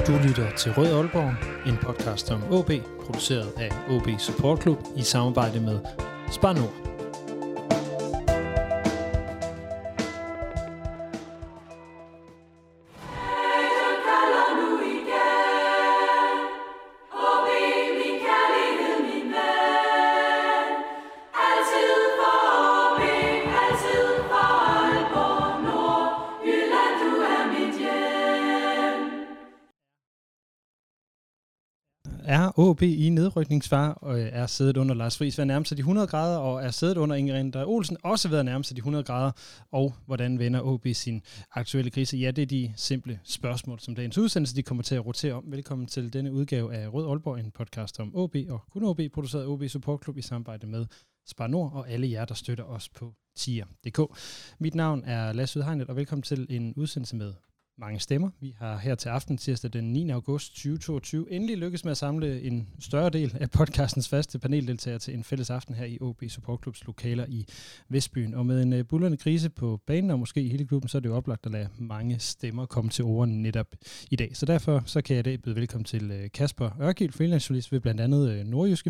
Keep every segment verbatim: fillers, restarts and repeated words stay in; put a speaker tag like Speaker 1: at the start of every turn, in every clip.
Speaker 1: Du lytter til Rød Aalborg, en podcast om O B, produceret af O B Support Club i samarbejde med Spar Nord. Er O B i nedrykningsfare og er siddet under Lars Friis ved at nærme sig de hundrede grader, og er siddet under Inger Rindal Olsen også ved at nærme sig de hundrede grader, og hvordan vender O B sin aktuelle krise? Ja, det er de simple spørgsmål, som dagens udsendelse de kommer til at rotere om. Velkommen til denne udgave af Rød Aalborg, en podcast om O B og kun O B, produceret af O B Support Club i samarbejde med Spar Nord og alle jer, der støtter os på tier punktum d k. Mit navn er Lasse Udhegnet, og velkommen til en udsendelse med mange stemmer. Vi har her til aften, tirsdag den niende august tyve toogtyve, endelig lykkes med at samle en større del af podcastens faste paneldeltagere til en fælles aften her i O B Support Clubs lokaler i Vestbyen. Og med en uh, buldrende krise på banen, og måske i hele klubben, så er det jo oplagt at lade mange stemmer komme til ord netop i dag. Så derfor så kan jeg i dag byde velkommen til uh, Kasper Ørkild, freelance-journalist ved blandt andet uh, Nordjyske.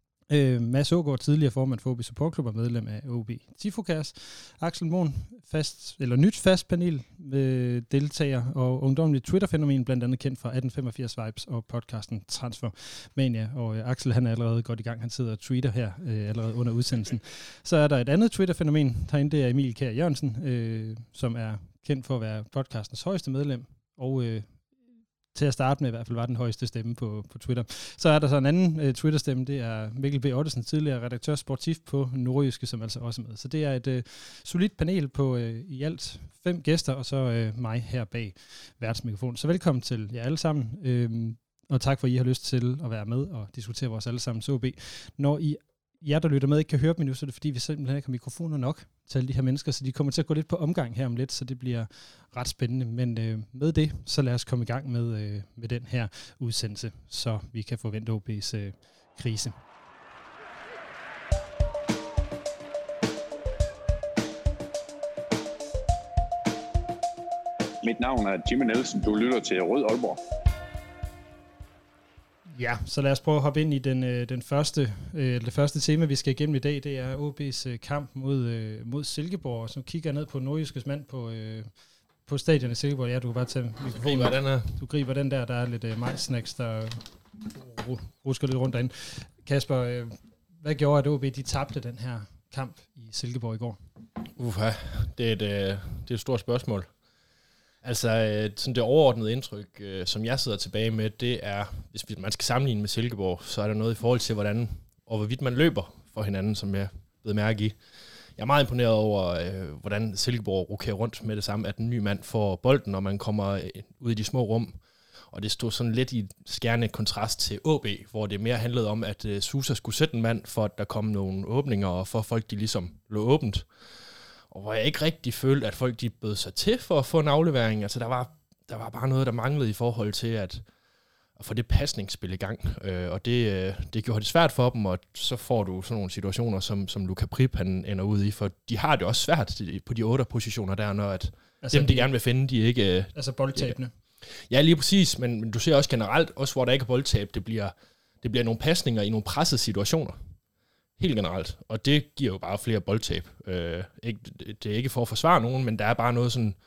Speaker 1: Øh, Mads Aagaard, tidligere formand for O B Support Club og medlem af O B Tifokast. Axel Mohn, fast, eller nyt fast panel med deltager og ungdomligt Twitter-fænomen, blandt andet kendt fra atten femogfirs Vibes og podcasten Transfermania. Og øh, Axel, han er allerede godt i gang. Han sidder og tweeter her øh, allerede under udsendelsen. Så er der et andet Twitter-fænomen herinde, det er Emil Kjær Jørgensen, øh, som er kendt for at være podcastens højeste medlem og øh, til at starte med i hvert fald var den højeste stemme på, på Twitter. Så er der så en anden uh, Twitter-stemme, det er Mikkel B. Ottesen, tidligere redaktør sportiv på Nordjyske, som altså også er med. Så det er et uh, solidt panel på uh, i alt fem gæster, og så uh, mig her bag værtsmikrofonen. Så velkommen til jer alle sammen, uh, og tak for, at I har lyst til at være med og diskutere vores allesammens O B. Når I jer, der lytter med, ikke kan høre dem endnu, så er det fordi, vi simpelthen ikke har mikrofoner nok til alle de her mennesker, så de kommer til at gå lidt på omgang her om lidt, så det bliver ret spændende. Men øh, med det, så lad os komme i gang med, øh, med den her udsendelse, så vi kan forvente O B's øh, krise.
Speaker 2: Mit navn er Jimmy Nielsen. Du lytter til Rød Aalborg.
Speaker 1: Ja, så lad os prøve at hoppe ind i den, øh, den første, øh, det første tema, vi skal igennem i dag. Det er O B's øh, kamp mod, øh, mod Silkeborg, som kigger ned på Nordjyskes mand på, øh, på stadion i Silkeborg. Ja, du kan bare tage mikrofonen.
Speaker 3: Du griber den her.
Speaker 1: Du griber den der, der er lidt øh, majsnacks, der rusker lidt rundt derinde. Kasper, øh, hvad gjorde, at O B de tabte den her kamp i Silkeborg i går?
Speaker 3: Uha, det er et, øh, det er et stort spørgsmål. Altså, sådan det overordnede indtryk, øh, som jeg sidder tilbage med, det er, hvis man skal sammenligne med Silkeborg, så er der noget i forhold til, hvordan og hvorvidt man løber for hinanden, som jeg ved mærke i. Jeg er meget imponeret over, øh, hvordan Silkeborg rokerer rundt med det samme, at en ny mand får bolden, når man kommer ud i de små rum. Og det stod sådan lidt i skærende kontrast til O B, hvor det mere handlede om, at øh, Susa skulle sætte en mand, for at der kom nogle åbninger, og for folk de ligesom lå åbent. Og hvor jeg ikke rigtig følte, at folk de bød sig til for at få en aflevering. Altså der var, der var bare noget, der manglede i forhold til at, at få det pasningsspil i gang. Øh, og det, øh, det gjorde det svært for dem, og så får du sådan nogle situationer, som, som Luka Prip han ender ud i. For de har det også svært på de otte positioner der, når at altså dem, de, de gerne vil finde, de ikke... Øh,
Speaker 1: altså boldtabene.
Speaker 3: Ja, lige præcis, men, men du ser også generelt, også hvor der ikke er boldtab, det bliver, det bliver nogle pasninger i nogle pressede situationer. Helt generelt, og det giver jo bare flere boldtab. Øh, ikke, det er ikke for at forsvare nogen, men der er bare noget sådan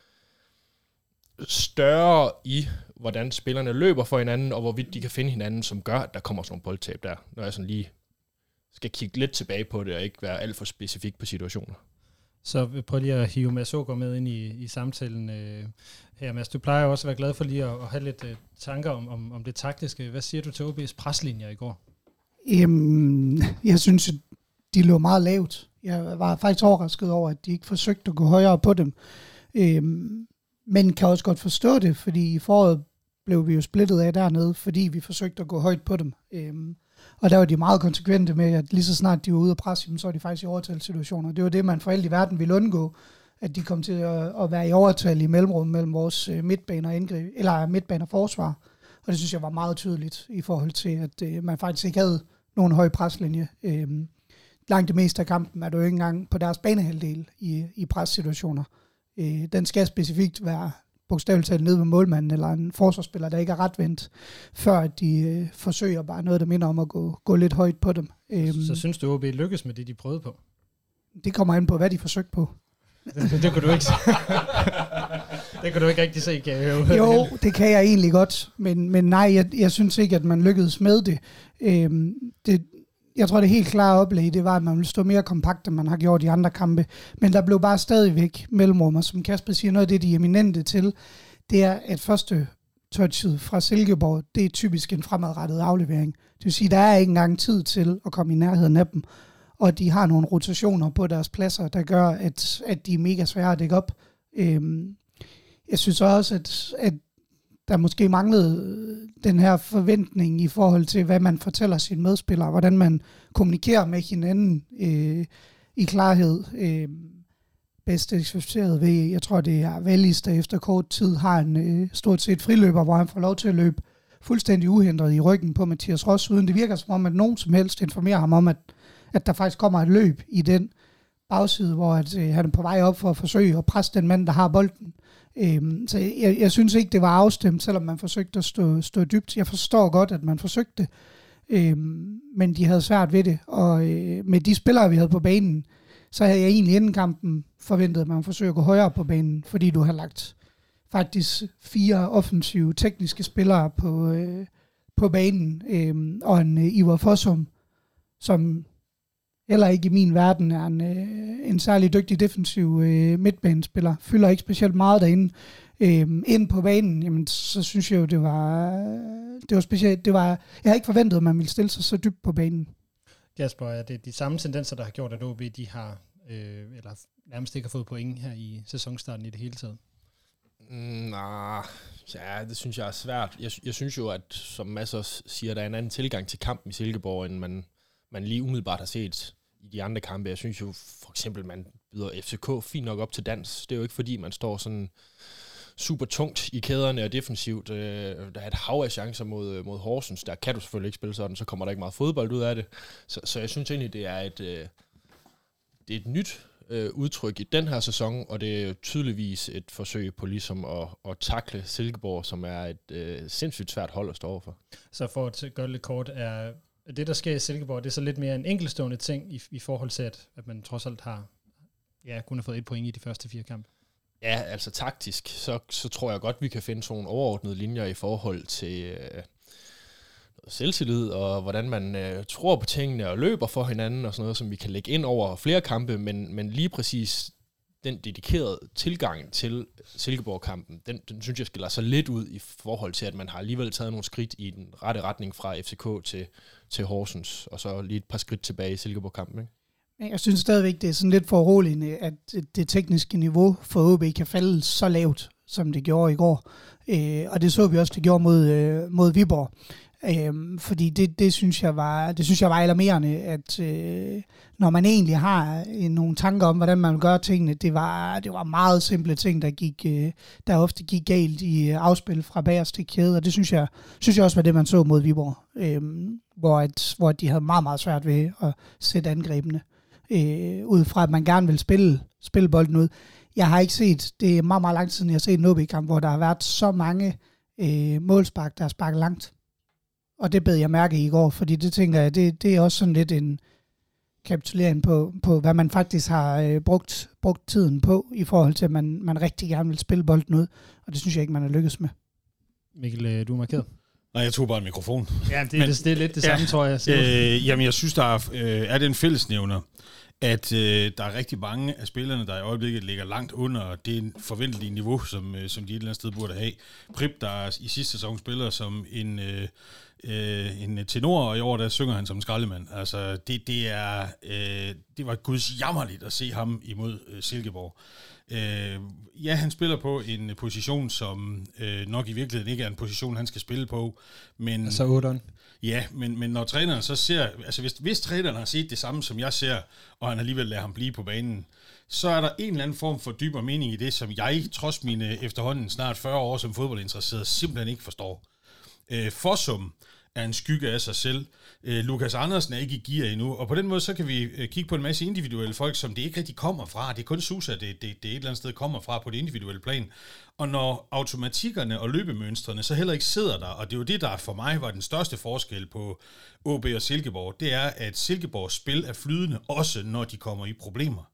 Speaker 3: større i, hvordan spillerne løber for hinanden, og hvorvidt de kan finde hinanden, som gør, at der kommer sådan nogle boldtab der, når jeg sådan lige skal kigge lidt tilbage på det, og ikke være alt for specifik på situationer.
Speaker 1: Så prøv lige at hive Mads Aagaard med ind i, i samtalen øh, her. Mads, du plejer også at være glad for lige at, at have lidt øh, tanker om, om, om det taktiske. Hvad siger du til O B's preslinjer i går?
Speaker 4: Jamen, jeg synes, de lå meget lavt. Jeg var faktisk overrasket over, at de ikke forsøgte at gå højere på dem. Øhm, men kan også godt forstå det, fordi i foråret blev vi jo splittet af dernede, fordi vi forsøgte at gå højt på dem. Øhm, og der var de meget konsekvente med, at lige så snart de var ude at presse dem, så var de faktisk i overtalssituationer. Det var det, man for alt i verden ville undgå, at de kom til at, at være i overtal i mellemrum mellem vores midtbaner og indgreb, eller midtbaner og forsvar. Og det synes jeg var meget tydeligt i forhold til, at øh, man faktisk ikke havde nogen høj preslinje. Øhm, langt det meste af kampen er du jo ikke engang på deres banehalvdel i, i pressituationer. Øh, den skal specifikt være bogstaveligt talt ned ved målmanden, eller en forsvarsspiller, der ikke er retvendt, før at de øh, forsøger bare noget, der minder om at gå, gå lidt højt på dem.
Speaker 1: Så, så synes du, O B lykkes med det, de prøvede på?
Speaker 4: Det kommer an på, hvad de forsøgte på.
Speaker 1: Det, det, det kunne du ikke det kunne du ikke rigtig se, kan jeg jo.
Speaker 4: Jo, det kan jeg egentlig godt, men, men nej, jeg, jeg synes ikke, at man lykkedes med det. Øhm, det. Jeg tror, det helt klare oplæg, det var, at man ville stå mere kompakt, end man har gjort i andre kampe. Men der blev bare stadigvæk mellemrummer, som Kasper siger, noget af det, de er eminente til, det er, at første touchet fra Silkeborg, det er typisk en fremadrettet aflevering. Det vil sige, der er ikke engang tid til at komme i nærheden af dem, og de har nogle rotationer på deres pladser, der gør, at, at de er mega svære at dække op. Øhm, jeg synes også, at, at der måske manglede den her forventning i forhold til, hvad man fortæller sine medspillere, hvordan man kommunikerer med hinanden øh, i klarhed. Øh, bedst eksemplificeret ved, jeg tror, det er Wallis, der efter kort tid har en øh, stort set friløber, hvor han får lov til at løbe fuldstændig uhindret i ryggen på Mathias Ross, uden det virker som om, at nogen som helst informerer ham om, at, at der faktisk kommer et løb i den bagside, hvor at, øh, han er på vej op for at forsøge at presse den mand, der har bolden. Øhm, så jeg, jeg synes ikke, det var afstemt, selvom man forsøgte at stå, stå dybt. Jeg forstår godt, at man forsøgte, øhm, men de havde svært ved det. Og øh, med de spillere, vi havde på banen, så havde jeg egentlig inden kampen forventet, at man forsøger at gå højere på banen, fordi du har lagt faktisk fire offensive tekniske spillere på, øh, på banen, øh, og en øh, Ivar Fossum, som heller ikke i min verden er en, øh, en særlig dygtig defensiv øh, midtbanespiller, fylder ikke specielt meget derinde. Øh, ind på banen, jamen, så synes jeg jo, det var, det var specielt. Det var, jeg har ikke forventet, at man ville stille sig så dybt på banen.
Speaker 1: Kasper, er det de samme tendenser, der har gjort, at O B de har, øh, eller nærmest ikke har fået point her i sæsonstarten i det hele taget?
Speaker 3: Mm, nah, ja, det synes jeg er svært. Jeg, jeg synes jo, at som Mads også siger, der er en anden tilgang til kampen i Silkeborg, end man, man lige umiddelbart har set i de andre kampe. Jeg synes jo for eksempel, man byder F C K fint nok op til dans. Det er jo ikke fordi, man står sådan super tungt i kæderne og defensivt. Der er et hav af chancer mod, mod Horsens. Der kan du selvfølgelig ikke spille sådan, så kommer der ikke meget fodbold ud af det. Så, så jeg synes egentlig, det er et, det er et nyt udtryk i den her sæson, og det er tydeligvis et forsøg på ligesom at, at takle Silkeborg, som er et øh, sindssygt svært hold at stå overfor.
Speaker 1: Så for at gøre det lidt kort, er det, der sker i Silkeborg, det er så lidt mere en enkeltstående ting i, i forhold til, at, at man trods alt har ja, kun har fået et point i de første fire kampe?
Speaker 3: Ja, altså taktisk, så, så tror jeg godt, vi kan finde sådan nogle overordnede linjer i forhold til øh, selvtillid, og hvordan man øh, tror på tingene og løber for hinanden, og sådan noget, som vi kan lægge ind over flere kampe, men, men lige præcis den dedikerede tilgang til Silkeborg-kampen, den, den synes jeg skiller sig lidt ud i forhold til, at man har alligevel taget nogle skridt i den rette retning fra F C K til, til Horsens, og så lige et par skridt tilbage i Silkeborg-kampen, ikke?
Speaker 4: Jeg synes stadigvæk, det er sådan lidt foruroligende, at det tekniske niveau for O B kan falde så lavt, som det gjorde i går. Øh, og det så vi også, det gjorde mod, øh, mod Viborg. Øh, fordi det, det, synes jeg var, det synes jeg var alarmerende, at øh, når man egentlig har øh, nogle tanker om, hvordan man gør tingene, det var, det var meget simple ting, der, gik, øh, der ofte gik galt i øh, afspil fra bagerst til kæde. Og det synes jeg, synes jeg også var det, man så mod Viborg, øh, hvor, at, hvor de havde meget, meget svært ved at sætte angrebene. Øh, ud fra, at man gerne vil spille, spille bolden ud. Jeg har ikke set, det er meget, meget lang tid siden, jeg har set en O B-kamp, hvor der har været så mange øh, målspark, der har sparket langt. Og det bed jeg mærke i går, fordi det tænker jeg, det, det er også sådan lidt en kapitulering på, på hvad man faktisk har øh, brugt, brugt tiden på, i forhold til, at man, man rigtig gerne vil spille bolden ud. Og det synes jeg ikke, man har lykkes med.
Speaker 1: Mikkel, du er markeret.
Speaker 5: Nej, jeg tog bare en mikrofon.
Speaker 1: Ja, det, Men, det, det er lidt det samme, ja, tror jeg.
Speaker 5: Øh, jamen, jeg synes, der er, øh, er det en fællesnævner, at øh, der er rigtig mange af spillerne, der i øjeblikket ligger langt under det forventelige niveau, som, øh, som de et eller andet sted burde have. Prip, der i sidste sæson spiller som en, øh, øh, en tenor, og i år der synger han som en skraldemand. Altså, det, det, er, øh, det var gudsjammerligt at se ham imod øh, Silkeborg. Øh, ja, han spiller på en position, som øh, nok i virkeligheden ikke er en position, han skal spille på. Men,
Speaker 1: altså otteren.
Speaker 5: Ja, men, men når træneren så ser, altså hvis, hvis træneren har set det samme, som jeg ser, og han alligevel lader ham blive på banen, så er der en eller anden form for dybere mening i det, som jeg, trods mine efterhånden snart fyrre år som fodboldinteresseret, simpelthen ikke forstår. Øh, Fossum er en skygge af sig selv. Øh, Lukas Andersen er ikke i gear endnu, og på den måde så kan vi øh, kigge på en masse individuelle folk, som det ikke rigtig kommer fra. Det er kun Susa, det, det, det et eller andet sted kommer fra på det individuelle plan. Og når automatikkerne og løbemønstrene så heller ikke sidder der, og det er jo det, der for mig var den største forskel på O B og Silkeborg, det er, at Silkeborgs spil er flydende, også når de kommer i problemer.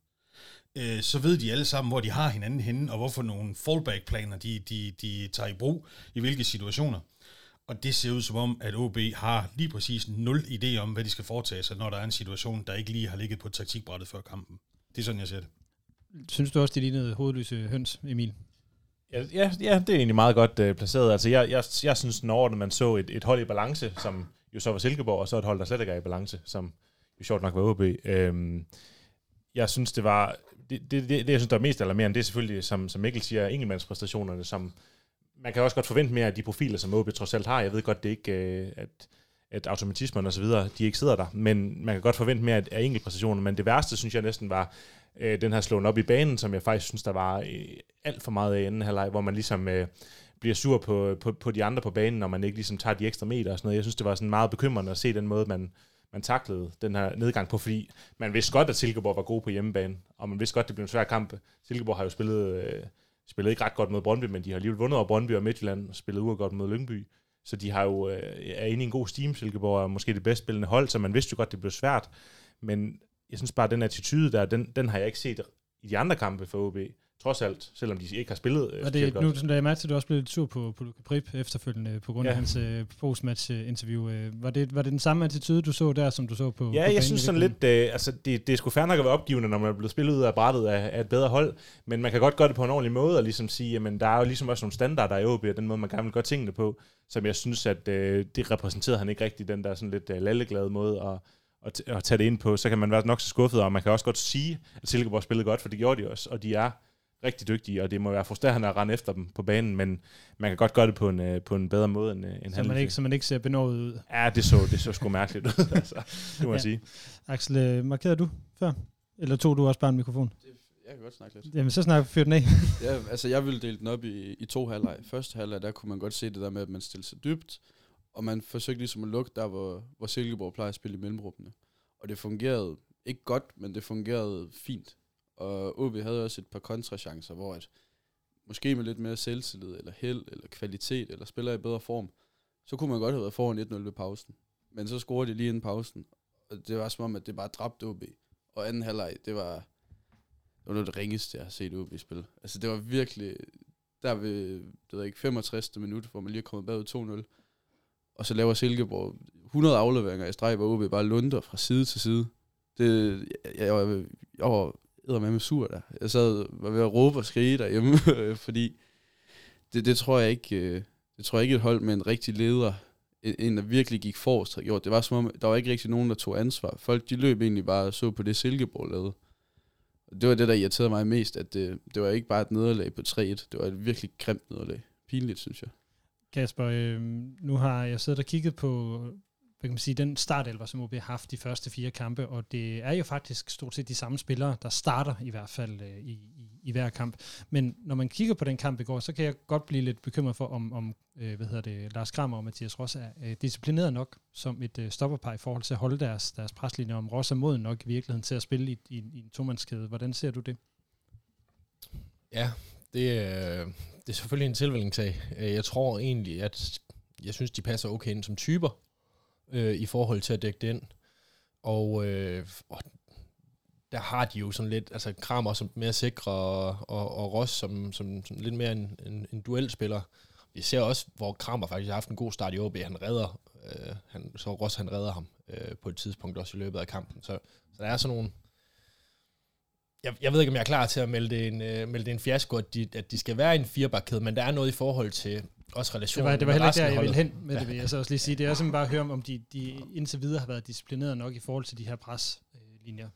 Speaker 5: Øh, så ved de alle sammen, hvor de har hinanden henne, og hvorfor nogle fallback-planer, de, de, de tager i brug i hvilke situationer. Og det ser ud som om, at O B har lige præcis nul idé om, hvad de skal foretage sig, når der er en situation, der ikke lige har ligget på taktikbrættet før kampen. Det er sådan, jeg ser det.
Speaker 1: Synes du også, det lignede hovedløse høns, Emil?
Speaker 6: Ja, ja, ja, det er egentlig meget godt øh, placeret. Altså, jeg, jeg, jeg synes, når man så et, et hold i balance, som jo så var Silkeborg, og så et hold, der slet ikke er i balance, som jo sjovt nok var O B. Øhm, jeg synes, det var... Det, det, det, det, jeg synes, der er mest alarmerende, det er selvfølgelig, som, som Mikkel siger, enkeltmandspræstationerne, som man kan også godt forvente mere af de profiler, som O B trods alt har. Jeg ved godt, det er ikke, at, at automatismen og så videre, de ikke sidder der, men man kan godt forvente mere af enkeltpræstationer, men det værste, synes jeg næsten var øh, den her slåen op i banen, som jeg faktisk synes, der var øh, alt for meget af i anden halvleg, hvor man ligesom øh, bliver sur på, på, på de andre på banen, når man ikke ligesom tager de ekstra meter og sådan noget. Jeg synes, det var sådan meget bekymrende at se den måde, man man taklede den her nedgang på, fordi man vidste godt, at Silkeborg var god på hjemmebane, og man vidste godt, at det blev en svær kamp. Silkeborg har jo spillet, øh, spillet ikke ret godt mod Brøndby, men de har alligevel vundet over Brøndby og Midtjylland, og spillet uafgjort mod Lyngby. Så de har jo, øh, er inde i en god steam. Silkeborg er måske det bedst spillende hold, så man vidste jo godt, det blev svært. Men jeg synes bare, at den attitude der, den, den har jeg ikke set i de andre kampe for O B. Trods alt, selvom de ikke har spillet. Øh,
Speaker 1: og det, nu da jeg mærke til, at du også blev lidt sur på, på Luka Prip efterfølgende på grund af ja. hans øh, postmatch-interview. Øh, var, det, var det den samme attitude, du så der, som du så på
Speaker 6: Ja,
Speaker 1: på
Speaker 6: jeg synes sådan lidt, øh, altså det, det er sgu fair nok at være opgivende, når man er blevet spillet ud af brættet af, af et bedre hold, men man kan godt gøre det på en ordentlig måde, og ligesom sige, jamen der er jo ligesom også nogle standarder i O B, og den måde, man gerne vil gøre tingene på, som jeg synes, at øh, det repræsenterede han ikke rigtig, den der sådan lidt øh, lalleglade måde at, at, at tage det ind på. Så kan man være nok så skuffet, og man kan også godt sige, at Silkeborg spillede godt, for det gjorde de også, og de er rigtig dygtige, og det må være frustrerende at rende efter dem på banen, men man kan godt gøre det på en, på en bedre måde end, end
Speaker 1: så man ikke, så man ikke ser benådet ud.
Speaker 6: Ja, det så, det så sgu mærkeligt ud, altså, det må ja. jeg sige.
Speaker 1: Axel, markerede du før? Eller tog du også bare en mikrofon?
Speaker 7: Det, jeg kan godt snakke lidt.
Speaker 1: Jamen, så snakker vi fyr den af.
Speaker 7: Ja, altså jeg ville dele den op i, i to halvleg. Første halvleg, der kunne man godt se det der med, at man stillede sig dybt, og man forsøgte ligesom at lukke der, hvor, hvor Silkeborg plejer at spille i mellemrummene. Og det fungerede ikke godt, men det fungerede fint. Og O B havde også et par kontrachancer, hvor at måske med lidt mere selvtillid, eller held, eller kvalitet, eller spiller i bedre form, så kunne man godt have været foran et nul ved pausen. Men så scorede de lige inden pausen, og det var som om, at det bare dræbte O B. Og anden halvleg, det var, det var noget af det ringeste, jeg har set O B spille. Altså det var virkelig, der ved, det ved ikke, femogtreds minut, hvor man lige er kommet bagud to nul, og så laver Silkeborg hundrede afleveringer i streg, hvor O B bare lunder fra side til side. Det, jeg, jeg, var, jeg var med med sur der. Jeg sad var ved at råbe og skrige derhjemme, fordi det, det tror jeg ikke, det tror jeg ikke et hold med en rigtig leder, en der virkelig gik forrest, havde gjort. Det var som om, der var ikke rigtig nogen, der tog ansvar. Folk, de løb egentlig bare og så på det Silkeborg lavede. Og det var det, der irriterede mig mest, at det, det var ikke bare et nederlag på tre et. Det var et virkelig grimt nederlag. Pinligt, synes jeg.
Speaker 1: Kasper, øh, nu har jeg siddet og kigget på, hvad kan man sige, den startelver, som O B har haft de første fire kampe, og det er jo faktisk stort set de samme spillere, der starter i hvert fald øh, i, i, i hver kamp. Men når man kigger på den kamp i går, så kan jeg godt blive lidt bekymret for, om, om øh, hvad hedder det, Lars Kramer og Mathias Ross er øh, disciplineret nok som et øh, stopperpar i forhold til at holde deres, deres preslinje, om Ross er moden nok i virkeligheden til at spille i, i, i en tomandskæde. Hvordan ser du det?
Speaker 3: Ja, det, øh, det er selvfølgelig en tilvælgningssag. Jeg tror egentlig, at jeg synes, de passer okay ind som typer, Øh, i forhold til at dække det ind. Og, øh, og der har de jo sådan lidt, altså Kramer som mere sikre, og, og, og Ross som, som, som lidt mere en, en, en duelspiller. Vi ser også, hvor Kramer faktisk har haft en god start i O B. Han redder, øh, han, så Ross han redder ham øh, på et tidspunkt også i løbet af kampen. Så, så der er sådan nogle... Jeg, jeg ved ikke, om jeg er klar til at melde det en, øh, melde det en fiasko, at de, at de skal være en firebakkæde, men der er noget i forhold til også relationen.
Speaker 1: Det var, det var heller ikke der, jeg ville hen med det, vil jeg så også lige sige. Det er simpelthen bare at høre om, om de, de indtil videre har været disciplineret nok i forhold til de her preslinjer.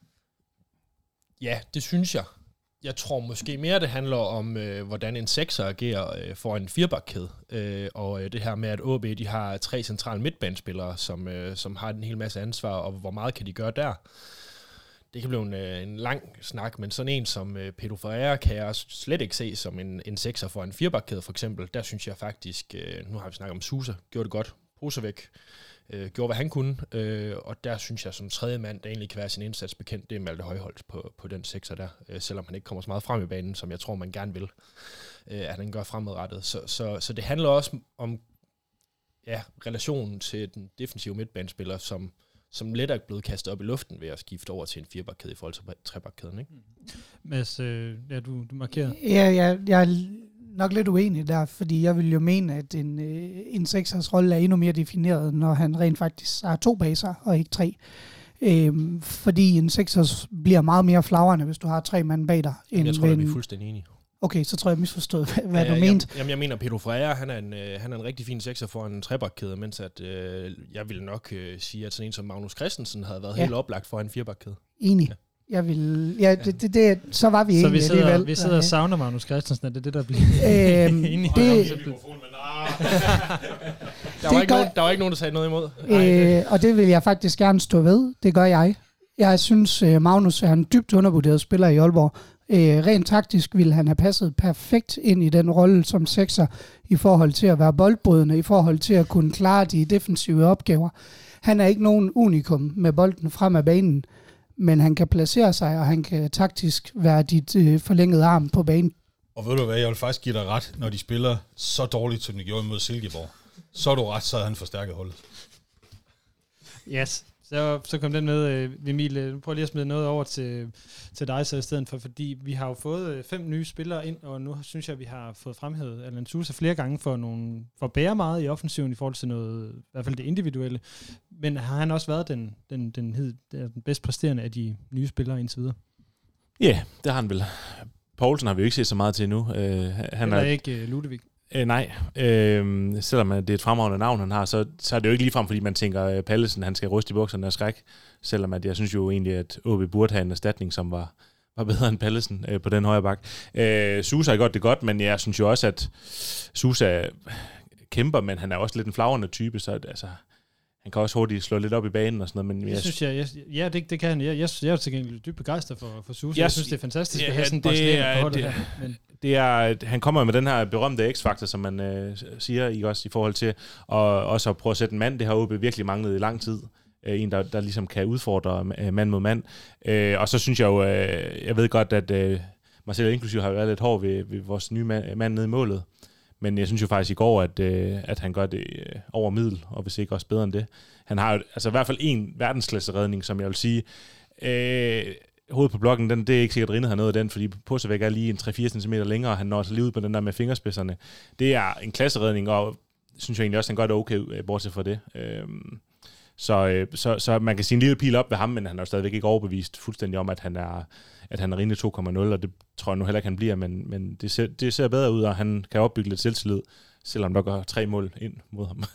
Speaker 3: Ja, det synes jeg. Jeg tror måske mere, det handler om, øh, hvordan en sekser agerer øh, for en firebakkæde. Øh, og øh, det her med, at O B de har tre centrale midtbanespillere, som, øh, som har en hel masse ansvar, og hvor meget kan de gøre der? Det kan blive en, en lang snak, men sådan en som uh, Pedro Ferreira kan jeg slet ikke se som en, en sekser for en firebakkæde for eksempel. Der synes jeg faktisk, uh, nu har vi snakket om Sousa, gjorde det godt, Posevæk, øh, gjorde, hvad han kunne. Øh, og der synes jeg, som tredje mand, der egentlig kan være sin indsats bekendt, det er Malte Højholt på, på den sekser der. Øh, selvom han ikke kommer så meget frem i banen, som jeg tror, man gerne vil, øh, at han gør fremadrettet. Så, så, så det handler også om ja, relationen til den defensive midtbanespiller, som som let er blevet kastet op i luften ved at skifte over til en firebakkæde i forhold til trebakkæden, ikke?
Speaker 1: Mads, øh, ja, du, du markerer.
Speaker 4: Ja, jeg, jeg er nok lidt uenig der, fordi jeg vil jo mene, at en, en seksers rolle er endnu mere defineret, når han rent faktisk har to baser og ikke tre. Øhm, fordi en seksers bliver meget mere flagrende, hvis du har tre mand bag dig.
Speaker 3: End jeg tror, at vi er fuldstændig enige.
Speaker 4: Okay, så tror jeg, jeg misforstod, hvad, hvad
Speaker 3: ja,
Speaker 4: du mente.
Speaker 3: Jamen, jeg mener, Pedro Freire, han er en, øh, han er en rigtig fin sekser for en trebakkæde, mens at, øh, jeg ville nok øh, sige, at sådan en som Magnus Christensen havde været ja. helt oplagt for en firebakkæde.
Speaker 4: Enig.
Speaker 3: Ja.
Speaker 4: Jeg vil, ja, det, det, det, så var vi
Speaker 1: så
Speaker 4: enige
Speaker 1: vi sidder,
Speaker 4: alligevel.
Speaker 1: vi sidder og savner Magnus Christensen, er det det, der bliver
Speaker 4: øhm,
Speaker 1: enige?
Speaker 4: Det,
Speaker 3: der, var ikke nogen, der var ikke nogen, der sagde noget imod.
Speaker 4: Øh, og det vil jeg faktisk gerne stå ved. Det gør jeg. Jeg synes, Magnus er en dybt undervurderet spiller i Aalborg. Øh, rent taktisk ville han have passet perfekt ind i den rolle som sekser i forhold til at være boldbrydende, i forhold til at kunne klare de defensive opgaver. Han er ikke nogen unikum med bolden frem af banen, men han kan placere sig, og han kan taktisk være dit øh, forlængede arm på banen.
Speaker 5: Og ved du hvad, jeg vil faktisk give dig ret, når de spiller så dårligt, som de gjorde mod Silkeborg. Så er du ret, så havde han forstærket holdet.
Speaker 1: Yes. Så, så kom den med, Emil. Nu prøver lige at smide noget over til, til dig så i stedet for, fordi vi har jo fået fem nye spillere ind, og nu synes jeg, vi har fået fremhævet Allan Sousa flere gange for, nogle, for at bære meget i offensiven i forhold til noget, i hvert fald det individuelle. Men har han også været den, den, den, den, den bedst præsterende af de nye spillere indtil videre?
Speaker 6: Ja, yeah, det har han vel. Poulsen har vi jo ikke set så meget til endnu. Uh, han
Speaker 1: Eller
Speaker 6: er
Speaker 1: ikke uh, Ludvig?
Speaker 6: Øh, nej, øh, selvom det er et fremragende navn, han har, så, så er det jo ikke ligefrem, fordi man tænker, at Pallesen han skal ryste i bukserne af skræk, selvom at jeg synes jo egentlig, at O B burde have en erstatning, som var, var bedre end Pallesen øh, på den højre bak. Øh, Sousa er godt det godt, men jeg synes jo også, at Sousa kæmper, men han er også lidt en flagrende type, så altså, han kan også hurtigt slå lidt op i banen og sådan noget. Men
Speaker 1: jeg, jeg synes, jeg, jeg, ja, det, det kan han. Jeg, jeg, jeg er til gengæld dybt begejstret for, for Sousa. Jeg, jeg synes, det er fantastisk
Speaker 6: ja,
Speaker 1: at have sådan en
Speaker 6: brasilianer
Speaker 1: på holdet
Speaker 6: det,
Speaker 1: her. Men
Speaker 6: det er, han kommer med den her berømte X-faktor, som man øh, siger, ikke også i forhold til, og også at prøve at sætte en mand, det har O B virkelig manglet i lang tid. Øh, en, der, der ligesom kan udfordre øh, mand mod mand. Øh, og så synes jeg jo, øh, jeg ved godt, at øh, Marcelo inklusiv har været lidt hård ved, ved vores nye mand, mand nede i målet. Men jeg synes jo faktisk i går, at, øh, at han gør det øh, over middel, og hvis ikke også bedre end det. Han har jo altså i hvert fald en verdensklasseredning, som jeg vil sige, øh, hovedet på blokken, den, det er ikke sikkert, at Rinde har noget af den, fordi Posavec er lige en tre til fire centimeter længere, og han når så lige ud på den der med fingerspidserne. Det er en klasseredning, og synes jeg egentlig også, han gør det okay, bortset fra det. Øhm, så, så, så man kan sige en lille pil op ved ham, men han er jo stadigvæk ikke overbevist fuldstændig om, at han er, at han er Rinde to komma nul, og det tror jeg nu heller ikke, han bliver, men, men det, ser, det ser bedre ud, og han kan opbygge lidt selvtillid, selvom der går tre mål ind mod ham.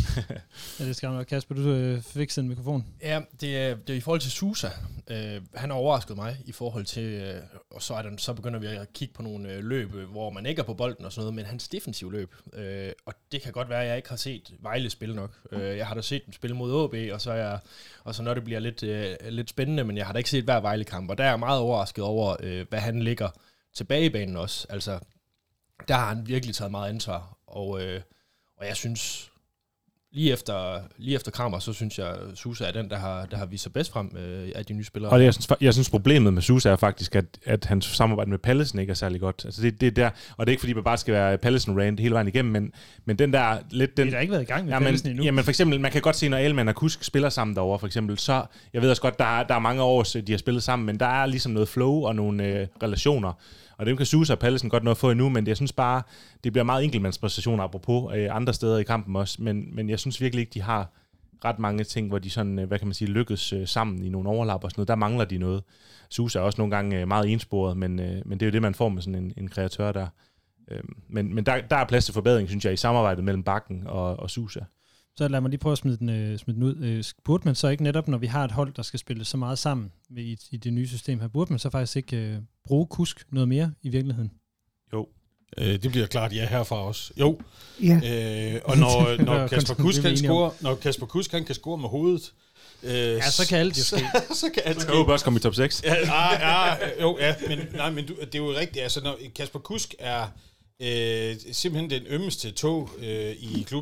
Speaker 1: Ja, det skal nok. Kasper, du øh, fik sin mikrofon.
Speaker 3: Ja, det er, det er i forhold til Sousa. Øh, han har overrasket mig i forhold til, øh, og så, er den, så begynder vi at kigge på nogle øh, løb, hvor man ikke er på bolden og sådan noget, men hans defensiv løb. Øh, og det kan godt være, at jeg ikke har set Vejle spille nok. Øh, jeg har da set dem spille mod A B, og så, er jeg, og så når det bliver lidt, øh, lidt spændende, men jeg har da ikke set hver Vejle-kamp, og der er jeg meget overrasket over, øh, hvad han ligger tilbage i banen også. Altså, der har han virkelig taget meget ansvar, og, øh, og jeg synes, lige efter, lige efter Kramer, så synes jeg, at Sousa er den, der har, der har vist sig bedst frem øh, af de nye spillere.
Speaker 6: Og det, jeg, synes, jeg synes, problemet med Sousa er faktisk, at, at hans samarbejde med Pallesen ikke er særlig godt. Altså det, det er der, og det er ikke, fordi man bare skal være Pallesen-rand hele vejen igennem, men, men den der lidt... Den,
Speaker 1: det har ikke været i gang med
Speaker 6: ja,
Speaker 1: Pallesen endnu.
Speaker 6: Jamen for eksempel, man kan godt se, når Elman og Kusk spiller sammen derovre, for eksempel, så, jeg ved også godt, der er, der er mange år, de har spillet sammen, men der er ligesom noget flow og nogle øh, relationer. Og dem kan Sousa og Pallesen godt nå få endnu, men jeg synes bare, det bliver meget enkeltmandspræstationer apropos øh, andre steder i kampen også. Men, men jeg synes virkelig ikke, de har ret mange ting, hvor de sådan, øh, hvad kan man sige, lykkes øh, sammen i nogle overlap og sådan noget. Der mangler de noget. Sousa er også nogle gange øh, meget ensporet, men, øh, men det er jo det, man får med sådan en, en kreatør der. Øh, men men der, der er plads til forbedring, synes jeg, i samarbejdet mellem Bakken og, og Sousa.
Speaker 1: Så lad mig lige prøve at smide den, øh, smide den ud. Øh, burde man så ikke netop, når vi har et hold, der skal spille så meget sammen i, i det nye system her, burde man så faktisk ikke øh, bruge Kusk noget mere i virkeligheden?
Speaker 5: Jo, øh, det bliver klart ja herfra også. Jo,
Speaker 4: ja.
Speaker 5: øh, og når, når, Kasper Kusk kan score, når Kasper Kusk kan score med hovedet, øh,
Speaker 1: ja, så kan alt jo ske.
Speaker 5: så, så kan alt ske.
Speaker 6: Så kan også komme i top seks.
Speaker 5: Ja, ja, ja, jo, ja, men, nej, men du, det er jo rigtigt. Altså, når Kasper Kusk er øh, simpelthen den ømmeste tog øh, i klubben.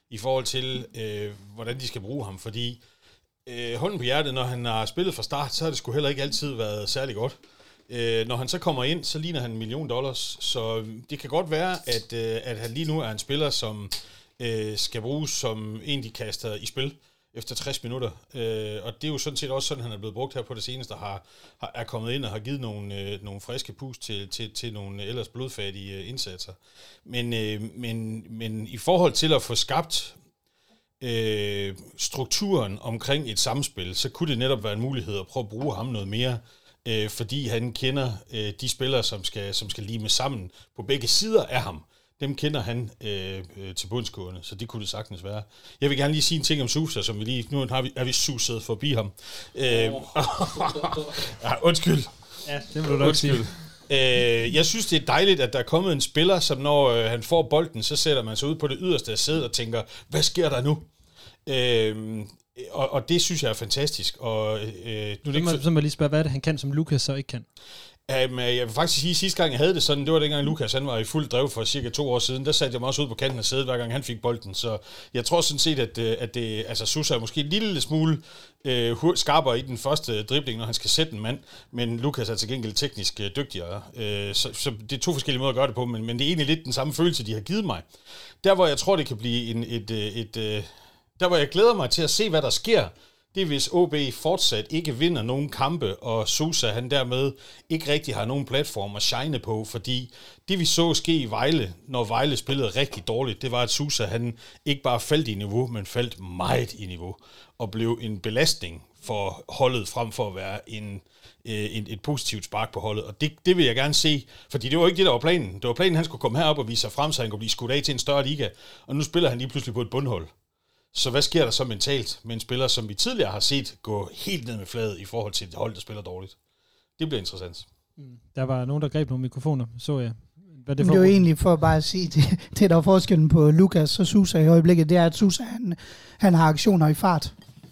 Speaker 5: i forhold til, øh, hvordan de skal bruge ham, fordi øh, hånden på hjertet, når han har spillet fra start, så har det sgu heller ikke altid været særlig godt. Øh, når han så kommer ind, så ligner han en million dollars, så det kan godt være, at, øh, at han lige nu er en spiller, som øh, skal bruges som en, de kaster i spil efter tres minutter. Øh, og det er jo sådan set også sådan, han er blevet brugt her på det seneste, har, har er kommet ind og har givet nogle, øh, nogle friske pust til, til, til nogle ellers blodfattige øh, indsatser. Men, øh, men, men i forhold til at få skabt øh, strukturen omkring et samspil, så kunne det netop være en mulighed at prøve at bruge ham noget mere, øh, fordi han kender øh, de spillere, som skal, som skal lime sammen på begge sider af ham. Dem kender han øh, øh, til bundsgående, så det kunne det sagtens være. Jeg vil gerne lige sige en ting om Sousa, som vi lige... Nu har vi, er vi suset forbi ham. Øh, ja, undskyld.
Speaker 1: Ja, det må du nok sige.
Speaker 5: Øh, jeg synes, det er dejligt, at der er kommet en spiller, som når øh, han får bolden, så sætter man sig ud på det yderste af sædet og tænker, hvad sker der nu? Øh, og, og det synes jeg er fantastisk. Og, øh, nu er det
Speaker 1: ikke så, så må jeg lige spørge, hvad er det, han kan, som Lukas så ikke kan?
Speaker 5: Um, jeg vil faktisk sige, at sidste gang jeg havde det sådan, det var dengang Lukas han var i fuld drev for cirka to år siden, der satte jeg mig også ud på kanten af sædet, hver gang han fik bolden, så jeg tror sådan set, at, at det, altså Sousa er måske en lille smule øh, skarpere i den første dribling, når han skal sætte en mand, men Lukas er til gengæld teknisk øh, dygtigere, øh, så, så det er to forskellige måder at gøre det på, men, men det er egentlig lidt den samme følelse, de har givet mig. Der hvor jeg tror, det kan blive en, et, et, et, et der hvor jeg glæder mig til at se, hvad der sker, det er, hvis O B fortsat ikke vinder nogen kampe, og Sousa han dermed ikke rigtig har nogen platform at shine på, fordi det vi så ske i Vejle, når Vejle spillede rigtig dårligt, det var, at Sousa han ikke bare faldt i niveau, men faldt meget i niveau, og blev en belastning for holdet, frem for at være en, en, et positivt spark på holdet, og det, det vil jeg gerne se, fordi det var ikke det, der var planen. Det var planen, at han skulle komme herop og vise sig frem, så han kunne blive skudt af til en større liga, og nu spiller han lige pludselig på et bundhold. Så hvad sker der så mentalt med en spiller, som vi tidligere har set gå helt ned med fladet i forhold til et hold, der spiller dårligt? Det bliver interessant.
Speaker 1: Der var nogen, der greb nogle mikrofoner, så jeg. Hvad
Speaker 4: det, det er jo egentlig for bare at sige, det, det der er forskellen på Lukas og Sousa i øjeblikket, det er, at Sousa han, han har aktioner i fart.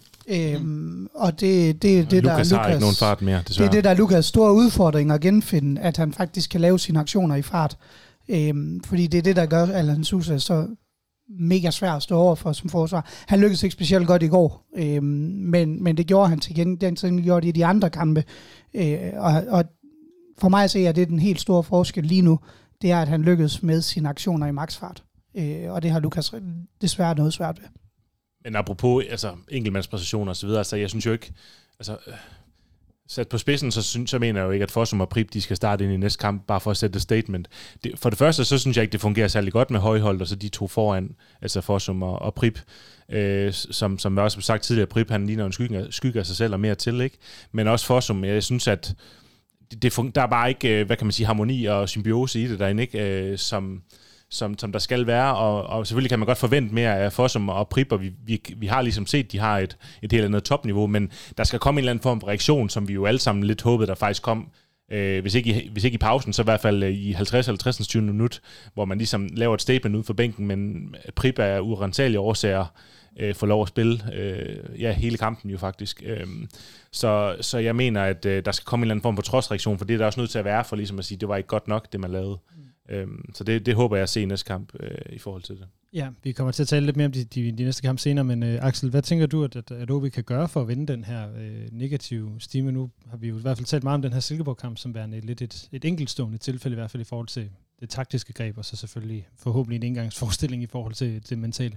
Speaker 4: Øhm, og det, det, det
Speaker 6: Lukas
Speaker 4: der
Speaker 6: har
Speaker 4: Lukas,
Speaker 6: ikke nogen fart mere, desværre.
Speaker 4: Det er det, der er Lukas store udfordring at genfinde, at han faktisk kan lave sine aktioner i fart. Øhm, fordi det er det, der gør Alan Sousa så mega svært at stå over for som forsvar. Han lykkedes ikke specielt godt i går, øh, men, men det gjorde han til gengæld, den gjorde det i de andre kampe. Øh, og, og for mig at se, at det er den helt store forskel lige nu, det er, at han lykkedes med sine aktioner i maksfart. Øh, og det har Lukas desværre noget svært ved.
Speaker 6: Men apropos altså, enkeltmandspræstationer og så videre, altså jeg synes jo ikke, altså sat på spidsen, så, synes, så mener jeg jo ikke, at Fossum og Prip, de skal starte ind i næste kamp, bare for at sætte et statement. Det, for det første, så synes jeg ikke, det fungerer særlig godt med Højholdt, og så de to foran, altså Fossum og, og Prip, øh, som, som jeg også har sagt tidligere, Prip, han ligner en skygge, skygge af sig selv og mere til, ikke? Men også Fossum, jeg synes, at det, det fun- der er bare ikke, hvad kan man sige, harmoni og symbiose i det derinde, ikke? Øh, som... Som, som der skal være, og, og selvfølgelig kan man godt forvente mere af Fossum og Prip, og vi, vi, vi har ligesom set, de har et, et helt andet topniveau, men der skal komme en eller anden form for reaktion, som vi jo alle sammen lidt håbede, der faktisk kom, øh, hvis, ikke i, hvis ikke i pausen, så i hvert fald i halvtreds eller halvtreds tyve minut, hvor man ligesom laver et statement ud for bænken, men Prip er urensagelige årsager øh, får lov at spille øh, ja, hele kampen jo faktisk. Øh, så, så jeg mener, at øh, der skal komme en eller anden form for trodsreaktion, for det er der også nødt til at være, for ligesom at sige, det var ikke godt nok, det man lavede. Øhm, så det, det håber jeg at se i næste kamp øh, i forhold til det.
Speaker 1: Ja, vi kommer til at tale lidt mere om de, de, de næste kampe senere, men øh, Axel, hvad tænker du, at, at O B kan gøre for at vinde den her øh, negative stime? Nu har vi jo i hvert fald talt meget om den her Silkeborg-kamp, som værende lidt et, et enkeltstående tilfælde, i hvert fald i forhold til det taktiske greb, og så selvfølgelig forhåbentlig en engangsforestilling i forhold til det mentale.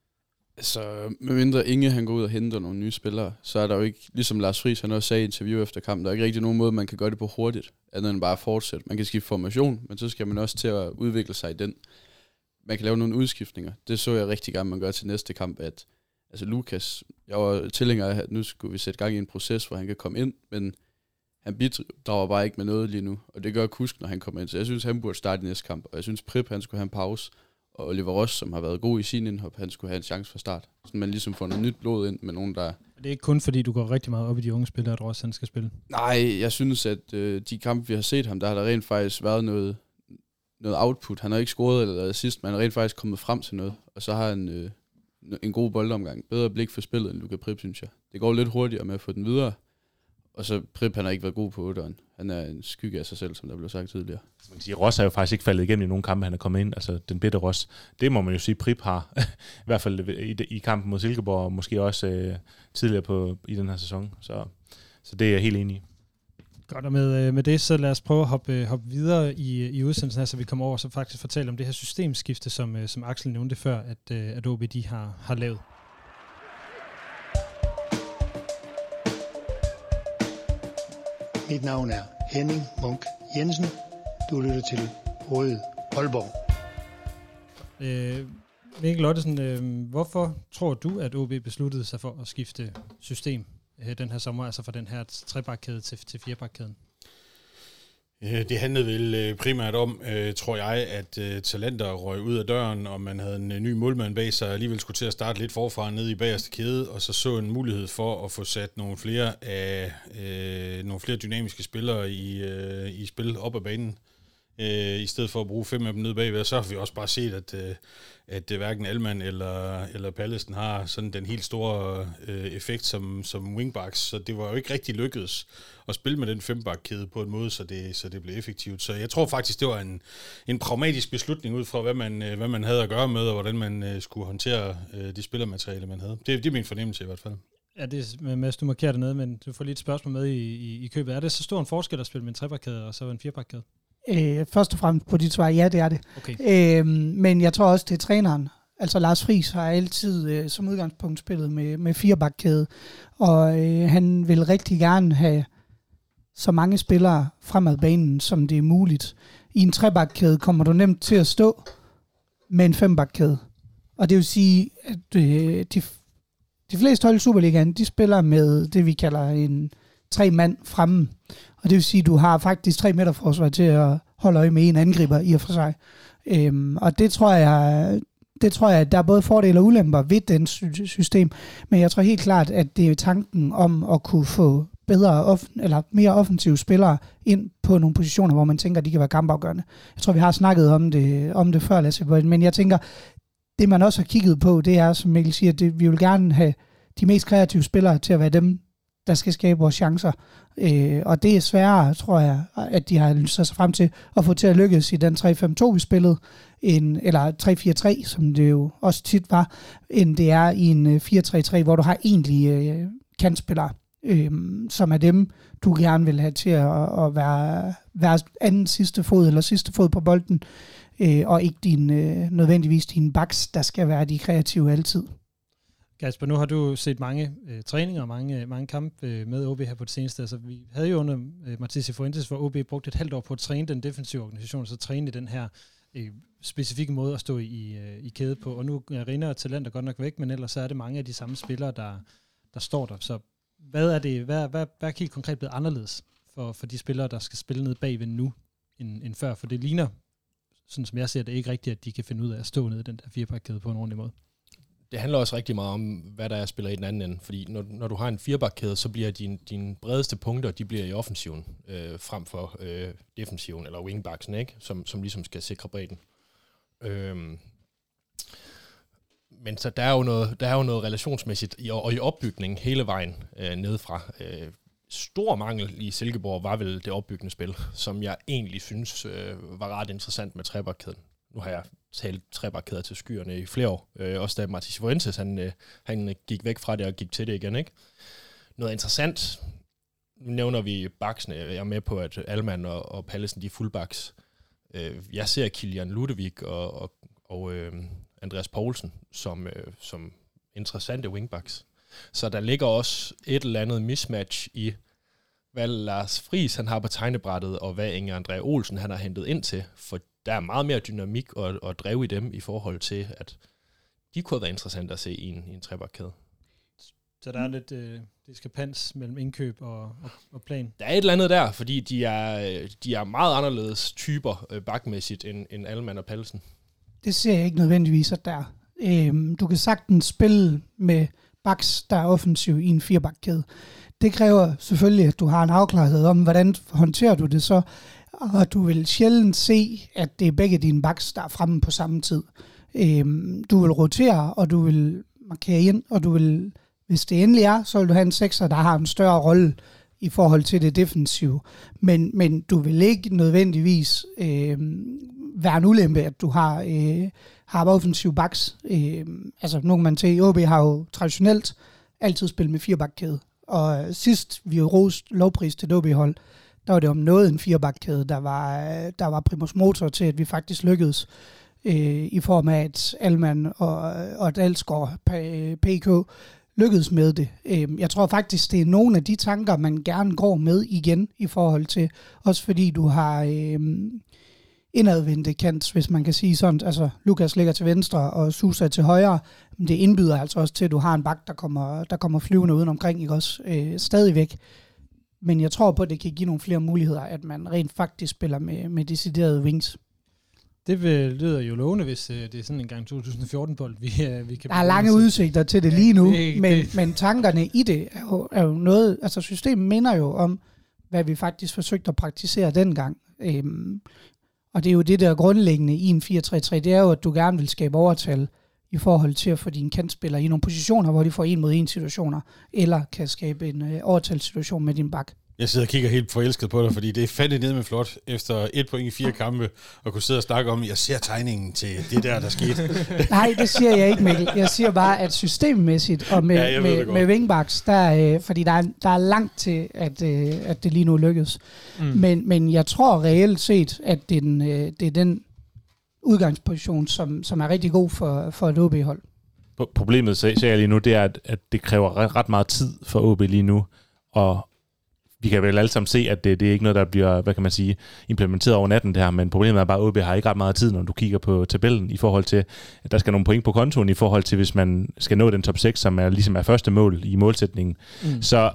Speaker 7: Så medmindre Inge han går ud og henter nogle nye spillere, så er der jo ikke, ligesom Lars Friis han også sagde i interview efter kampen, der er ikke rigtig nogen måde, man kan gøre det på hurtigt, andet end bare at fortsætte. Man kan skifte formation, men så skal man også til at udvikle sig i den. Man kan lave nogle udskiftninger. Det så jeg rigtig gerne, man gør til næste kamp, at altså Lukas, jeg var tilhænger af, at nu skulle vi sætte gang i en proces, hvor han kan komme ind, men han bidrager bare ikke med noget lige nu, og det gør Kusk, når han kommer ind. Så jeg synes, han burde starte i næste kamp, og jeg synes, Prip, han skulle have en pause, og Oliver Ross, som har været god i sin indhop, han skulle have en chance fra start. Så man ligesom får noget nyt blod ind med nogen, der...
Speaker 1: Det er ikke kun fordi, du går rigtig meget op i de unge spillere, at Ross han skal spille?
Speaker 7: Nej, jeg synes, at øh, de kampe, vi har set ham, der har der rent faktisk været noget, noget output. Han har ikke scoret eller assist, men han har rent faktisk kommet frem til noget. Og så har han øh, en god boldomgang. Bedre blik for spillet, end Luka Prip, synes jeg. Det går lidt hurtigere med at få den videre. Og så Prip, han har ikke været god på otteren. Han er en skygge af sig selv, som der blev sagt tidligere.
Speaker 6: Man kan sige, Ross er jo faktisk ikke faldet igennem i nogen kampe, han er kommet ind. Altså den bitte Ross. Det må man jo sige, Prip har. I hvert fald i, i kampen mod Silkeborg, og måske også øh, tidligere på, i den her sæson. Så, så det er jeg helt enig i. Godt,
Speaker 1: og med, med det, så lad os prøve at hoppe, hoppe videre i, i udsendelsen her, så vi kommer over og så faktisk fortælle om det her systemskifte, som, som Axel nævnte før, at, at O B de har, har lavet.
Speaker 8: Mit navn er Henning Munk Jensen. Du lytter til Røde Aalborg.
Speaker 1: Øh, Mikkel Lottesen, øh, hvorfor tror du, at O B besluttede sig for at skifte system øh, den her sommer, altså fra den her trebakkæde til, til firebakkæden?
Speaker 5: Det handlede vel primært om, tror jeg, at talenter røg ud af døren, og man havde en ny målmand bag sig, og alligevel skulle til at starte lidt forfra nede i bagerste kæde, og så så en mulighed for at få sat nogle flere af øh, nogle flere dynamiske spillere i, øh, i spil op ad banen, øh, i stedet for at bruge fem af dem nede bagved. Så har vi også bare set, at, øh, at hverken Alman eller, eller Pallesen har sådan den helt store øh, effekt som, som wingbacks, så det var jo ikke rigtig lykkedes at spille med den fembakkæde på en måde, så det, så det blev effektivt. Så jeg tror faktisk, det var en, en pragmatisk beslutning ud fra, hvad man, hvad man havde at gøre med, og hvordan man skulle håndtere de spillermaterialer, man havde. Det, det er min fornemmelse i hvert fald.
Speaker 1: Ja, det er, Mads, du markerer det nede, men du får lige et spørgsmål med i, i, i købet. Er det så stor en forskel at spille med en trebakkæde og så en firebakkæde?
Speaker 4: Øh, først og fremmest på dit svar, ja, det er det.
Speaker 1: Okay.
Speaker 4: Øh, men jeg tror også, det er træneren. Altså Lars Friis har altid øh, som udgangspunkt spillet med, med firebakkæde, og øh, han vil rigtig gerne have så mange spillere fremad banen, som det er muligt. I en trebakkæde kommer du nemt til at stå med en fembakkæde. Og det vil sige, at øh, de, de fleste hold i Superligaen, de spiller med det, vi kalder en tre mand fremme. Og det vil sige, at du har faktisk tre meter forsvar til at holde øje med en angriber i og for sig. Øhm, og det tror jeg, det tror jeg, at der er både fordele og ulemper ved den system. Men jeg tror helt klart, at det er tanken om at kunne få bedre off- eller mere offensive spillere ind på nogle positioner, hvor man tænker, at de kan være kampafgørende. Jeg tror, vi har snakket om det, om det før, Lasse, men jeg tænker, det man også har kigget på, det er, som Mikkel siger, det, vi vil gerne have de mest kreative spillere til at være dem, der skal skabe vores chancer. Øh, og det er sværere, tror jeg, at de har lyst sig frem til at få til at lykkes i den tre fem to, vi spillede, en, eller tre fire tre, som det jo også tit var, end det er i en fire tre tre, hvor du har egentlige øh, kantspillere, øh, som er dem, du gerne vil have til at, at være, være anden sidste fod, eller sidste fod på bolden, øh, og ikke din, øh, nødvendigvis dine backs, der skal være de kreative altid.
Speaker 1: Kasper, nu har du set mange øh, træninger og mange, mange kampe øh, med O B her på det seneste. Altså, vi havde jo under øh, Mathias Fuentes, hvor O B brugte et halvt år på at træne den defensive organisation, så træne i den her øh, specifikke måde at stå i, øh, i kæde på. Og nu er Riner og Talenter godt nok væk, men ellers så er det mange af de samme spillere, der, der står der. Så hvad er det, hvad, hvad, hvad er helt konkret blevet anderledes for, for de spillere, der skal spille ned bagved nu, end, end før? For det ligner, sådan som jeg ser det, ikke rigtigt, at de kan finde ud af at stå ned i den der firebakkæde på en ordentlig måde.
Speaker 3: Det handler også rigtig meget om, hvad der er spiller i den anden ende. Fordi når, når du har en firebakkæde, så bliver dine din bredeste punkter, de bliver i offensiven, øh, frem for øh, defensiven, eller wingbacksen, ikke? Som, som ligesom skal sikre bredden. Øhm. Men så der er jo noget, der er jo noget relationsmæssigt, i, og i opbygning hele vejen øh, nedefra. Øh, stor mangel i Silkeborg var vel det opbyggende spil, som jeg egentlig synes øh, var ret interessant med trebakkæden. Nu har jeg talt trebakkæder til skyerne i flere år. Øh, også da Mathias Fuentes, han, øh, han gik væk fra det og gik til det igen, ikke? Noget interessant, nu nævner vi baksene. Jeg er med på, at Alman og, og Pallesen, de er fullbacks. Øh, jeg ser Kilian Ludevig og, og, og øh, Andreas Poulsen som, øh, som interessante wingbacks. Så der ligger også et eller andet mismatch i, hvad Lars Friis han har på tegnebrættet, og hvad Inger André Olsen han har hentet ind til, for der er meget mere dynamik og, og drev i dem i forhold til, at de kunne være interessante at se i en, i en trebakkæde.
Speaker 1: Så der er lidt øh, diskrepans mellem indkøb og, og, og plan?
Speaker 3: Der er et eller andet der, fordi de er, de er meget anderledes typer øh, bakmæssigt end, end Alman og Pallesen.
Speaker 4: Det ser jeg ikke nødvendigvis, at der er. Øhm, du kan sagtens spille med backs, der er offensiv i en firebakkæde. Det kræver selvfølgelig, at du har en afklarethed om, hvordan håndterer du det så, og du vil sjældent se, at det er begge dine backs, der er fremme på samme tid. Øhm, du vil rotere, og du vil markere ind, og du vil, hvis det endelig er, så vil du have en sekser, der har en større rolle i forhold til det defensive. Men, men du vil ikke nødvendigvis øh, være en ulempe, at du har, øh, har offensiv backs. Øh, altså, nu kan man til, O B har jo traditionelt altid spillet med fire bakkæde. Og sidst vi roste lovpris til et O B-hold, der var det om noget en firebakkæde, der var, der var primus motor til, at vi faktisk lykkedes øh, i form af, at Alman og, og at Alsgaard P K lykkedes med det. Øh, jeg tror faktisk, det er nogle af de tanker, man gerne går med igen i forhold til, også fordi du har øh, indadvendte kant, hvis man kan sige sådan. Altså, Lukas ligger til venstre, og Susa til højre. Men det indbyder altså også til, at du har en bak, der kommer, der kommer flyvende uden omkring, ikke også? Øh, stadigvæk. Men jeg tror på, at det kan give nogle flere muligheder, at man rent faktisk spiller med, med deciderede wings.
Speaker 1: Det vil, lyder jo lovende, hvis uh, det er sådan en gang to tusind og fjorten-bold, vi, uh, vi kan...
Speaker 4: Der er lange udsigter til det lige nu,
Speaker 1: det,
Speaker 4: men,
Speaker 1: det.
Speaker 4: men tankerne i det er jo, er jo noget... Altså systemet minder jo om, hvad vi faktisk forsøgte at praktisere dengang. Øhm, og det er jo det der grundlæggende i en fire tre tre, det er jo, at du gerne vil skabe overtal i forhold til at få dine kantspillere i nogle positioner, hvor de får en mod en situationer, eller kan skabe en øh, overtalssituation med din bak.
Speaker 5: Jeg sidder og kigger helt forelsket på dig, fordi det er fandme ned med flot efter et point i fire kampe, og kunne sidde og snakke om, at jeg ser tegningen til det der, der skete.
Speaker 4: Nej, det siger jeg ikke, Mikkel. Jeg siger bare, at systemmæssigt og med,
Speaker 5: ja,
Speaker 4: med, med wingbacks, der, øh, fordi der er, der er langt til, at, øh, at det lige nu lykkes. Mm. Men, men jeg tror reelt set, at det er den, øh, det er den udgangsposition, som, som er rigtig god for, for et O B-hold.
Speaker 6: Problemet, ser jeg lige nu, det er, at, at det kræver ret meget tid for O B lige nu, og vi kan vel alle sammen se, at det, det er ikke noget, der bliver, hvad kan man sige, implementeret over natten det her, men problemet er bare, at O B har ikke ret meget tid, når du kigger på tabellen, i forhold til, at der skal nogle point på kontoen, i forhold til, hvis man skal nå den top seks, som er ligesom er første mål i målsætningen. Mm. Så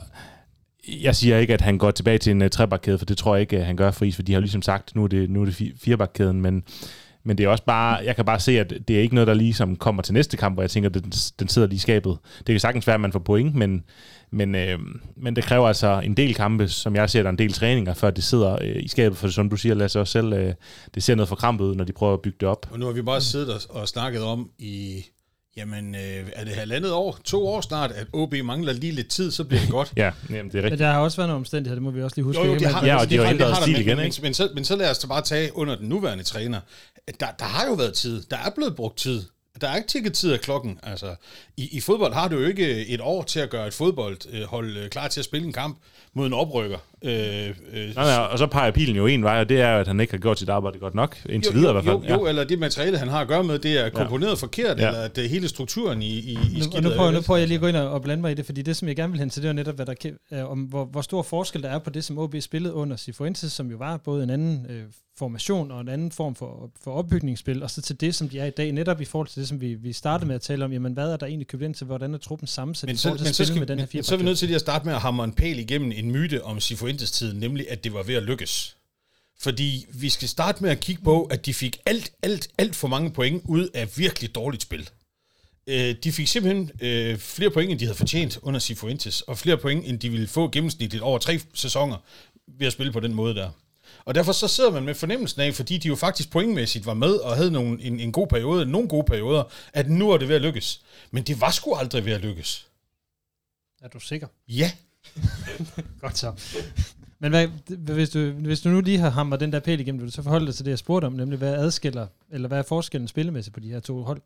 Speaker 6: jeg siger ikke, at han går tilbage til en uh, trebakkæde, for det tror jeg ikke, at han gør for is, for de har ligesom sagt, nu er det, nu er det firebakkæden, men Men det er også bare, jeg kan bare se, at det er ikke noget, der ligesom kommer til næste kamp, hvor jeg tænker, at den, den sidder lige i skabet. Det kan sagtens være, at man får point, men, men, øh, men det kræver altså en del kampe, som jeg ser, der en del træninger, før det sidder øh, i skabet. For som du siger, Lasse, også selv, øh, det ser noget forkrampet ud, når de prøver at bygge det op.
Speaker 5: Og nu har vi bare siddet og, og snakket om i... Jamen, øh, er det halvandet år, to år snart, at O B mangler lige lidt tid, så bliver det godt.
Speaker 6: Ja, jamen, det er rigtigt.
Speaker 1: Men der har også været nogle omstændigheder, det må vi også lige huske.
Speaker 5: Jo, jo, det har,
Speaker 6: ja, og de har jo ændret stil igen,
Speaker 5: men,
Speaker 6: ikke?
Speaker 5: Men, men, så, men så lad os da bare tage under den nuværende træner. Der, der har jo været tid. Der er blevet brugt tid. Der er ikke tikket tid af klokken. Altså, i, i fodbold har du jo ikke et år til at gøre et fodboldhold klar til at spille en kamp mod en oprykker. Øh, øh,
Speaker 6: nej, nej, og så peger pilen jo en vej, og det er jo, at han ikke har gjort sit arbejde godt nok, indtil
Speaker 5: jo,
Speaker 6: videre i hvert fald.
Speaker 5: Jo, jo, ja. Eller det materiale, han har at gøre med, det er komponeret ja. forkert,
Speaker 6: ja.
Speaker 5: eller at det hele strukturen i, i, i skidtet.
Speaker 1: Nu, nu, prøver, nu prøver jeg lige at gå ind og blande mig i det, fordi det, som jeg gerne vil hen til, det er netop, hvad der kan, øh, om hvor, hvor stor forskel der er på det, som O B spillede under Cifuentes, som jo var både en anden øh, formation og en anden form for, for opbygningsspil, og så til det, som de er i dag, netop i forhold til det, som vi, vi startede med at tale om, jamen hvad er der egentlig købt ind til, hvordan er truppen sammensat i forhold til at spille med den her fire.
Speaker 5: Så er vi nødt til lige at starte med at hamre en pæl igennem en myte om Cifuentes-tiden, nemlig at det var ved at lykkes. Fordi vi skal starte med at kigge på, at de fik alt, alt, alt for mange point ud af virkelig dårligt spil. De fik simpelthen øh, flere point, end de havde fortjent under Cifuentes, og flere point, end de ville få gennemsnitligt over tre sæsoner ved at spille på den måde der. Og derfor så sidder man med fornemmelsen af, fordi de jo faktisk pointmæssigt var med og havde nogle, en, en god periode, nogle gode perioder, at nu er det ved at lykkes. Men det var sgu aldrig ved at lykkes.
Speaker 1: Er du sikker?
Speaker 5: Ja.
Speaker 1: Godt så. Men hvad, hvis, du, hvis du nu lige har hamret den der pæl igennem, vil du så forholde dig til det, jeg spurgte om, nemlig hvad adskiller, eller hvad er forskellen spillemæssigt på de her to hold?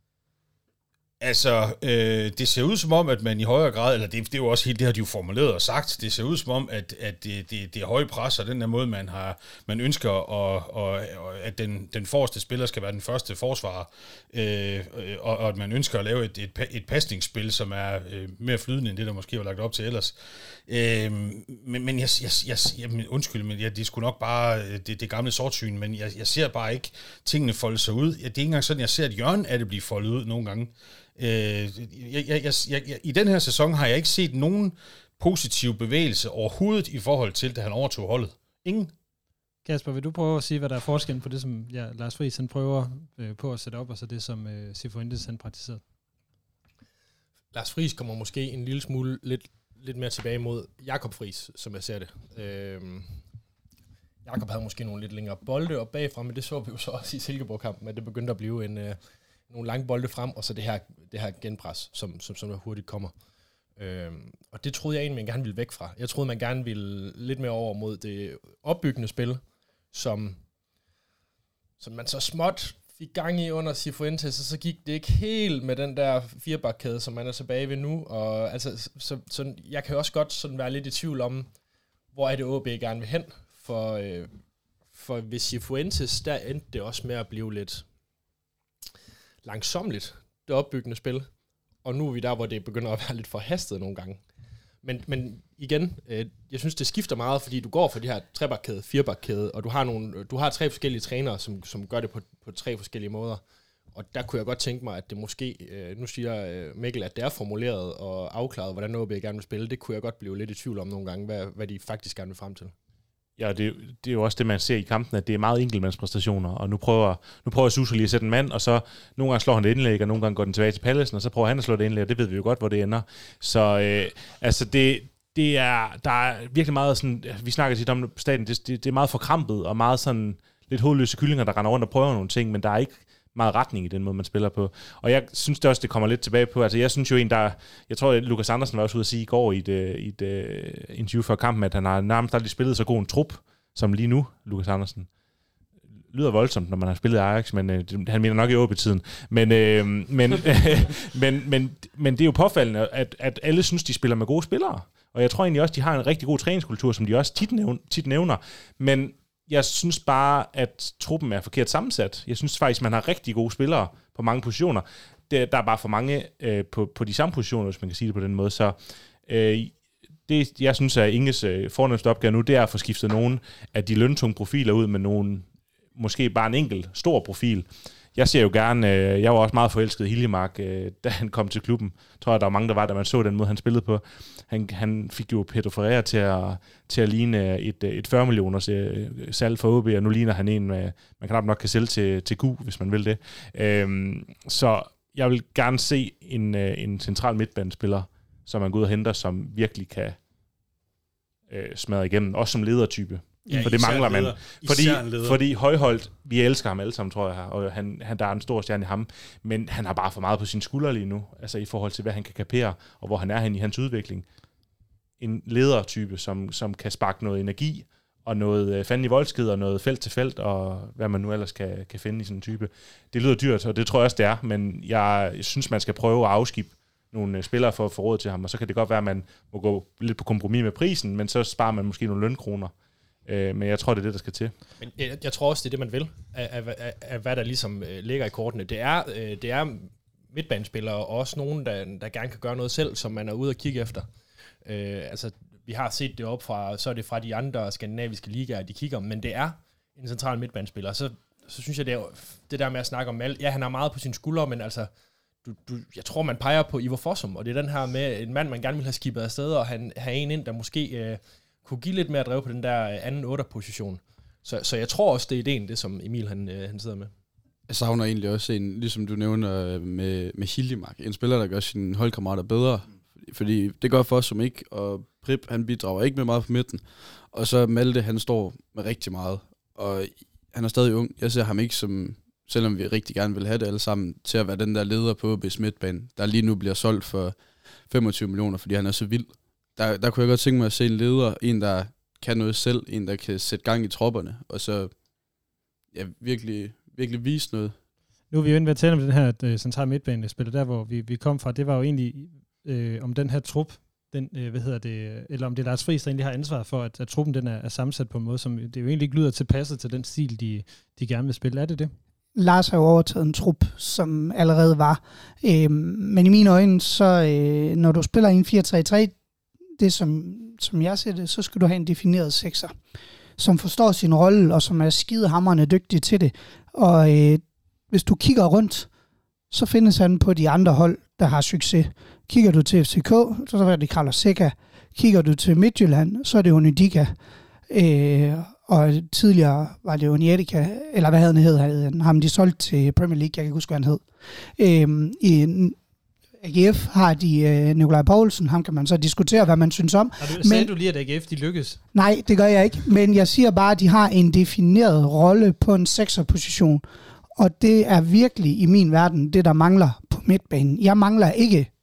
Speaker 5: Altså, øh, det ser ud som om, at man i højere grad, eller det, det er jo også helt, det har de jo formuleret og sagt, det ser ud som om, at, at det, det, det er høje pres, og den der måde, man har, man ønsker, og, og, og at den, den forreste spiller skal være den første forsvarer, øh, og, og at man ønsker at lave et, et, et pasningsspil, som er øh, mere flydende end det, der måske var lagt op til ellers. Øh, men, men jeg, jeg, jeg, jeg, undskyld, men jeg, det er sgu nok bare det, det gamle sortsyn, men jeg, jeg ser bare ikke tingene folde sig ud. Det er ikke engang sådan, jeg ser et hjørne af det blive foldet ud nogle gange. Øh, jeg, jeg, jeg, jeg, I den her sæson har jeg ikke set nogen positiv bevægelse overhovedet i forhold til, da han overtog holdet. Ingen.
Speaker 1: Kasper, vil du prøve at sige, hvad der er forskellen på det, som ja, Lars Friis han prøver øh, på at sætte op, og så det, som øh, Cifuentes han praktiserede?
Speaker 3: Lars Friis kommer måske en lille smule lidt, lidt mere tilbage mod Jakob Friis, som jeg ser det. Øh, Jakob havde måske nogle lidt længere bolde op bagfra, men det så vi jo så også i Silkeborg-kampen, at det begyndte at blive en... Øh, nogle lange bolde frem, og så det her, det her genpres, som, som, som der hurtigt kommer. Øh, og det troede jeg egentlig, man gerne ville væk fra. Jeg troede, man gerne ville lidt mere over mod det opbyggende spil, som, som man så småt fik gang i under Cifuentes, og så gik det ikke helt med den der firebakkæde, som man er tilbage ved nu. Og altså, så, så jeg kan også godt sådan være lidt i tvivl om, hvor er det O B gerne vil hen. For, øh, for ved Cifuentes, der endte det også med at blive lidt langsomligt, det opbyggende spil. Og nu er vi der, hvor det begynder at være lidt forhastet nogle gange. Men, men igen, øh, jeg synes, det skifter meget, fordi du går for de her trebakkæde, firebakkæde, og du har, nogle, du har tre forskellige trænere, som, som gør det på, på tre forskellige måder. Og der kunne jeg godt tænke mig, at det måske, øh, nu siger øh, Mikkel, at det er formuleret og afklaret, hvordan O B gerne vil spille. Det kunne jeg godt blive lidt i tvivl om nogle gange, hvad, hvad de faktisk gerne vil frem til.
Speaker 6: Ja, det, det er jo også det, man ser i kampen, at det er meget enkeltmandspræstationer, og nu prøver, nu prøver Suso lige at sætte en mand, og så nogle gange slår han det indlæg, og nogle gange går den tilbage til Pallesen, og så prøver han at slå det indlæg, og det ved vi jo godt, hvor det ender. Så øh, altså det, det er, der er virkelig meget sådan, vi snakker tit om staten, det, det, det er meget forkrampet, og meget sådan lidt hovedløse kyllinger, der render rundt og prøver nogle ting, men der er ikke meget retning i den måde, man spiller på. Og jeg synes det også, det kommer lidt tilbage på, altså jeg synes jo en, der, jeg tror, at Lukas Andersen var også ude at sige i går i et, i et uh, interview før kampen, at han har nærmest aldrig spillet så god en trup, som lige nu, Lukas Andersen. Lyder voldsomt, når man har spillet Ajax, men øh, han mener nok i O B-tiden. Men, øh, men, øh, men, men, men det er jo påfaldende, at, at alle synes, de spiller med gode spillere. Og jeg tror egentlig også, de har en rigtig god træningskultur, som de også tit, nævner, tit nævner. Men jeg synes bare, at truppen er forkert sammensat. Jeg synes faktisk, man har rigtig gode spillere på mange positioner. Det, der er bare for mange øh, på, på de samme positioner, hvis man kan sige det på den måde. Så øh, det, jeg synes, er Inges øh, fornemmeste opgave nu, det er at få skiftet nogle af de løntunge profiler ud med nogle, måske bare en enkelt stor profil. Jeg ser jo gerne, øh, jeg var også meget forelsket i Hiljemark, øh, da han kom til klubben. Jeg tror, at der var mange, der var, da man så den måde, han spillede på. Han, han fik jo Pedro Ferreira til at, til at ligne et, et fyrre millioners øh, salg for O B, og nu ligner han en, med, man knap nok kan sælge til, til G U, hvis man vil det. Øh, så jeg vil gerne se en, øh, en central midtbanespiller, som man går ud og henter, som virkelig kan øh, smadre igennem, også som ledertype. Ja, for det mangler man. Fordi, fordi Højholdt, vi elsker ham alle sammen, tror jeg, og han, han, der er en stor stjerne i ham, men han har bare for meget på sine skuldre lige nu, altså i forhold til, hvad han kan kapere, og hvor han er hen i hans udvikling. En ledertype, som, som kan sparke noget energi, og noget øh, fanden i voldsked, og noget felt til felt, og hvad man nu ellers kan, kan finde i sådan en type. Det lyder dyrt, og det tror jeg også, det er, men jeg synes, man skal prøve at afskibe nogle spillere for at få råd til ham, og så kan det godt være, at man må gå lidt på kompromis med prisen, men så sparer man måske nogle lønkroner. Øh, men jeg tror, det er det, der skal til.
Speaker 3: Men jeg, jeg tror også, det er det, man vil, af, af, af, af hvad der ligesom øh, ligger i kortene. Det er, øh, det er midtbanespillere, og også nogen, der, der gerne kan gøre noget selv, som man er ude og kigge efter. Øh, altså, vi har set det op fra, så er det fra de andre skandinaviske ligaer, de kigger, men det er en central midtbanespiller. Så, så synes jeg, det er det der med at snakke om alt. Ja, han har meget på sine skuldre, men altså, du, du, jeg tror, man peger på Ivar Fossum, og det er den her med en mand, man gerne vil have skibet afsted, og han have en ind, der måske øh, kunne give lidt mere at drive på den der anden otter-position. Så, så jeg tror også, det er ideen, det som Emil han, øh, han sidder med.
Speaker 7: Jeg savner egentlig også en, ligesom du nævner med, med Hiljemark, en spiller, der gør sine holdkammerater bedre, fordi det gør Fossum ikke, og Prip, han bidrager ikke med meget på midten, og så Malte, han står med rigtig meget, og han er stadig ung. Jeg ser ham ikke som, selvom vi rigtig gerne vil have det alle sammen, til at være den der leder på O B's midtbane, der lige nu bliver solgt for femogtyve millioner, fordi han er så vild. Der, der kunne jeg godt tænke mig at se en leder, en der kan noget selv, en der kan sætte gang i tropperne, og så ja, virkelig, virkelig vise noget.
Speaker 1: Nu er vi jo inde ved at tale om den her uh, centrale midtbanespiller, der hvor vi, vi kom fra. Det var jo egentlig øh, om den her trup, den, øh, hvad hedder det, eller om det er Lars Friis, der egentlig har ansvar for, at, at truppen den er, er sammensat på en måde, som det jo egentlig ikke lyder tilpasset til den stil, de, de gerne vil spille. Er det det?
Speaker 4: Lars har jo overtaget en trup, som allerede var. Øh, men i mine øjne, så øh, når du spiller i en fire tre tre, det som, som jeg ser det, så skal du have en defineret sekser, som forstår sin rolle, og som er skidehamrende dygtig til det. Og øh, hvis du kigger rundt, så findes han på de andre hold, der har succes. Kigger du til F C K, så er det Carlos Seca. Kigger du til Midtjylland, så er det Onidika. Øh, og tidligere var det Onyedika, eller hvad havde han hed, havde ham de solgt til Premier League, jeg kan ikke huske, hvad han hed. Øh, I A G F har de øh, Nikolaj Poulsen, ham kan man så diskutere, hvad man synes om.
Speaker 1: Og du, sagde men, du lige, at A G F de lykkes?
Speaker 4: Nej, det gør jeg ikke, men jeg siger bare, at de har en defineret rolle på en sekserposition, og det er virkelig i min verden det, der mangler på midtbanen. Jeg mangler ikke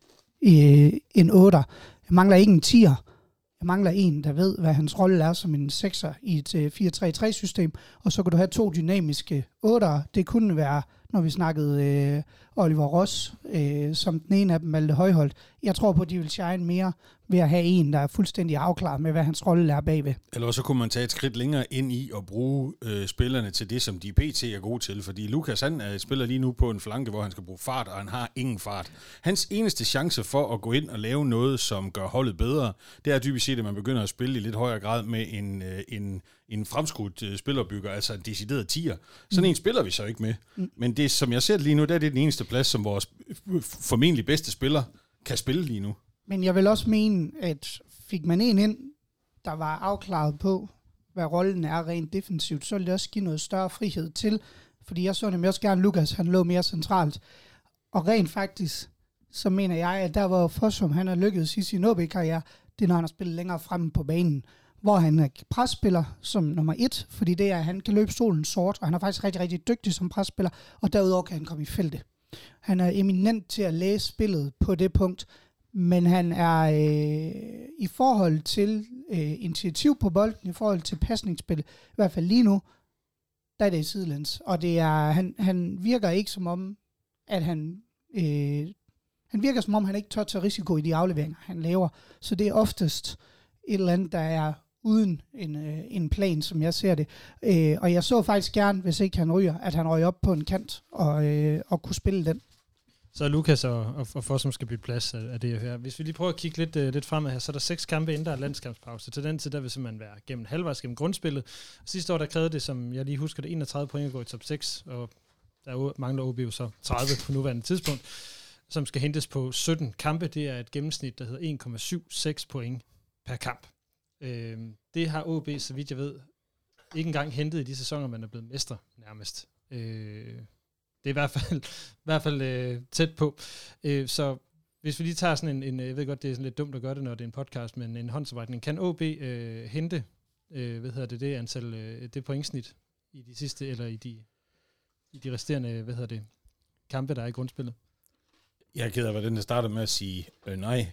Speaker 4: øh, en otter. Jeg mangler ikke en tier. Jeg mangler en, der ved, hvad hans rolle er som en sekser i et øh, fire tre tre system. Og så kan du have to dynamiske ottere. Det kunne være, når vi snakkede øh, Oliver Ross, øh, som den ene af dem, Malte Højholdt. Jeg tror på, at de vil shine mere ved at have en, der er fuldstændig afklaret med, hvad hans rolle er bagved.
Speaker 5: Eller så kunne man tage et skridt længere ind i og bruge øh, spillerne til det, som de P T er gode til. Fordi Lukas, han øh, spiller lige nu på en flanke, hvor han skal bruge fart, og han har ingen fart. Hans eneste chance for at gå ind og lave noget, som gør holdet bedre, det er dybest set, at man begynder at spille i lidt højere grad med en, øh, en, en fremskudt øh, spillerbygger, altså en decideret tier. Sådan mm. en spiller vi så ikke med. Mm. Men det, som jeg ser det lige nu, der er det den eneste plads, som vores formentlig bedste spiller kan spille lige nu.
Speaker 4: Men jeg vil også mene, at fik man en ind, der var afklaret på, hvad rollen er rent defensivt, så ville det også give noget større frihed til, fordi jeg så nemlig også gerne, Lukas, han lå mere centralt. Og rent faktisk, så mener jeg, at der hvor Fossum, han har lykkedes i sin O B-karriere, det er, når han har spillet længere fremme på banen, hvor han er presspiller som nummer et, fordi det er, at han kan løbe stolen sort, og han er faktisk rigtig, rigtig dygtig som presspiller, og derudover kan han komme i feltet. Han er eminent til at læse spillet på det punkt, men han er øh, i forhold til øh, initiativ på bolden, i forhold til pasningsspil, i hvert fald lige nu, der er det i sidelæns. Og det er, han, han virker ikke som om, at han, øh, han virker som om, han ikke tør tage risiko i de afleveringer, han laver. Så det er oftest et eller andet, der er uden en, øh, en plan, som jeg ser det. Øh, og jeg så faktisk gerne, hvis ikke han ryger, at han røg op på en kant og, øh, og kunne spille den.
Speaker 1: Så Lukas og, og, og Fossum skal bytte plads af, af det her. Hvis vi lige prøver at kigge lidt, uh, lidt fremad her, så er der seks kampe inden der er landskampspause. Til den tid, der vil simpelthen være gennem halvvejs gennem grundspillet. Sidste år, der krævede det, som jeg lige husker det, enogtredive point at gå i top seks, og der mangler O B jo så tredive på nuværende tidspunkt, som skal hentes på sytten kampe. Det er et gennemsnit, der hedder en komma syv seks point per kamp. Øh, det har O B, så vidt jeg ved, ikke engang hentet i de sæsoner, man er blevet mestre nærmest. Øh, Det er i hvert fald, i hvert fald øh, tæt på. Øh, så hvis vi lige tager sådan en, en, jeg ved godt, det er sådan lidt dumt at gøre det, når det er en podcast, men en håndsoprækning. Kan O B øh, hente, øh, hvad hedder det, det antal, øh, det pointsnit i de sidste, eller i de, i de resterende, hvad hedder det, kampe, der er i grundspillet?
Speaker 5: Jeg er ked af, hvordan det starter med at sige øh, nej.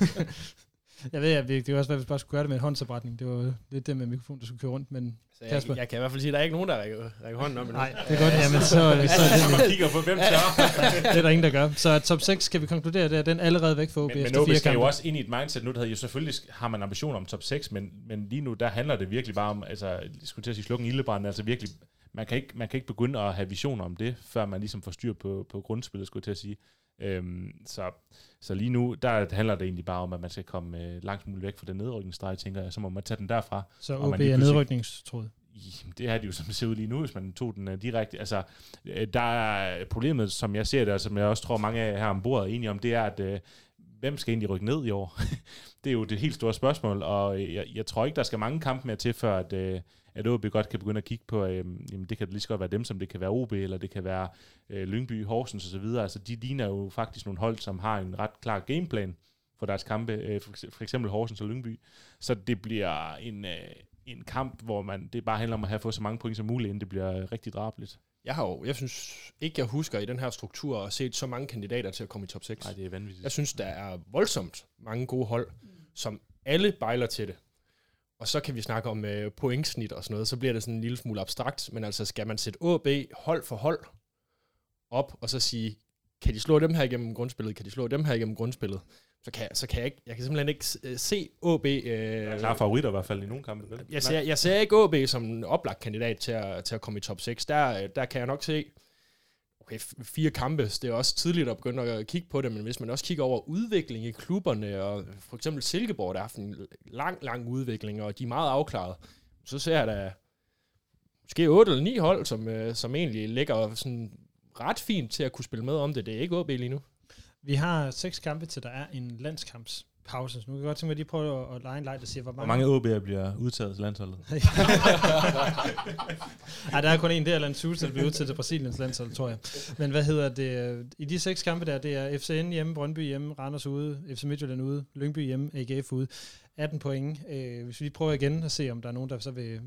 Speaker 1: Jeg ved, at det kan også være, at vi bare skulle gøre det med en håndsoprækning. Det var lidt det med mikrofonen, der skulle køre rundt, men
Speaker 3: jeg, jeg kan i hvert fald sige, at der er ikke nogen, der rækker, rækker hånden op.
Speaker 1: Nej, det er godt. Jamen, så, så er det,
Speaker 6: man kigger på, hvem tør.
Speaker 1: Det er der ingen, der gør. Så top seks kan vi konkludere, det er den allerede væk for O B.
Speaker 6: Men, men O B skal jo også ind i et mindset nu, der jo selvfølgelig har man ambitioner om top seks, men, men lige nu, der handler det virkelig bare om, altså, jeg skulle til at sige slukke en ildebrand, altså virkelig, man kan, ikke, man kan ikke begynde at have visioner om det, før man ligesom får styr på, på grundspillet, skulle jeg til at sige. Øhm, så, så lige nu, der handler det egentlig bare om, at man skal komme øh, langt muligt væk fra den nedrykningsstreg, tænker jeg, så må man tage den derfra.
Speaker 1: Så O B er nedrykningstråd?
Speaker 6: Det er det jo, som det ser ud lige nu, hvis man tog den uh, direkte. Altså, øh, der er problemet, som jeg ser det, og som jeg også tror, mange af her ombord er enige om, det er, at øh, hvem skal egentlig rykke ned i år? Det er jo det helt store spørgsmål, og jeg, jeg tror ikke, der skal mange kampe mere til, før at, øh, at O B godt kan begynde at kigge på, øh, jamen det kan lige så godt være dem, som det kan være O B, eller det kan være øh, Lyngby, Horsens osv. Altså de ligner jo faktisk nogle hold, som har en ret klar gameplan for deres kampe, øh, for, for eksempel Horsens og Lyngby. Så det bliver en, øh, en kamp, hvor man det bare handler om at have fået så mange point som muligt, inden det bliver rigtig drabeligt.
Speaker 3: Jeg har jo, jeg synes ikke, jeg husker i den her struktur at set så mange kandidater til at komme i top seks.
Speaker 6: Nej, det er vanvittigt.
Speaker 3: Jeg synes, der er voldsomt mange gode hold, som alle bejler til det. Og så kan vi snakke om øh, pointsnit og sådan noget, så bliver det sådan en lille smule abstrakt, men altså skal man sætte O B hold for hold op, og så sige, kan de slå dem her igennem grundspillet, kan de slå dem her igennem grundspillet, så kan, så kan jeg ikke, jeg kan simpelthen ikke se O B... Øh,
Speaker 6: der er klare favoritter i hvert fald i nogle kampe. Vel?
Speaker 3: Jeg ser, jeg ser ikke O B som en oplagt kandidat til at, til at komme i top seks. Der, der kan jeg nok se, okay, fire kampe, det er også tidligt at begynde at kigge på det, men hvis man også kigger over udvikling i klubberne, og for eksempel Silkeborg, der har haft en lang, lang udvikling, og de er meget afklaret, så ser jeg da måske otte eller ni hold, som, som egentlig ligger sådan ret fint til at kunne spille med om det. Det er ikke O B lige nu.
Speaker 1: Vi har seks kampe til, der er en landskampspause. Så nu kan jeg godt tænke mig, at de prøver at, at lege en leg, der siger, hvor mange...
Speaker 6: Hvor mange O B'er bliver udtaget til landsholdet?
Speaker 1: Ej, der er kun en der, Land Sousa, der bliver udtaget til Brasiliens landshold, tror jeg. Men hvad hedder det? I de seks kampe der, det er F C N hjemme, Brøndby hjemme, Randers ude, F C Midtjylland ude, Lyngby hjemme, A G F ude. atten point. Øh, hvis vi lige prøver igen at se, om der er nogen, der så vil,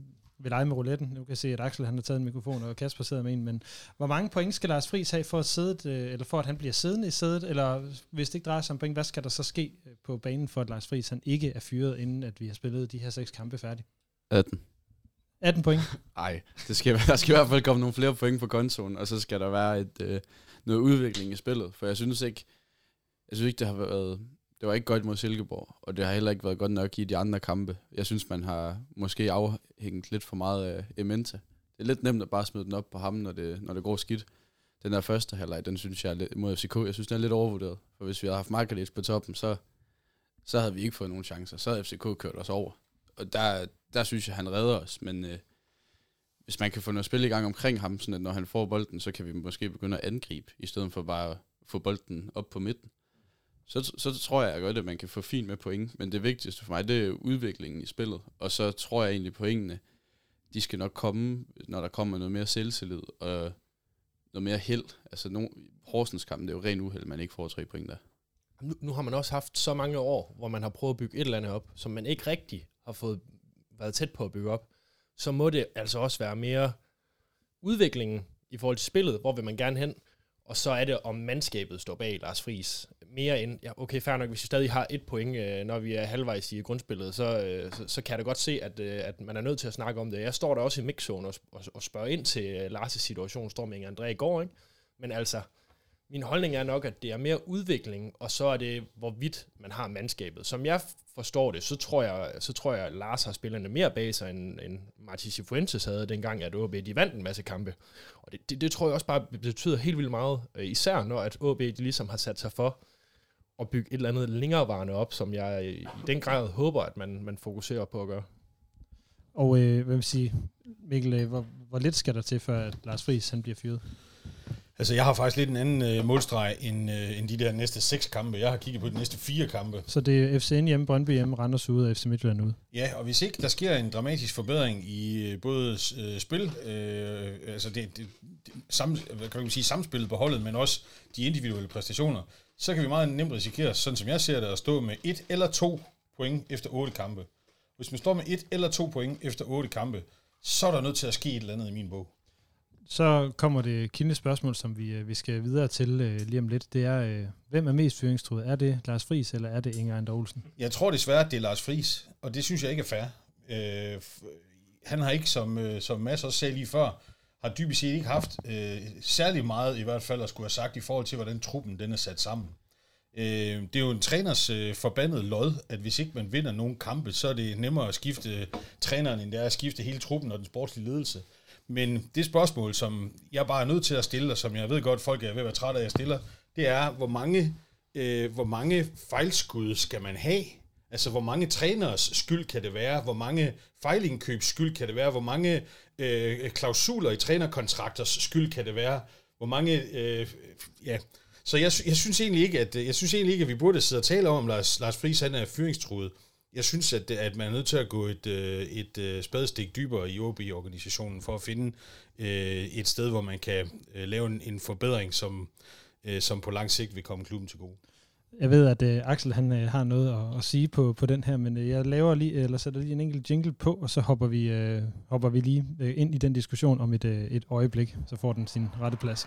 Speaker 1: vil lege med rouletten. Nu kan jeg se, at Axel han har taget en mikrofon, og Kasper sidder med en, men hvor mange point skal Lars Friis have for at, sidde, eller for at han bliver siddende i sædet, eller hvis det ikke drejer sig om point, hvad skal der så ske på banen for, at Lars Friis han ikke er fyret, inden at vi har spillet de her seks kampe færdige?
Speaker 7: atten.
Speaker 1: atten point?
Speaker 7: Nej, det skal, der skal i hvert fald komme nogle flere point på kontoen, og så skal der være et, øh, noget udvikling i spillet, for jeg synes ikke, jeg synes ikke, det har været, det var ikke godt mod Silkeborg, og det har heller ikke været godt nok i de andre kampe. Jeg synes, man har måske afhængt lidt for meget af Ementa. Det er lidt nemt at bare smide den op på ham, når det, når det går skidt. Den der første halvleg, den synes jeg er lidt, mod F C K, jeg synes, den er lidt overvurderet. For hvis vi havde haft Markalic på toppen, så, så havde vi ikke fået nogen chancer. Så havde F C K kørt os over. Og der, der synes jeg, han redder os, men øh, hvis man kan få noget spil i gang omkring ham, sådan at når han får bolden, så kan vi måske begynde at angribe, i stedet for bare at få bolden op på midten. Så, så tror jeg godt, at man kan få fint med point, men det vigtigste for mig, det er udviklingen i spillet. Og så tror jeg egentlig, at pointene, de skal nok komme, når der kommer noget mere selvtillid og noget mere held. Altså, no, Horsens kamp, det er jo ren uheld, man ikke får tre point der.
Speaker 3: Nu, nu har man også haft så mange år, hvor man har prøvet at bygge et eller andet op, som man ikke rigtig har fået været tæt på at bygge op. Så må det altså også være mere udviklingen i forhold til spillet, hvor vil man gerne hen. Og så er det, om mandskabet står bag Lars Friis. Mere end, ja, okay, fair nok, hvis vi stadig har et point, øh, når vi er halvvejs i grundspillet, så, øh, så, så kan jeg da godt se, at, øh, at man er nødt til at snakke om det. Jeg står der også i mixzone og, og, og spørger ind til øh, Lars' situation, står med André i går, ikke? Men altså, min holdning er nok, at det er mere udvikling, og så er det, hvorvidt man har mandskabet. Som jeg forstår det, så tror jeg, så tror jeg at Lars har spillerne mere bag sig, end, end Martin Cifuentes havde dengang, at O B de vandt en masse kampe. Og det, det, det tror jeg også bare betyder helt vildt meget, især når at O B de ligesom har sat sig for at bygge et eller andet længerevarende op, som jeg i den grad håber, at man, man fokuserer på at gøre.
Speaker 1: Og øh, hvad vil sige, Mikkel, hvor, hvor lidt skal der til, før at Lars Friis han bliver fyret?
Speaker 5: Altså, jeg har faktisk lidt en anden øh, målstreg end, øh, end de der næste seks kampe. Jeg har kigget på de næste fire kampe.
Speaker 1: Så det er F C N hjemme, Brøndby hjemme, Randers ude og F C Midtjylland ude.
Speaker 5: Ja, og hvis ikke der sker en dramatisk forbedring i øh, både øh, spil, øh, altså det, det, det sam, hvad kan man sige, samspillet på holdet, men også de individuelle præstationer, så kan vi meget nemt risikere, sådan som jeg ser det, at stå med et eller to point efter otte kampe. Hvis man står med et eller to point efter otte kampe, så er der nødt til at ske et eller andet i min bog.
Speaker 1: Så kommer det kildende spørgsmål, som vi, vi skal videre til øh, lige om lidt. Det er, øh, hvem er mest fyringstruet? Er det Lars Friis, eller er det Inger Ander Olsen?
Speaker 5: Jeg tror desværre, at det er Lars Friis, og det synes jeg ikke er fair. Øh, han har ikke, som, øh, som Mads også sagde lige før, har dybest set ikke haft øh, særlig meget i hvert fald at skulle have sagt i forhold til, hvordan truppen den er sat sammen. Øh, det er jo en træners øh, forbandet lod, at hvis ikke man vinder nogen kampe, så er det nemmere at skifte træneren, end det er at skifte hele truppen og den sportslige ledelse. Men det spørgsmål, som jeg bare er nødt til at stille, og som jeg ved godt, folk er ved at være trætte af, at jeg stiller, det er, hvor mange, øh, hvor mange fejlskud skal man have? Altså, hvor mange træners skyld kan det være? Hvor mange fejlindkøbs skyld kan det være? Hvor mange øh, klausuler i trænerkontrakters skyld kan det være? Hvor mange, øh, ja... Så jeg, jeg synes egentlig ikke, at jeg synes egentlig ikke, at vi burde sidde og tale om, om Lars, Lars Friis han er fyringstruet. Jeg synes, at, at man er nødt til at gå et, et, et spadestik dybere i O B-organisationen for at finde et sted, hvor man kan lave en, en forbedring, som, som på lang sigt vil komme klubben til gode.
Speaker 1: Jeg ved, at uh, Axel han uh, har noget at, at sige på, på den her, men uh, jeg laver lige, eller sætter lige en enkelt jingle på, og så hopper vi, uh, hopper vi lige uh, ind i den diskussion om et, uh, et øjeblik, så får den sin rette plads.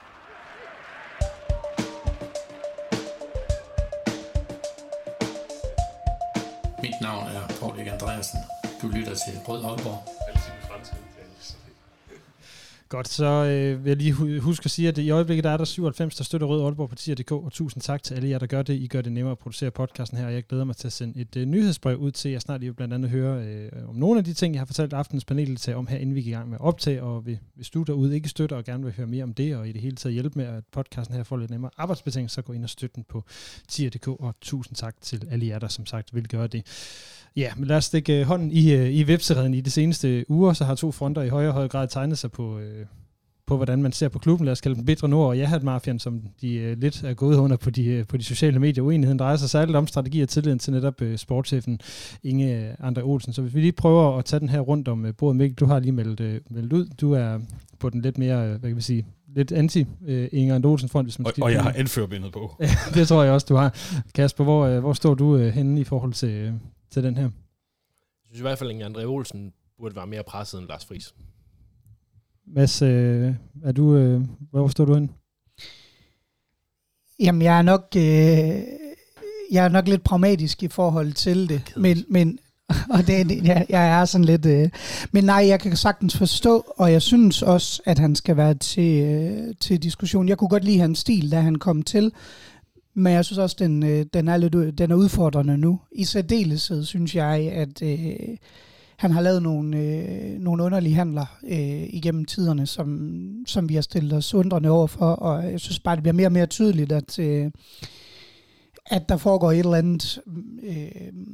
Speaker 9: Mit navn er Paul Erik Andreasen. Du lytter til Rød Aalborg.
Speaker 1: Godt, så øh, vil jeg lige huske at sige, at i øjeblikket der er der syvoghalvfems, der støtter Rød Aalborg Partier punktum d k, og tusind tak til alle jer, der gør det. I gør det nemmere at producere podcasten her, og jeg glæder mig til at sende et øh, nyhedsbrev ud til jer snart. I vil blandt andet høre øh, om nogle af de ting, jeg har fortalt aftenens panel til om her, inden vi gik i gang med at optage, og hvis du derude ikke støtter og gerne vil høre mere om det, og i det hele taget hjælpe med, at podcasten her får lidt nemmere arbejdsbetingelser, så gå ind og støtte den på Tier punktum d k, og tusind tak til alle jer, der som sagt vil gøre det. Ja, men lad os stikke hånden i, i vepsereden i de seneste uger, så har to fronter i højere og højere grad tegnet sig på, øh, på, hvordan man ser på klubben. Lad os kalde dem Bitre Nord og Jahat-mafian, som de øh, lidt er gået under på de, på de sociale medier. Uenigheden drejer sig særligt om strategi og tilliden til netop øh, sportschefen Inge Ander Olsen. Så hvis vi lige prøver at tage den her rundt om øh, bordet, Mikkel, du har lige meldt, øh, meldt ud. Du er på den lidt mere, øh, hvad kan vi sige, lidt anti øh, Inge Ander Olsen front, hvis man
Speaker 5: skal. Og, og jeg har anførbindet på.
Speaker 1: Ja, det tror jeg også, du har. Kasper, hvor, øh, hvor står du øh, henne i forhold til, øh, til den her?
Speaker 3: Jeg synes i hvert fald, at Inge André Olsen burde være mere presset end Lars Friis.
Speaker 1: Mads, øh, er du, øh, hvor står du hen?
Speaker 4: Jamen, jeg er nok, øh, jeg er nok lidt pragmatisk i forhold til det, men, men og det, jeg, jeg er sådan lidt, øh, men nej, jeg kan sagtens forstå, og jeg synes også, at han skal være til, øh, til diskussion. Jeg kunne godt lide hans stil, da han kom til, men jeg synes også, den, øh, den, er, lidt, den er udfordrende nu. I særdeleshed synes jeg, at øh, han har lavet nogle, øh, nogle underlige handler øh, igennem tiderne, som, som vi har stillet os undrende overfor, og jeg synes bare, det bliver mere og mere tydeligt, at, øh, at der foregår et eller andet, øh,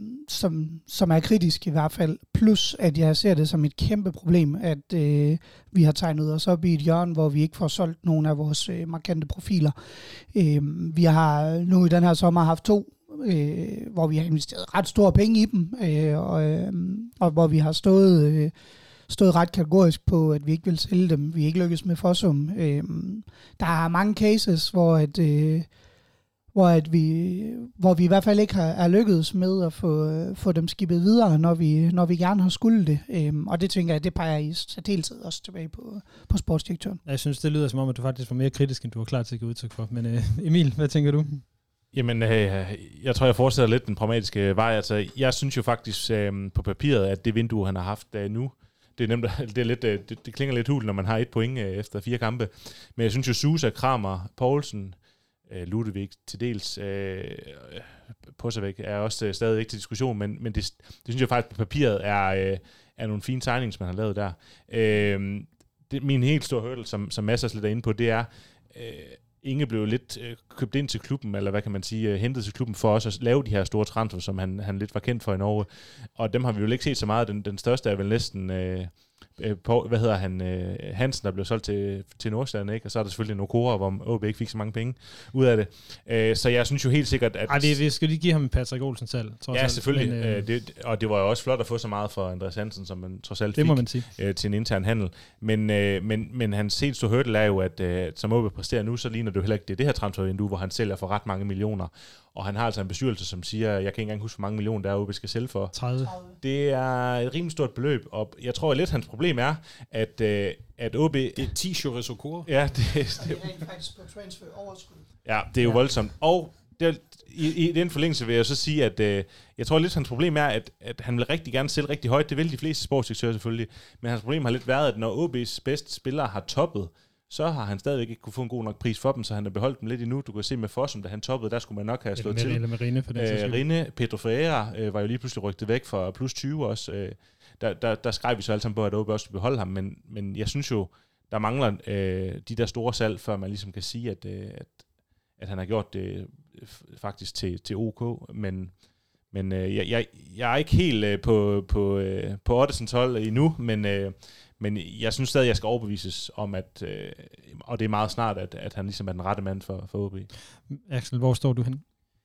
Speaker 4: som, som er kritisk i hvert fald, plus at jeg ser det som et kæmpe problem, at øh, vi har tegnet os op i et hjørne, hvor vi ikke får solgt nogle af vores øh, markante profiler. Øh, vi har nu i den her sommer haft to, Øh, hvor vi har investeret ret store penge i dem, øh, og, øh, og hvor vi har stået, øh, stået ret kategorisk på, at vi ikke vil sælge dem. Vi er ikke lykkes med Fossum. Øh, der er mange cases, hvor, at, øh, hvor, at vi, hvor vi i hvert fald ikke har, er lykkedes med at få, øh, få dem skibet videre, når vi, når vi gerne har skulle det. Øh, og det tænker jeg, det peger i særdeleshed også tilbage på, på sportsdirektøren.
Speaker 1: Jeg synes, det lyder som om, at du faktisk var mere kritisk, end du var klar til at give udtryk for. Men øh, Emil, hvad tænker du?
Speaker 6: Jamen, øh, jeg tror, jeg fortsætter lidt den pragmatiske vej. Altså, jeg synes jo faktisk øh, på papiret, at det vindue, han har haft øh, nu, det er nemt, det, er lidt, øh, det, det klinger lidt hul, når man har et point øh, efter fire kampe. Men jeg synes jo, Sousa, Kramer, Poulsen, øh, Ludvig til dels, øh, Pusservæk er også øh, stadig ikke til diskussion, men, men det, det synes jeg faktisk på papiret er, øh, er nogle fine tegninger, man har lavet der. Øh, det, min helt store hurdle, som, som Mads lidt er inde på, det er... Øh, Inge blev lidt øh, købt ind til klubben, eller hvad kan man sige, øh, hentet til klubben for også at lave de her store transfer, som han, han lidt var kendt for i Norge. Og dem har vi jo ikke set så meget. Den, den største er vel næsten, øh, øh, på, hvad hedder han, øh, Hansen, der blev solgt til, til Nordsjælland, ikke? Og så er der selvfølgelig Nokora, hvor O B ikke fik så mange penge ud af det. Øh, så jeg synes jo helt sikkert, at...
Speaker 1: Ej, vi, vi skal lige give ham Patrick Olsen selv.
Speaker 6: Ja, alt. selvfølgelig. Men, øh, det, og det var jo også flot at få så meget for Andreas Hansen, som man trods alt
Speaker 1: det
Speaker 6: fik
Speaker 1: må man sige.
Speaker 6: Øh, til en intern handel. Men, øh, men, men hans helt store hurdle er jo, at øh, som O B præsterer nu, så ligner det jo heller ikke det, det her transfervindue, hvor han sælger for ret mange millioner. Og han har altså en bestyrelse, som siger, jeg kan ikke engang huske, hvor mange millioner der er, O B skal sælge for.
Speaker 1: tredive.
Speaker 6: Det er et rimelig stort beløb, og jeg tror at lidt hans problem er, at, øh, at O B...
Speaker 5: Det er ti Chorizokor.
Speaker 6: Ja, det, det,
Speaker 4: det er rent faktisk på transfer overskud.
Speaker 6: Ja, det er jo
Speaker 1: ja.
Speaker 6: voldsomt. Og det, i, i den forlængelse vil jeg så sige, at øh, jeg tror lidt hans problem er, at, at han vil rigtig gerne sælge rigtig højt. Det vil de fleste sportsdirektører selvfølgelig. Men hans problem har lidt været, at når O B's bedste spillere har toppet, så har han stadigvæk ikke kunne få en god nok pris for dem, så han har beholdt dem lidt endnu. Du kan se med Fossum, da han toppede, der skulle man nok have slået
Speaker 1: eller med,
Speaker 6: til.
Speaker 1: Eller med Rine, for den sags
Speaker 6: øh, Rine, Pedro Ferreira øh, var jo lige pludselig rykket væk fra plus tyve også. Øh, der, der, der skrev vi så alle sammen på, at O B også skulle beholde ham, men, men jeg synes jo, der mangler øh, de der store salg, før man ligesom kan sige, at, øh, at, at han har gjort det øh, faktisk til, til OK, men, men øh, jeg, jeg, jeg er ikke helt øh, på, på, øh, på Ottesens hold endnu, men, øh, men jeg synes stadig, jeg skal overbevises om, at, øh, og det er meget snart, at, at han ligesom er den rette mand for, for O B.
Speaker 1: Axel, hvor står du hen?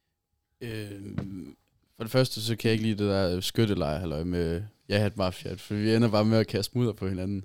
Speaker 7: Øh, for det første, så kan jeg ikke lide det der skyttelejr, halløj, med Jihad Mafia, for vi ender bare med at kaste mudder på hinanden.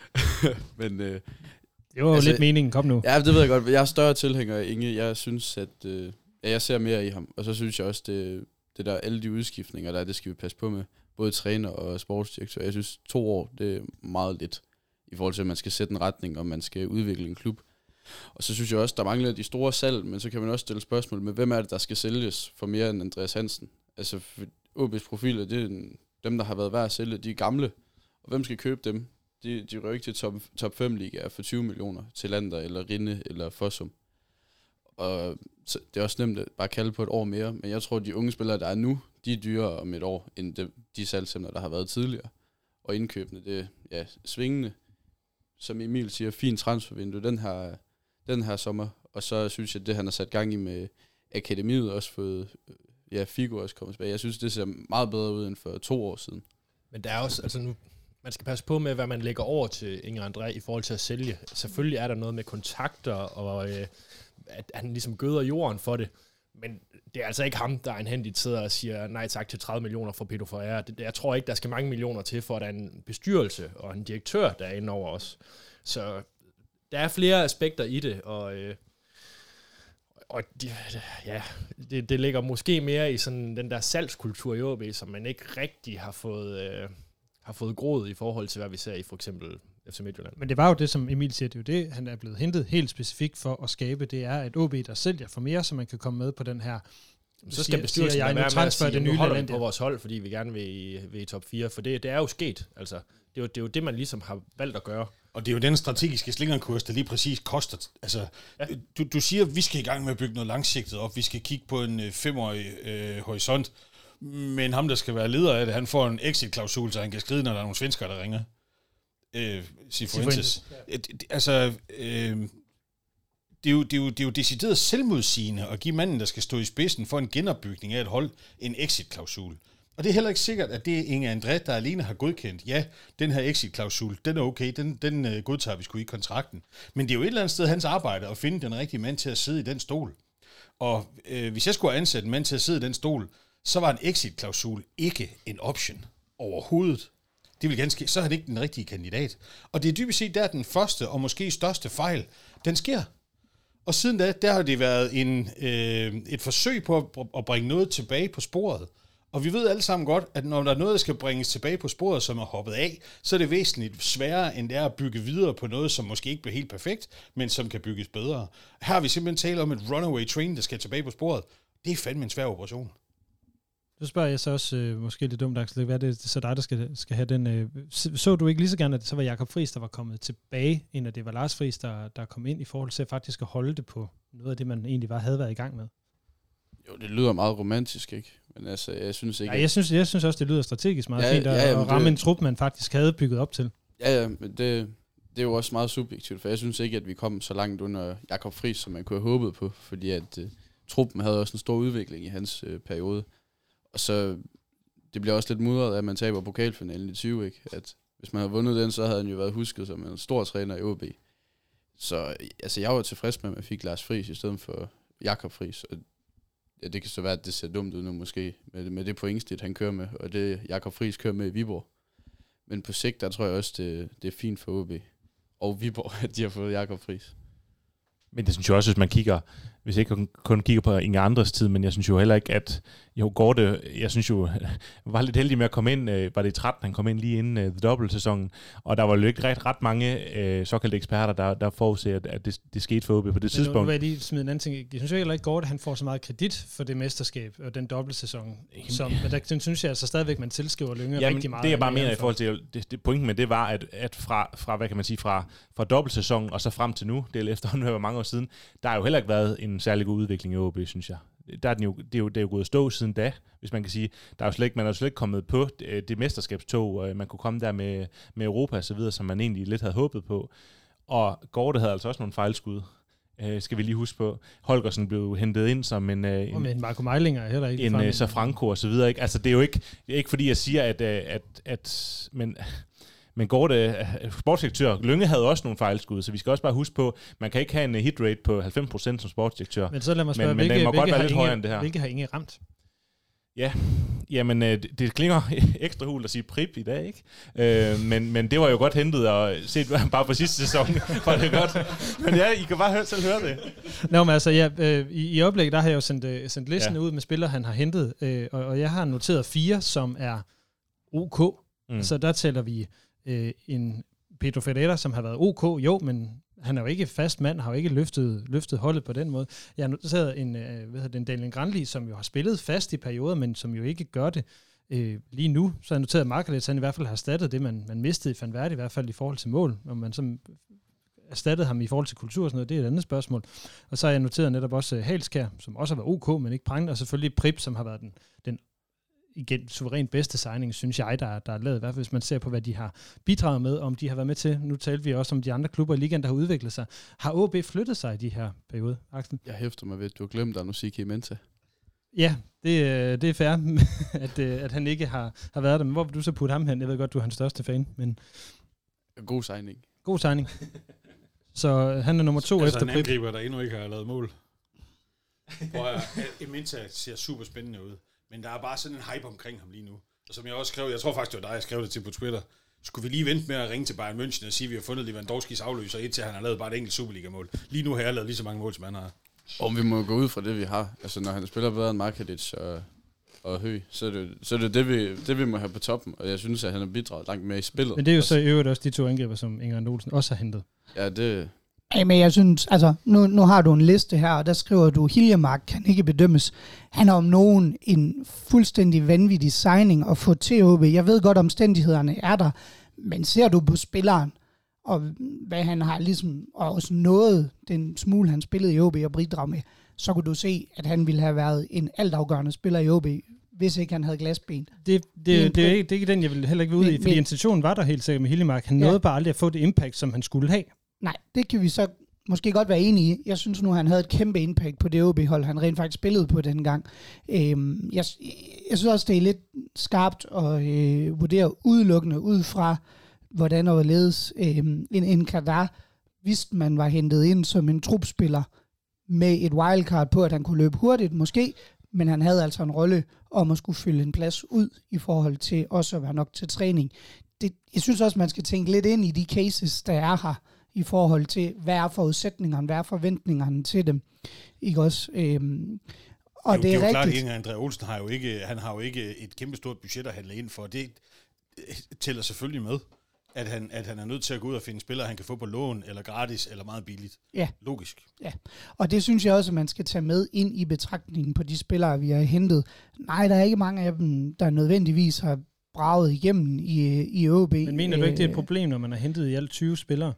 Speaker 7: Men, øh,
Speaker 1: det var jo altså, lidt meningen, kom nu.
Speaker 7: Ja, det ved jeg godt. Jeg er større tilhænger af Inge. Jeg synes, at øh, ja, jeg ser mere i ham. Og så synes jeg også, det, det der alle de udskiftninger, der det skal vi passe på med. Både træner og sportsdirektør. Jeg synes, to år, det er meget lidt. I forhold til, at man skal sætte en retning, og man skal udvikle en klub. Og så synes jeg også, der mangler de store salg, men så kan man også stille spørgsmål med, hvem er det, der skal sælges for mere end Andreas Hansen? Altså, O B's profiler, det er dem, der har været værd at sælge. De er gamle. Og hvem skal købe dem? De, de rører ikke til top, top fem ligaer for tyve millioner til Lander, eller Rinde, eller Fossum. Og så, det er også nemt at bare kalde på et år mere, men jeg tror, at de unge spillere, der er nu, de er dyrere om et år, end de, de salgsemner, der har været tidligere. Og indkøbene, det er ja, svingende. Som Emil siger, fin transfervindue den her, den her sommer. Og så synes jeg, at det, han har sat gang i med akademiet, også fået ja, Figo også kommet tilbage. Jeg synes, det ser meget bedre ud end for to år siden.
Speaker 3: Men der er også, altså nu, man skal passe på med, hvad man lægger over til Inger André i forhold til at sælge. Selvfølgelig er der noget med kontakter, og øh, at han ligesom gøder jorden for det. Men det er altså ikke ham, der egenhændigt sidder og siger nej tak til tredive millioner for Pedro Ferreira. Jeg tror ikke, der skal mange millioner til, for at der er en bestyrelse og en direktør, der er inde over os. Så der er flere aspekter i det, og, øh, og de, ja, det, det ligger måske mere i sådan den der salgskultur i O B, som man ikke rigtig har fået... Øh, har fået groet i forhold til, hvad vi ser i for eksempel F C Midtjylland.
Speaker 1: Men det var jo det, som Emil siger, det er jo det, han er blevet hentet helt specifikt for at skabe, det er et O B, der sælger for mere, så man kan komme med på den her.
Speaker 3: Så skal bestyrelsen være med at sige,
Speaker 1: det
Speaker 3: nu
Speaker 1: nye
Speaker 3: holder vi på vores hold, fordi vi gerne vil i, vil i top fire, for det, det er jo sket. Altså, det, er jo, det er jo det, man ligesom har valgt at gøre.
Speaker 5: Og det er jo den strategiske slingerkurs, der lige præcis koster. Altså, ja. du, du siger, at vi skal i gang med at bygge noget langsigtet op. Vi skal kigge på en øh, femårig øh, horisont. Men ham, der skal være leder af det, han får en exit-klausul, så han kan skride, når der er nogle svenskere, der ringer. Øh, Cifuentes. Ja. Altså, øh, det, er jo, det, er jo, det er jo decideret selvmodsigende at give manden, der skal stå i spidsen for en genopbygning af et hold, en exit-klausul. Og det er heller ikke sikkert, at det er Inge André, der alene har godkendt. Ja, den her exit-klausul, den er okay, den, den uh, godtager vi sgu i kontrakten. Men det er jo et eller andet sted hans arbejde at finde den rigtige mand til at sidde i den stol. Og øh, hvis jeg skulle ansætte en mand til at sidde i den stol, så var en exit-klausul ikke en option overhovedet. Det vil ganske, så er det ikke den rigtige kandidat. Og det er dybest set der den første og måske største fejl, den sker. Og siden da, der har det været en, øh, et forsøg på at, at bringe noget tilbage på sporet. Og vi ved alle sammen godt, at når der er noget, der skal bringes tilbage på sporet, som er hoppet af, så er det væsentligt sværere, end det er at bygge videre på noget, som måske ikke bliver helt perfekt, men som kan bygges bedre. Her har vi simpelthen talt om et runaway train, der skal tilbage på sporet. Det er fandme en svær operation.
Speaker 1: Så spørger jeg så også, øh, måske lidt dumt, Axel, hvad er det så dig, der skal, skal have den? Øh, så du ikke lige så gerne, at det så var Jakob Friis, der var kommet tilbage, end at det var Lars Friis, der, der kom ind i forhold til faktisk at holde det på noget af det, man egentlig var, havde været i gang med?
Speaker 7: Jo, det lyder meget romantisk, ikke? Men altså, jeg synes ikke...
Speaker 1: Ja, jeg synes, jeg synes også, det lyder strategisk meget ja, fint at, ja, ja, at ramme det, en trup, man faktisk havde bygget op til.
Speaker 7: Ja, ja, men det, det er jo også meget subjektivt, for jeg synes ikke, at vi kom så langt under Jakob Friis, som man kunne have håbet på, fordi at uh, truppen havde også en stor udvikling i hans uh, periode. Og så, det bliver også lidt mudret, at man taber pokalfinalen i tyve, ikke? At hvis man havde vundet den, så havde han jo været husket som en stor træner i O B. Så altså, jeg var tilfreds med, at man fik Lars Friis i stedet for Jakob Friis. Og ja, det kan så være, at det ser dumt ud nu måske, med, med det pointstit, han kører med, og det Jakob Friis kører med i Viborg. Men på sigt, der tror jeg også, det, det er fint for O B og Viborg, at de har fået Jakob Friis.
Speaker 6: Men det synes jeg også, hvis man kigger, hvis jeg ikke kun kigger på Inge Andres tid, men jeg synes jo heller ikke, at jo Gorte, jeg synes jo, var lidt heldig med at komme ind, var det i tretten, han kom ind lige inden uh, The Double-sæsonen, og der var jo ikke ret, ret mange uh, såkaldte eksperter, der, der forudser, at det, det skete for O B på det men tidspunkt. Nu
Speaker 1: vil jeg lige smide en anden ting. Jeg synes jo heller ikke, Gorte, han får så meget kredit for det mesterskab og den dobbeltsæson, som, men der den synes jeg altså stadigvæk, man tilskriver Lynge ja, rigtig meget.
Speaker 6: Det jeg bare mener i forhold til, det, det pointen med det var, at, at fra, fra, hvad kan man sige, fra, fra dobbeltsæsonen og så frem til nu, det er efterhånden hvor mange år siden, der har jo heller ikke været en særlig god udvikling i O B, synes jeg. Der er den jo, det, er jo, det er jo gået at stå siden da, hvis man kan sige. Der er jo slet ikke, man er jo slet ikke kommet på det, det mesterskabstog, og man kunne komme der med, med Europa og så videre, som man egentlig lidt havde håbet på. Og Gorte havde altså også nogle fejlskud, øh, skal vi lige huske på. Holgersen blev hentet ind som en... Øh,
Speaker 1: og en Marco Meilinger er heller ikke.
Speaker 6: En øh, Safranco og så videre. Ikke? Altså det er jo ikke, det er ikke fordi, jeg siger, at... at, at, at men, Men Gorte, sportsdirektør, Lynge havde også nogle fejlskud, så vi skal også bare huske på, man kan ikke have en hit rate på halvfems procent som sportsdirektør.
Speaker 1: Men så lad mig spørge, men, hvilke, men må hvilke, godt være lidt højere end det her. Hvilke har Inge ramt?
Speaker 6: Ja, jamen det, det klinger ekstra hul at sige Prip i dag, ikke? Øh, men, men det var jo godt hentet og set bare på sidste sæson, var det godt. Men ja, I kan bare høre, selv høre det.
Speaker 1: Nå, men altså, ja, øh, i, i oplægget, der har jeg jo sendt, øh, sendt listen ja. ud med spillere, han har hentet, øh, og, og jeg har noteret fire, som er OK. Mm. Så der tæller vi øh, en Pedro Ferreira, som har været OK, jo, men han er jo ikke fast mand, har jo ikke løftet, løftet holdet på den måde. Jeg har noteret en, øh, hvad hedder det, en Daniel Granli, som jo har spillet fast i perioder, men som jo ikke gør det øh, lige nu. Så har jeg noteret, at Markelets, han i hvert fald har erstattet det, man, man mistede i Van Verde, i hvert fald i forhold til mål. Om man så erstattede ham i forhold til kultur og sådan noget, det er et andet spørgsmål. Og så har jeg noteret netop også Halskær, som også har været OK, men ikke prangende, og selvfølgelig Prip, som har været den, den igen suverænt bedste signing, synes jeg, der, der er lavet, i hvert fald hvis man ser på, hvad de har bidraget med, om de har været med til. Nu talte vi også om de andre klubber i ligaen, der har udviklet sig. Har O B flyttet sig i de her perioder, Axel?
Speaker 7: Jeg hæfter mig ved, at du har glemt Anusiki Menta.
Speaker 1: Ja, det, det er fair, at, at han ikke har, har været der. Men hvor vil du så putte ham hen? Jeg ved godt, du er hans største fan. Men
Speaker 7: god signing.
Speaker 1: God signing. Så han er nummer to
Speaker 5: altså
Speaker 1: efter Prip.
Speaker 5: Altså en angriber, der endnu ikke har lavet mål. Prøv at Menta ser super spændende ud. Men der er bare sådan en hype omkring ham lige nu. Og som jeg også skrev, jeg tror faktisk, det var dig, jeg skrev det til på Twitter. Skulle vi lige vente med at ringe til Bayern München og sige, at vi har fundet Lewandowskis afløser, indtil han har lavet bare et enkelt Superliga-mål. Lige nu har jeg lavet lige så mange mål, som han har.
Speaker 7: Og vi må gå ud fra det, vi har. Altså, når han spiller bedre end Markedic, så, og Høgh, så er det så er det, det, vi, det, vi må have på toppen, og jeg synes, at han har bidraget langt mere i spillet.
Speaker 1: Men det er jo så i øvrigt også de to angriber, som Inger Olsen også har hentet.
Speaker 7: Ja, det...
Speaker 4: Ja, men jeg synes, altså, nu, nu har du en liste her, og der skriver du, Hiljemark kan ikke bedømmes. Han har om nogen en fuldstændig vanvittig signing at få til O B. Jeg ved godt, omstændighederne er der, men ser du på spilleren, og hvad han har ligesom, og også nået den smule, han spillede i O B og bidrag med, så kunne du se, at han ville have været en altafgørende spiller i O B, hvis ikke han havde glasben.
Speaker 1: Det, det, det, det, er, ikke, det er ikke den, jeg vil heller ikke være ude i, fordi men, intentionen var der helt sikkert med Hiljemark. Han ja. nåede bare aldrig at få det impact, som han skulle have.
Speaker 4: Nej, det kan vi så måske godt være enige i. Jeg synes nu, han havde et kæmpe impact på det O B-hold, han rent faktisk spillede på dengang. Øhm, jeg, jeg synes også, det er lidt skarpt at øh, vurdere udelukkende ud fra, hvordan overledes øhm, en, en Kadar, hvis man var hentet ind som en trupspiller med et wildcard på, at han kunne løbe hurtigt måske, men han havde altså en rolle om at skulle fylde en plads ud i forhold til også at være nok til træning. Det, jeg synes også, man skal tænke lidt ind i de cases, der er her, i forhold til, hvad er forudsætningerne, hvad er forventningerne til dem. Ikke også? Øhm, og
Speaker 5: jo,
Speaker 4: det er,
Speaker 5: det er jo
Speaker 4: rigtigt.
Speaker 5: klart, at André Olsen har jo ikke, han har jo ikke et kæmpe stort budget at handle ind for. Det tæller selvfølgelig med, at han, at han er nødt til at gå ud og finde spillere, han kan få på lån, eller gratis, eller meget billigt.
Speaker 4: Ja.
Speaker 5: Logisk.
Speaker 4: Ja, og det synes jeg også, at man skal tage med ind i betragtningen på de spillere, vi har hentet. Nej, der er ikke mange af dem, der nødvendigvis har braget igennem i, i O B.
Speaker 1: Men mener du ikke, det er et problem, når man har hentet i alle tyve spillere?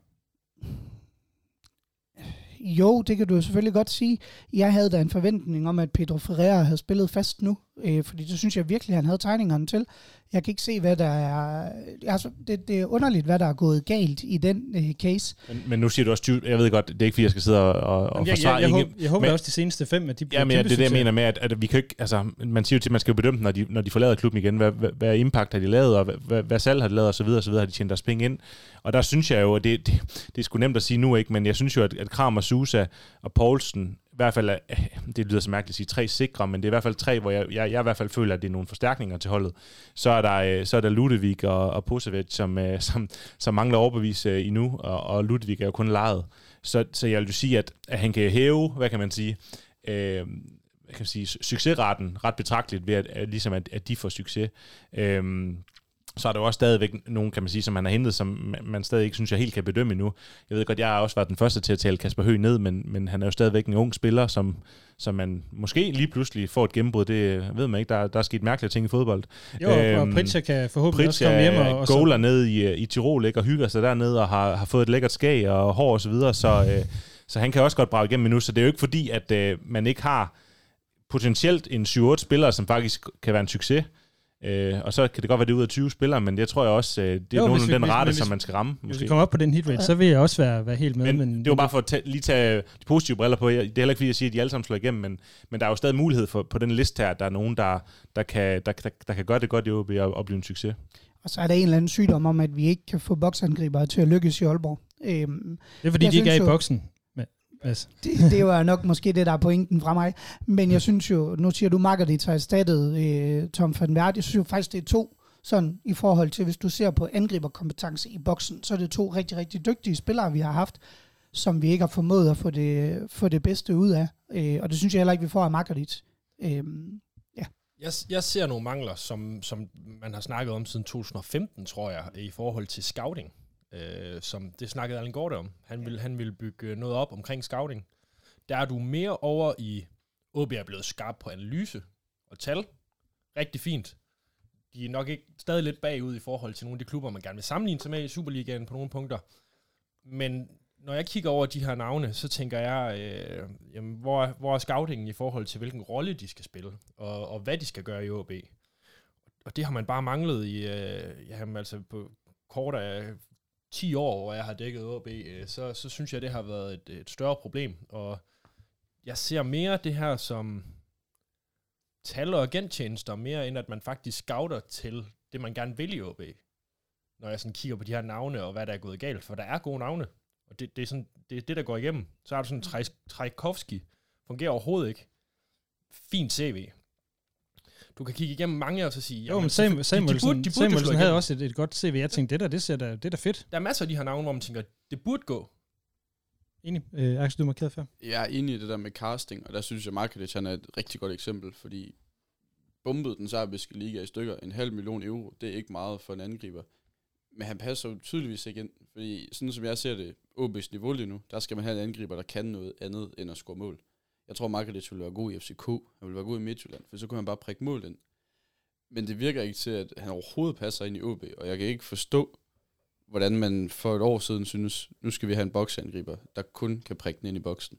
Speaker 4: Jo, det kan du selvfølgelig godt sige. Jeg havde da en forventning om, at Pedro Ferreira havde spillet fast nu, øh, fordi det synes jeg virkelig, han havde tegningerne til. Jeg kan ikke se, hvad der er... Altså, det, det er underligt, hvad der er gået galt i den øh, case.
Speaker 6: Men, men nu siger du også tyve... Jeg ved godt, det er ikke, fordi jeg skal sidde og, og
Speaker 1: jeg,
Speaker 6: forsvare
Speaker 1: jeg, jeg,
Speaker 6: Inge.
Speaker 1: håber, jeg håber men, også, de seneste fem, at de bliver
Speaker 6: ja, men ja, det er det, jeg mener med, at, at vi kan ikke... Altså, man siger jo til, at man skal jo bedømme, når de, når de forlader klubben igen. Hvad, hvad, hvad impact har de lavet, og hvad, hvad salg har de lavet, og så videre, og så videre. Har de tjent deres penge ind? Og der synes jeg jo, at det, det, det er sgu nemt at sige nu, ikke? Men jeg synes jo, at, at Kramer, Sousa og Poulsen, i hvert fald, er, det lyder så mærkeligt at sige, tre sikre, men det er i hvert fald tre, hvor jeg, jeg, jeg i hvert fald føler, at det er nogle forstærkninger til holdet. Så er der, så er der Ludovic og, og Posevic, som, som, som mangler overbevis endnu, og, og Ludovic er jo kun lejet. Så, så jeg vil jo sige, at, at han kan hæve, hvad kan man sige, øh, hvad kan man sige, succesraten ret betragteligt ved, at, at, ligesom at, at de får succes. Øh, Så er der jo også stadigvæk nogen, kan man sige, som man har hentet, som man stadig ikke synes, jeg helt kan bedømme endnu. Jeg ved godt, jeg har også været den første til at tale Kasper Høgh ned, men, men han er jo stadigvæk en ung spiller, som, som man måske lige pludselig får et gennembrud. Det ved man ikke. Der, der er sket mærkelige ting i fodbold.
Speaker 1: Jo, øhm, og Pritja kan forhåbentlig også komme hjem. Og,
Speaker 6: og goaler ned i, i Tirol, ikke, og hygger sig dernede, og har, har fået et lækkert skag og hår og så videre. Så, øh, så han kan også godt brage igennem endnu. Så det er jo ikke fordi, at øh, man ikke har potentielt en syv otte spillere, som faktisk kan være en succes. Øh, og så kan det godt være, det er ud af tyve spillere, men jeg tror jeg også, øh, det er nogen af den
Speaker 1: hvis,
Speaker 6: rate,
Speaker 1: hvis,
Speaker 6: som man skal ramme.
Speaker 1: Hvis
Speaker 6: måske.
Speaker 1: vi kommer op på den hitrate, så vil jeg også være, være helt med.
Speaker 6: Men,
Speaker 1: men
Speaker 6: det var bare for at tage, lige tage de positive briller på. Det er heller ikke, fordi jeg siger, at de alle sammen slår igennem, men, men der er jo stadig mulighed for, på den liste her, at der er nogen, der, der, kan, der, der, der kan gøre det godt i O B og, og blive en succes.
Speaker 4: Og så er der en eller anden sygdom om, at vi ikke kan få boksangribere til at lykkes i Aalborg. Øhm,
Speaker 1: det er fordi, de ikke er i boksen.
Speaker 4: Det, det var nok måske det, der er pointen fra mig. Men jeg synes jo, nu siger du, Margaret har erstattet øh, Tom van Wert. Jeg synes jo faktisk, det er to, sådan i forhold til, hvis du ser på angriberkompetence i boksen, så er det to rigtig, rigtig dygtige spillere, vi har haft, som vi ikke har formået at få det, få det bedste ud af. Øh, og det synes jeg heller ikke, vi får af Margaret. Øh, ja.
Speaker 3: jeg, jeg ser nogle mangler, som, som man har snakket om siden to tusind og femten, tror jeg, i forhold til scouting. Øh, som det snakkede Allen Gorte om. Han vil, han vil bygge noget op omkring scouting. Der er du mere over i, O B er blevet skarp på analyse og tal. Rigtig fint. De er nok ikke stadig lidt bagud i forhold til nogle af de klubber, man gerne vil sammenligne sig med i Superligaen på nogle punkter. Men når jeg kigger over de her navne, så tænker jeg, øh, jamen, hvor, er, hvor er scoutingen i forhold til, hvilken rolle de skal spille, og, og hvad de skal gøre i O B. Og det har man bare manglet i, øh, jamen, altså på kort af ti år, hvor jeg har dækket O B, så, så synes jeg, det har været et, et større problem. Og jeg ser mere det her som tal- og agenttjenester, mere end at man faktisk scouter til det, man gerne vil i O B. Når jeg sådan kigger på de her navne, og hvad der er gået galt. For der er gode navne, og det, det er sådan, det, er det, der går igennem. Så er der sådan Trajkovski, fungerer overhovedet ikke. Fint C V. Du kan kigge igennem mange og så sige...
Speaker 1: Jo, men Sam, Samuelsen, de, de burde, de burde Samuelsen havde også et, et godt C V. Jeg tænkte, det der, det, ser da, det er da fedt.
Speaker 3: Der er masser af de her navne, hvor man tænker, det burde gå.
Speaker 1: Enig. Øh, Axel, du markerede før.
Speaker 7: Jeg er enig i det der med casting, og der synes jeg, Markovic, han er et rigtig godt eksempel, fordi bombede den serbiske liga i stykker. En halv million euro, det er ikke meget for en angriber. Men han passer jo tydeligvis ikke ind, fordi sådan som jeg ser det, O B's niveau lige nu, der skal man have en angriber, der kan noget andet end at score mål. Jeg tror, Markalic ville være god i F C K, han ville være god i Midtjylland, for så kunne han bare prikke mål ind. Men det virker ikke til, at han overhovedet passer ind i O B, og jeg kan ikke forstå, hvordan man for et år siden synes, nu skal vi have en boksangriber, der kun kan prikke den ind i boksen.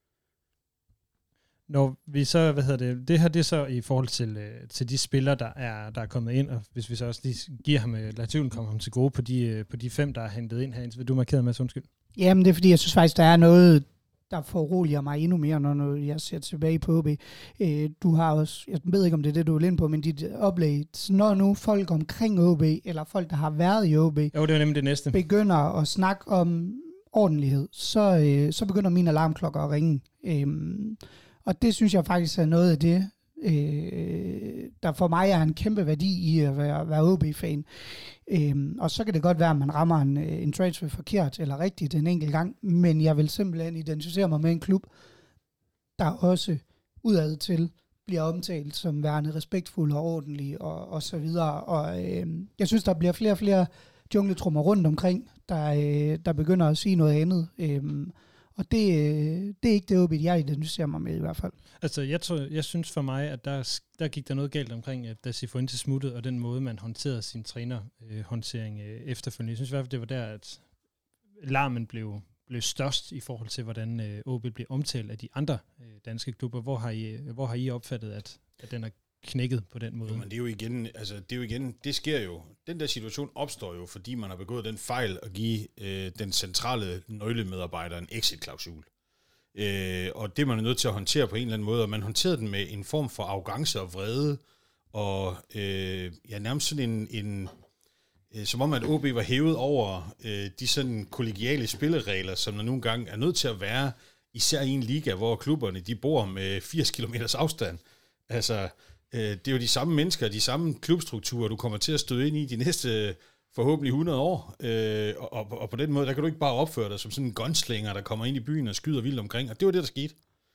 Speaker 1: Når vi så, hvad hedder det, det her det er så i forhold til, øh, til de spillere, der er, der er kommet ind, og hvis vi så også lige giver ham, lad tvivlen komme ham til gode på de, øh, på de fem, der er hentet ind her, vil du markere med, så undskyld?
Speaker 4: Jamen det er fordi, jeg synes faktisk, der er noget, der foruroliger mig endnu mere, når jeg ser tilbage på O B. Øh, du har også, jeg ved ikke om det er det, du er inde på, men dit oplæg, når nu folk omkring O B, eller folk, der har været i O B,
Speaker 1: jo, det er nemlig det næste,
Speaker 4: begynder at snakke om ordentlighed, så, øh, så begynder mine alarmklokker at ringe. Øh, Og det synes jeg faktisk er noget af det, øh, der for mig er en kæmpe værdi i at være, være O B-fan. Øh, og så kan det godt være, at man rammer en, en transfer forkert eller rigtigt en enkelt gang, men jeg vil simpelthen identificere mig med en klub, der også udad til bliver omtalt som værende respektfuld og ordentlig og, og så videre. Og øh, jeg synes, der bliver flere og flere jungletrummer rundt omkring, der, øh, der begynder at sige noget andet. Øh, Og det, det er ikke det O B, jeg identificerer mig med i hvert fald.
Speaker 1: Altså, jeg, tror, jeg synes for mig, at der, der gik der noget galt omkring, at da Cifuentes smuttede, og den måde, man håndterede sin trænerhåndtering øh, efterfølgende. Jeg synes i hvert fald, det var der, at larmen blev, blev størst i forhold til, hvordan øh, O B blev omtalt af de andre øh, danske klubber. Hvor har I, hvor har I opfattet, at, at den er knækket på den måde?
Speaker 5: Jo, men det er jo igen, altså det er jo igen, det sker jo. Den der situation opstår jo, fordi man har begået den fejl at give øh, den centrale nøglemedarbejder en exit-klausul. Øh, og det man er nødt til at håndtere på en eller anden måde, og man håndterede den med en form for arrogance og vrede, og øh, ja, nærmest sådan en, en øh, som om at O B var hævet over øh, de sådan kollegiale spilleregler, som der nogle gange er nødt til at være, især i en liga, hvor klubberne de bor med firs kilometers afstand. Altså, det er jo de samme mennesker, de samme klubstrukturer, du kommer til at støde ind i de næste forhåbentlig hundrede år. Og, og, og på den måde, der kan du ikke bare opføre dig som sådan en gunslinger, der kommer ind i byen og skyder vildt omkring. Og det var det, der skete.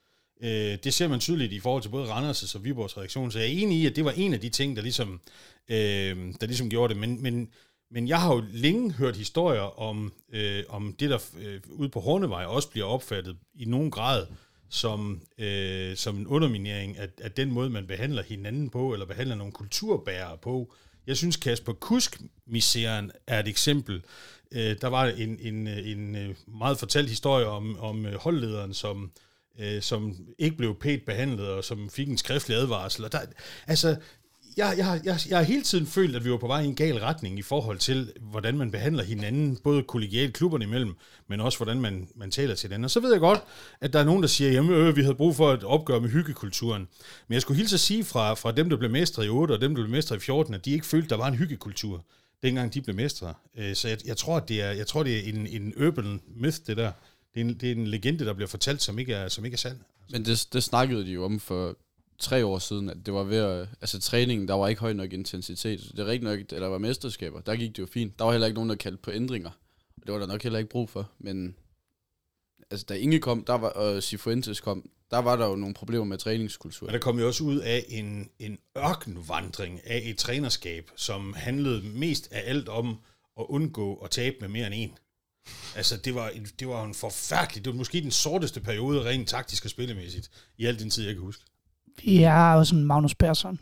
Speaker 5: Det ser man tydeligt i forhold til både Randers' og Viborgs redaktion. Så jeg er enig i, at det var en af de ting, der ligesom, der ligesom gjorde det. Men, men, men jeg har jo længe hørt historier om, om det, der ude på Hornevej også bliver opfattet i nogen grad som, øh, som en underminering af, af den måde, man behandler hinanden på, eller behandler nogle kulturbærere på. Jeg synes, Kasper Kusk-miseren er et eksempel. Øh, der var en, en, en meget fortalt historie om, om holdlederen, som, øh, som ikke blev pænt behandlet, og som fik en skriftlig advarsel. Og der, altså, jeg, jeg, jeg, jeg har hele tiden følt, at vi var på vej i en gal retning i forhold til, hvordan man behandler hinanden, både kollegialt klubberne imellem, men også hvordan man, man taler til hinanden. Og så ved jeg godt, at der er nogen, der siger, at øh, vi havde brug for et opgør med hyggekulturen. Men jeg skulle hilse at sige fra, fra dem, der blev mestre i otte, og dem, der blev mestre i fjorten, at de ikke følte, at der var en hyggekultur, dengang de blev mestre. Så jeg, jeg tror, at det er, jeg tror, det er en, en urban myth, det der. Det er en, det er en legende, der bliver fortalt, som ikke er, som ikke er sand.
Speaker 7: Men det, det snakkede de jo om for tre år siden, at det var ved at, altså træningen, der var ikke høj nok intensitet. Det er rigtig nok, at der var mesterskaber, der gik det jo fint. Der var heller ikke nogen, der kaldte på ændringer. Og det var der nok heller ikke brug for. Men altså, da Inge kom, der var, og Cifuentes kom, der var der jo nogle problemer med træningskultur.
Speaker 5: Og der kom jo også ud af en, en ørkenvandring af et trænerskab, som handlede mest af alt om at undgå at tabe med mere end en. Altså, det var, en, det var en forfærdelig, det var måske den sorteste periode, rent taktisk og spillemæssigt, i al den tid, jeg kan huske.
Speaker 4: Jeg er også en Magnus Persson.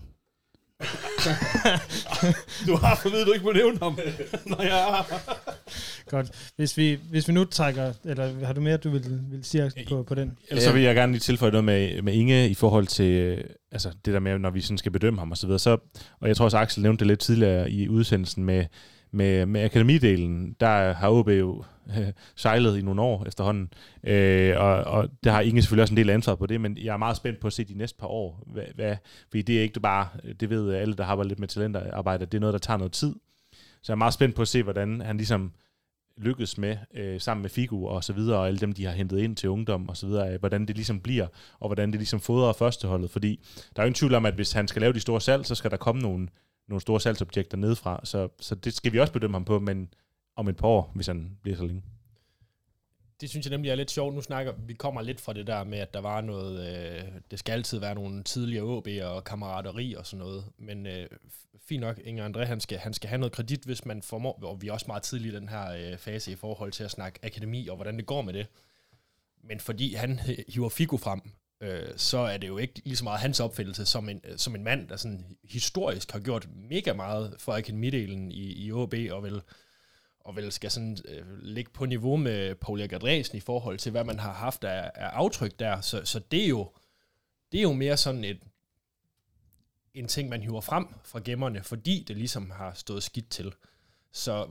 Speaker 5: Du har forvidet, du ikke må nævne ham. Nå ja.
Speaker 1: Godt. Hvis vi, hvis vi nu trækker, eller har du mere, du vil, vil sige på, på den?
Speaker 6: Ellers så vil jeg gerne lige tilføje noget med, med Inge i forhold til altså det der med, når vi sådan skal bedømme ham og så videre. Så, og jeg tror også, Axel nævnte det lidt tidligere i udsendelsen med, med, med akademidelen. Der har O B jo øh, sejlet i nogle år efterhånden, øh, og, og der har Inge selvfølgelig også en del ansvar på det, men jeg er meget spændt på at se de næste par år. Hvad, hvad, fordi det er ikke bare, det ved alle, der har lidt med talenterarbejde, det er noget, der tager noget tid. Så jeg er meget spændt på at se, hvordan han ligesom lykkes med, øh, sammen med Figo og så videre, og alle dem, de har hentet ind til ungdom og så videre, hvordan det ligesom bliver, og hvordan det ligesom fodrer førsteholdet, fordi der er jo ingen tvivl om, at hvis han skal lave de store salg, så skal der komme nogle, nogle store salgsobjekter nedefra, så, så det skal vi også bedømme ham på, men om et par år, hvis han bliver så længe.
Speaker 3: det synes jeg nemlig er lidt sjovt. Nu snakker vi kommer lidt fra det der med, at der var noget, øh, det skal altid være nogle tidligere O B'er og kammerateri og sådan noget. Men øh, fint nok, Inger André, han skal, han skal have noget kredit, hvis man formår, og vi er også meget tidligt i den her øh, fase i forhold til at snakke akademi og hvordan det går med det. Men fordi han hiver Figo frem, øh, så er det jo ikke lige så meget hans opfældelse som en, som en mand, der sådan historisk har gjort mega meget for akademidelen i, i O B, og vel, og vel skal sådan øh, ligge på niveau med Paul Erik Andreasen i forhold til, hvad man har haft af, af aftryk der. Så, så det, er jo, det er jo mere sådan et, en ting, man hiver frem fra gemmerne, fordi det ligesom har stået skidt til. Så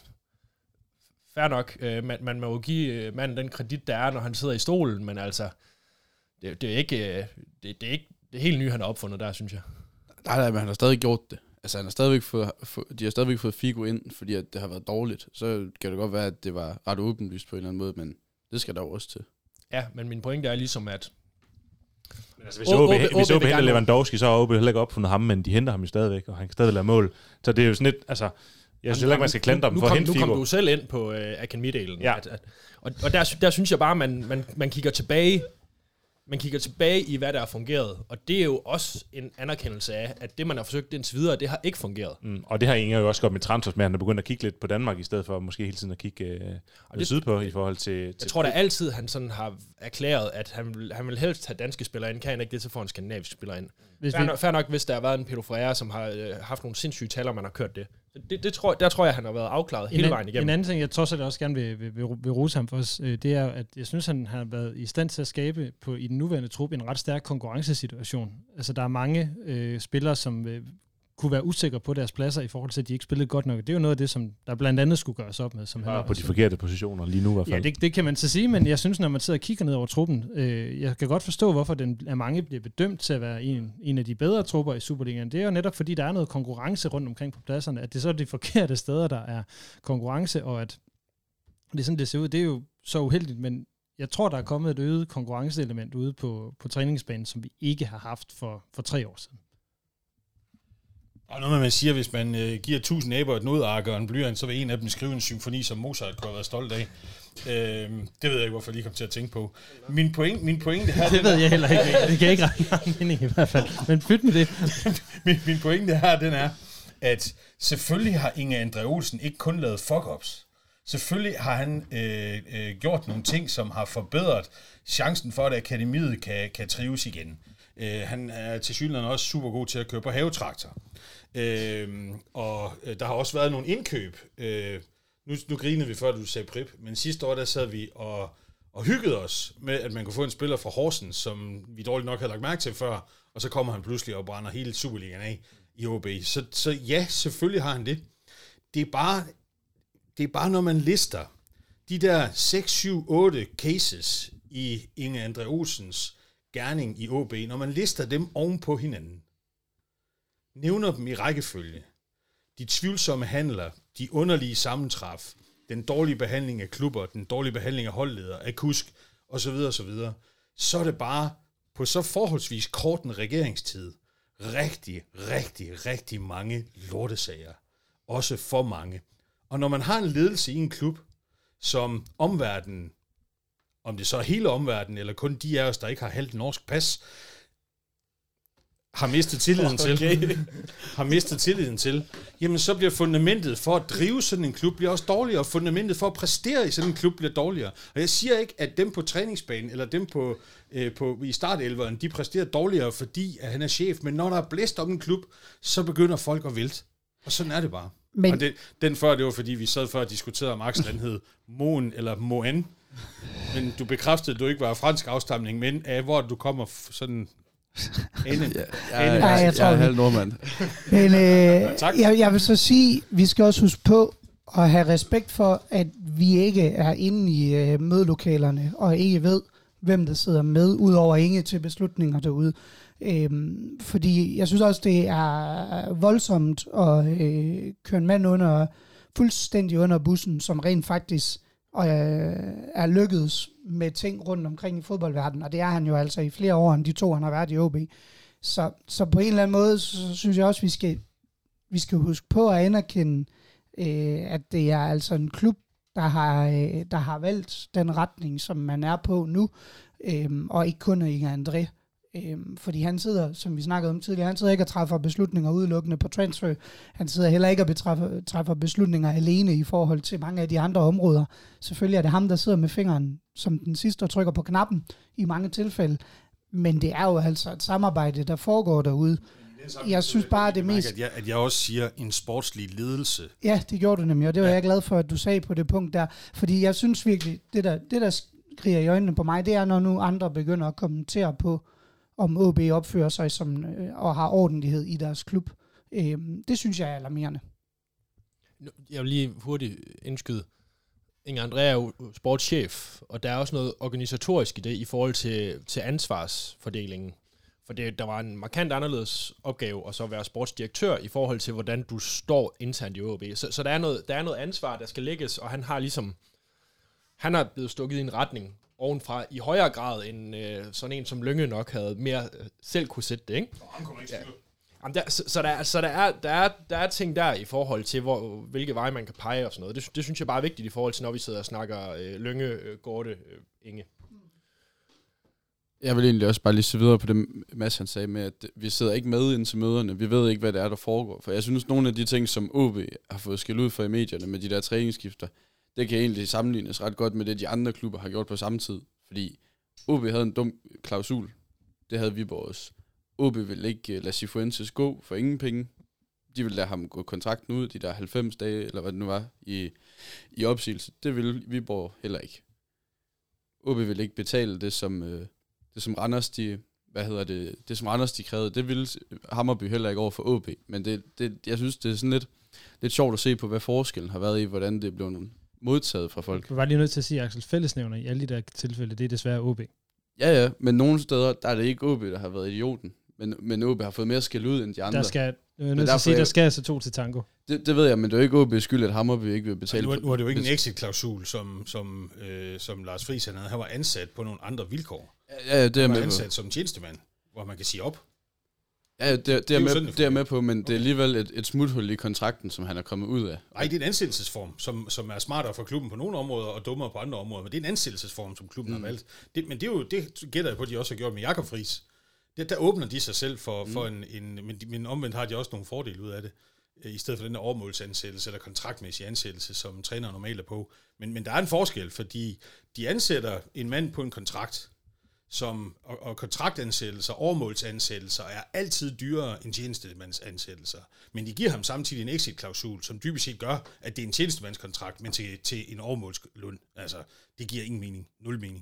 Speaker 3: fair nok, øh, man, man må jo give øh, manden den kredit, der er, når han sidder i stolen, men altså, det, det er ikke øh, det, det er ikke det helt nye, han har opfundet der, synes jeg.
Speaker 7: Nej, nej, men han har stadig gjort det. Altså, han har stadigvæk fået, de har stadigvæk fået Figo ind, fordi at det har været dårligt. Så kan det godt være, at det var ret åbenlyst på en eller anden måde, men det skal der jo også til.
Speaker 3: Ja, men min pointe er ligesom, at
Speaker 6: Men altså, hvis O B, hvis O B henter Lewandowski, så har O B heller ikke opfundet ham, men de henter ham jo stadigvæk, og han kan stadig lave mål. Så det er jo sådan lidt, altså, jeg synes heller ikke, man skal klandre dem for at hente Figo.
Speaker 3: Nu kom du selv ind på øh, akademidelen.
Speaker 6: Ja.
Speaker 3: At, at, og og der, der synes jeg bare, man, man, man kigger tilbage, man kigger tilbage i, hvad der har fungeret. Og det er jo også en anerkendelse af, at det, man har forsøgt indtil videre, det har ikke fungeret.
Speaker 6: Mm, og det har Inger jo også godt med transfers med, han er begyndt at kigge lidt på Danmark, i stedet for måske hele tiden at kigge øh, det, sydpå i forhold til...
Speaker 3: Jeg
Speaker 6: til
Speaker 3: tror da altid, han sådan har erklæret, at han vil, han vil helst have danske spillere ind. Kan han ikke det, så får han skandinaviske spillere ind. Fair nok, fair nok, hvis der har været en Pedro Freire, som har øh, haft nogle sindssyge taler, man har kørt det. det, det tror, der tror jeg, han har været afklaret hele
Speaker 1: en,
Speaker 3: vejen igennem.
Speaker 1: En anden ting, jeg trods alt også gerne vil, vil, vil, vil rose ham for os, øh, det er, at jeg synes, han har været i stand til at skabe på, i den nuværende trup en ret stærk konkurrencesituation. Altså, der er mange øh, spillere, som øh, kunne være usikre på deres pladser i forhold til, at de ikke spillede godt nok. Det er jo noget af det, som der blandt andet skulle gøres op med. Som
Speaker 6: ja,
Speaker 1: han
Speaker 6: på de forkerte positioner lige nu i hvert fald.
Speaker 1: Ja, det, det kan man så sige, men jeg synes, når man sidder og kigger ned over truppen, øh, jeg kan godt forstå, hvorfor den af mange bliver bedømt til at være en, en af de bedre trupper i Superligaen. Det er jo netop, fordi der er noget konkurrence rundt omkring på pladserne, at det så er de forkerte steder, der er konkurrence, og at det er sådan, det ser ud. Det er jo så uheldigt, men jeg tror, der er kommet et øget konkurrenceelement ude på, på træningsbanen, som vi ikke har haft for, for tre år siden.
Speaker 5: Og noget, man siger, hvis man øh, giver tusind aber et nodark og en blyant, så vil en af dem skrive en symfoni, som Mozart kunne have været stolt af. Øh, det ved jeg ikke, hvorfor jeg lige kom til at tænke på. Min pointe, min pointe her...
Speaker 1: det ved jeg heller ikke. Det kan ikke række mening i hvert fald. Men pyt med det.
Speaker 5: min, min pointe her, den er, at selvfølgelig har Inger André Olsen ikke kun lavet fuck-ups. Selvfølgelig har han øh, øh, gjort nogle ting, som har forbedret chancen for, at akademiet kan, kan trives igen. Uh, han er tilsyneladende også super god til at køre på havetraktor. Uh, og uh, der har også været nogle indkøb. Uh, nu, nu grinede vi før, du sagde Prip, men sidste år der sad vi og, og hyggede os med, at man kunne få en spiller fra Horsens, som vi dårligt nok havde lagt mærke til før, og så kommer han pludselig og brænder hele Superligaen af i O B. Så, så ja, selvfølgelig har han det. Det er bare, det er bare når man lister de der seks, syv, otte cases i Inger André Olsens gerning i O B, når man lister dem oven på hinanden, nævner dem i rækkefølge, de tvivlsomme handler, de underlige sammentræf, den dårlige behandling af klubber, den dårlige behandling af holdledere, af kusk, osv., osv., så er det bare på så forholdsvis kort en regeringstid rigtig, rigtig, rigtig mange lortesager. Også for mange. Og når man har en ledelse i en klub, som omverdenen, om det så er hele omverdenen, eller kun de af os, der ikke har halvt norsk pas, har mistet tilliden okay. til, har mistet tilliden til, jamen så bliver fundamentet for at drive sådan en klub bliver også dårligere, og fundamentet for at præstere i sådan en klub bliver dårligere. Og jeg siger ikke, at dem på træningsbanen, eller dem på, øh, på i startelveren, de præsterer dårligere, fordi at han er chef, men når der er blæst om en klub, så begynder folk at vælte. Og sådan er det bare. Men... Og det, den før, det var fordi, vi sad før og diskuterede om aksen hed Moen eller Moen. Men du bekræftede, at du ikke var fransk afstamning, men af hvor du kommer sådan... Ane.
Speaker 7: ja, jeg, jeg, jeg, jeg er halv nordmand.
Speaker 4: Men øh, jeg, jeg vil så sige, vi skal også huske på at have respekt for, at vi ikke er inde i øh, mødelokalerne, og ikke ved, hvem der sidder med, udover Inge til beslutninger derude. Øhm, fordi jeg synes også, det er voldsomt at øh, køre en mand under, fuldstændig under bussen, som rent faktisk og er lykkedes med ting rundt omkring i fodboldverdenen, og det er han jo altså i flere år, end de to, han har været i O B. Så, så på en eller anden måde, så synes jeg også, vi skal, vi skal huske på at anerkende, øh, at det er altså en klub, der har, øh, der har valgt den retning, som man er på nu, øh, og ikke kun Inge André. Øhm, fordi han sidder, som vi snakkede om tidligere, han sidder ikke og træffer beslutninger udelukkende på transfer. Han sidder heller ikke og betræffer, træffer beslutninger alene i forhold til mange af de andre områder. Selvfølgelig er det ham, der sidder med fingeren som den sidste og trykker på knappen i mange tilfælde. Men det er jo altså et samarbejde, der foregår derude. Jeg synes bare, det mest...
Speaker 5: At jeg, at jeg også siger en sportslig ledelse.
Speaker 4: Ja, det gjorde du nemlig, og det var ja. jeg glad for, at du sagde på det punkt der. Fordi jeg synes virkelig, det der, det der skriger i øjnene på mig, det er, når nu andre begynder at kommentere på, om O B opfører sig som, øh, og har ordentlighed i deres klub. Øh, det synes jeg er alarmerende.
Speaker 3: Jeg vil lige hurtigt indskyde. Inge André er jo sportschef, og der er også noget organisatorisk i det i forhold til, til ansvarsfordelingen. For det, der var en markant anderledes opgave at så være sportsdirektør i forhold til, hvordan du står internt i O B. Så, så der, er noget, der er noget ansvar, der skal lægges, og han har ligesom, han er blevet stukket i en retning ovenfra i højere grad, end øh, sådan en som Lynge nok havde mere øh, selv kunne sætte det, ikke?
Speaker 5: Og han kommer ikke
Speaker 3: ja. Jamen der, så, så, der, så der, er, der, er, der er ting der i forhold til, hvor, hvilke veje man kan pege og sådan noget. Det, det synes jeg bare er vigtigt i forhold til, når vi sidder og snakker øh, Lynge, øh, Gorte, øh, Inge.
Speaker 7: Jeg vil egentlig også bare lige se videre på det, Mads han sagde med, at vi sidder ikke med ind til møderne. Vi ved ikke, hvad det er, der foregår. For jeg synes, nogle af de ting, som O B har fået skæld ud for i medierne med de der træningsskifter, det kan egentlig sammenlignes ret godt med det, de andre klubber har gjort på samme tid. Fordi O B havde en dum klausul. Det havde Viborg også. O B ville ikke lade Cifuentes gå for ingen penge. De ville lade ham gå kontrakten ud, de der halvfems dage, eller hvad det nu var, i, i opsigelse. Det ville Viborg heller ikke. O B ville ikke betale det, som, øh, det, som Randers, de, hvad hedder det, det, som Randers, de krævede. Det ville Hammarby heller ikke over for O B. Men det, det, jeg synes, det er sådan lidt, lidt sjovt at se på, hvad forskellen har været i, hvordan det blev nogle modtaget fra folk.
Speaker 1: Du var lige nødt til at sige, at Axel fællesnævner i alle de der tilfælde, det er desværre O B.
Speaker 7: Ja, ja, men nogle steder, der er det ikke O B, der har været idioten. Men, men O B har fået mere skæld ud end de andre.
Speaker 1: Der skal, jeg er nødt til at sige, der skal altså to til tango.
Speaker 7: Det, det ved jeg, men det er jo ikke O B's skyld, at Hammarby ikke vil betale.
Speaker 5: Nu er, nu er det jo ikke en exit-klausul, som, som, øh, som Lars Friis havde. Han var ansat på nogle andre vilkår.
Speaker 7: Ja, ja, det er
Speaker 5: han var
Speaker 7: med
Speaker 5: ansat
Speaker 7: på.
Speaker 5: som tjenestemand, hvor man kan sige op.
Speaker 7: Ja, det, det,
Speaker 5: det,
Speaker 7: er,
Speaker 5: er
Speaker 7: med,
Speaker 5: sådan,
Speaker 7: det er med på, men okay. Det er alligevel et, et smuthul i kontrakten, som han er kommet ud af.
Speaker 5: Nej, det er en ansættelsesform, som, som er smartere for klubben på nogle områder, og dummere på andre områder. Men det er en ansættelsesform, som klubben mm. har valgt. Det, men det, er jo, det gætter jeg på, at de også har gjort med Jakob Friis. Det, der åbner de sig selv for, mm. for en, en men, men omvendt har de også nogle fordele ud af det, i stedet for den der overmålsansættelse eller kontraktmæssig ansættelse, som træner normalt er på. Men, men der er en forskel, fordi de ansætter en mand på en kontrakt, som, og, og kontraktansættelser, overmålsansættelser er altid dyrere end tjenestemandsansættelser. Men de giver ham samtidig en exit-klausul, som dybest set gør, at det er en tjenestemandskontrakt, men til, til en overmålsløn. Altså, det giver ingen mening. Nul mening.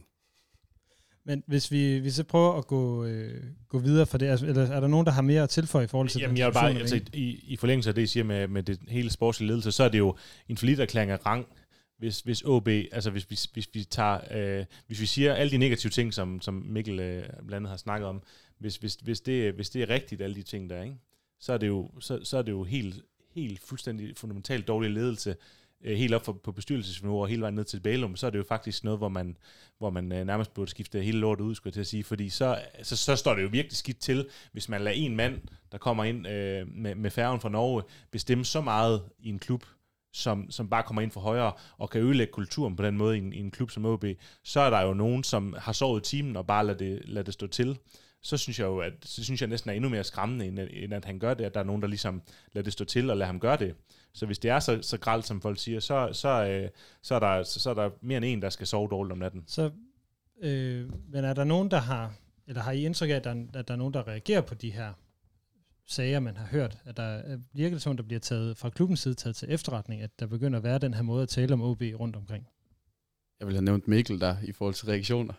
Speaker 1: Men hvis vi, vi så prøver at gå, øh, gå videre for det, altså, eller er der nogen, der har mere at tilføje i forhold til
Speaker 6: Jamen, jeg vil bare, altså, i, i forlængelse af det, I siger med, med det hele sportslige ledelse, så er det jo en forlitterklæring af rang, hvis, hvis O B, altså hvis vi, hvis vi tager, øh, hvis vi siger alle de negative ting, som, som Mikkel øh, blandt andet har snakket om, hvis, hvis, hvis, det, hvis det er rigtigt, alle de ting der, ikke? Så er det jo, så, så er det jo helt, helt fuldstændig fundamentalt dårlig ledelse, øh, helt op for, på bestyrelsesniveau og hele vejen ned til Bælum, så er det jo faktisk noget, hvor man, hvor man øh, nærmest burde skifte hele lortet ud, skulle jeg til at sige, fordi så, så, så står det jo virkelig skidt til, hvis man lader en mand, der kommer ind øh, med, med færgen fra Norge, bestemme så meget i en klub, Som, som bare kommer ind for højre og kan ødelægge kulturen på den måde i en, i en klub som O B, så er der jo nogen, som har sovet i timen og bare lader det, lader det stå til. Så synes jeg jo, at så synes jeg næsten er endnu mere skræmmende, end at, end at han gør det, at der er nogen, der ligesom lader det stå til og lader ham gøre det. Så hvis det er så, så grelt, som folk siger, så, så, øh, så, er der, så, så er der mere end en, der skal sove dårligt om natten.
Speaker 1: Så, øh, men er der nogen, der har, eller har I indtryk af, at der, at der er nogen, der reagerer på de her sager, man har hørt, at der virker det som, der bliver taget fra klubbens side taget til efterretning, at der begynder at være den her måde at tale om O B rundt omkring?
Speaker 7: Jeg vil have nævnt Mikkel der, i forhold til reaktioner.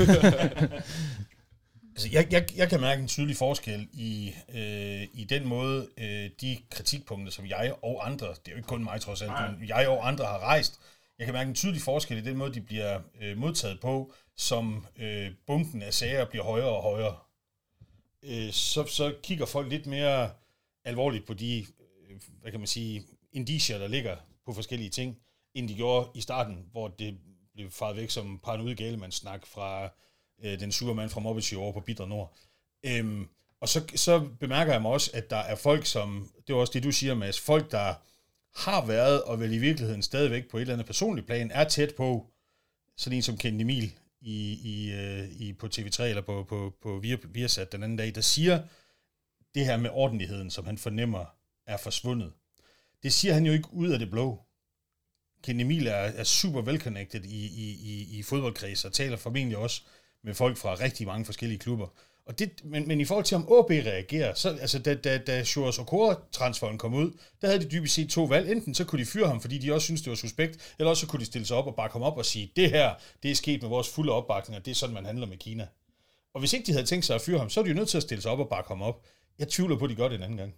Speaker 5: altså, jeg, jeg, jeg kan mærke en tydelig forskel i, øh, i den måde, øh, de kritikpunkter, som jeg og andre, det er jo ikke kun mig trods alt, men jeg og andre har rejst, jeg kan mærke en tydelig forskel i den måde, de bliver øh, modtaget på, som øh, bunken af sager bliver højere og højere. Så, så kigger folk lidt mere alvorligt på de, hvad kan man sige, indicier, der ligger på forskellige ting, end de gjorde i starten, hvor det blev faret væk som paranoid galemandsnak fra øh, den sure mand fra Mobbetyr over på Bitre Nord. Øhm, og så, så bemærker jeg mig også, at der er folk, som, det var også det, du siger, Mads, folk, der har været, og vel i virkeligheden stadigvæk på et eller andet personligt plan, er tæt på sådan en som Kenny Emil i, i, i, på T V tre eller på, på, på Viasat den anden dag, der siger det her med ordentligheden, som han fornemmer er forsvundet. Det siger han jo ikke ud af det blå. Kenny Emil er, er super velconnected i, i, i, i fodboldkreds, og taler formentlig også med folk fra rigtig mange forskellige klubber. Og det, men, men i forhold til, om O B reagerer, så, altså, da, da, da Sjurs Okora-transferen kom ud, der havde de dybest set to valg. Enten så kunne de fyre ham, fordi de også synes det var suspekt, eller også så kunne de stille sig op og bakke ham op og sige, det her, det er sket med vores fulde opbakning, og det er sådan, man handler med Kina. Og hvis ikke de havde tænkt sig at fyre ham, så er de jo nødt til at stille sig op og bakke ham op. Jeg tvivler på, at de gør det en anden gang.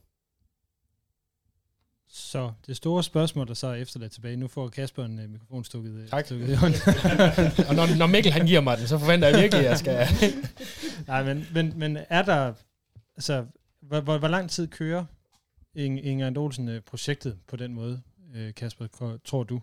Speaker 1: Så det store spørgsmål, der så er efterladt tilbage. Nu får Kasper en uh, mikrofon stukket,
Speaker 3: tak.
Speaker 1: stukket i hånden.
Speaker 3: Og når, når Mikkel han giver mig den, så forventer jeg virkelig, at jeg skal...
Speaker 1: Nej, men, men, men er der... Altså, hvor, hvor, hvor lang tid kører Inger Olsen uh, projektet på den måde, uh, Kasper, tror du?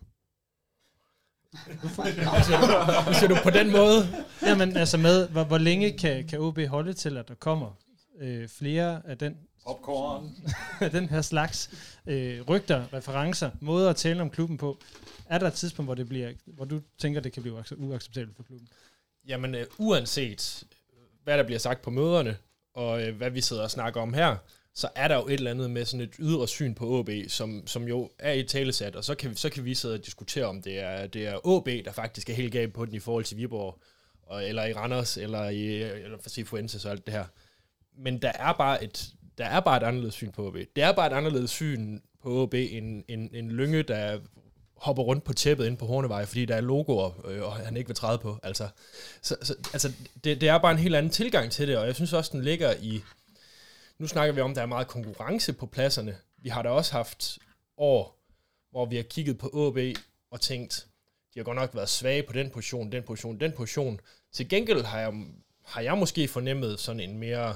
Speaker 3: Hvad siger du på den måde?
Speaker 1: Jamen, altså med, hvor, hvor længe kan, kan O B holde til, at der kommer øh, flere af den
Speaker 5: popcorn
Speaker 1: den her slags øh, rygter, referencer, måder at tale om klubben på? Er der et tidspunkt, hvor det bliver, hvor du tænker, det kan blive uacceptabelt for klubben?
Speaker 3: Jamen, øh, uanset hvad der bliver sagt på møderne, og øh, hvad vi sidder og snakker om her, så er der jo et eller andet med sådan et ydre syn på O B, som, som jo er i talesat, og så kan, vi, så kan vi sidde og diskutere, om det er, det er O B, der faktisk er helt galt på den i forhold til Viborg, og, eller i Randers, eller i eller for Cifuentes og alt det her. Men der er bare et, der er bare et anderledes syn på O B. Det er bare et anderledes syn på O B, end en, en Lynge, der hopper rundt på tæppet inde på Hornevej, fordi der er logoer, øh, og han ikke vil træde på. Altså, så, så, altså det, det er bare en helt anden tilgang til det, og jeg synes også, den ligger i... Nu snakker vi om, at der er meget konkurrence på pladserne. Vi har da også haft år, hvor vi har kigget på O B og tænkt, de har godt nok været svage på den position, den position, den position. Til gengæld har jeg, har jeg måske fornemmet sådan en mere...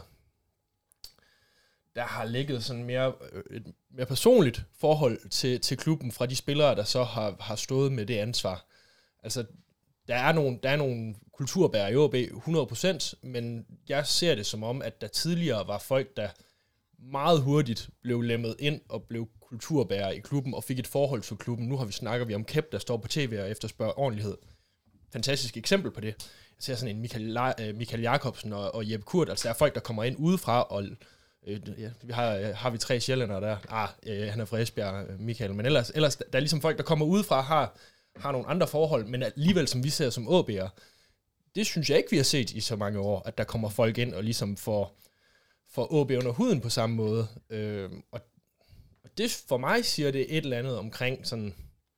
Speaker 3: Der har ligget sådan mere, et mere personligt forhold til, til klubben fra de spillere, der så har, har stået med det ansvar. Altså, der er nogle, der er nogle kulturbærere i O B hundrede procent, men jeg ser det som om, at der tidligere var folk, der meget hurtigt blev lemmet ind og blev kulturbærere i klubben og fik et forhold til klubben. Nu har vi snakker vi om Kep, der står på tv og efterspørger ordentlighed. Fantastisk eksempel på det. Jeg ser sådan en Michael, Michael Jacobsen og, og Jeppe Kurt, altså der er folk, der kommer ind udefra og... Ja, vi har, har vi tre sjællændere der. Ah, øh, han er fra Esbjerg, Michael. Men ellers, ellers, der er ligesom folk, der kommer udefra, har, har nogle andre forhold, men alligevel, som vi ser som O B'er, det synes jeg ikke, vi har set i så mange år, at der kommer folk ind og ligesom får, får O B under huden på samme måde. Øh, og, og det for mig siger det et eller andet omkring, sådan,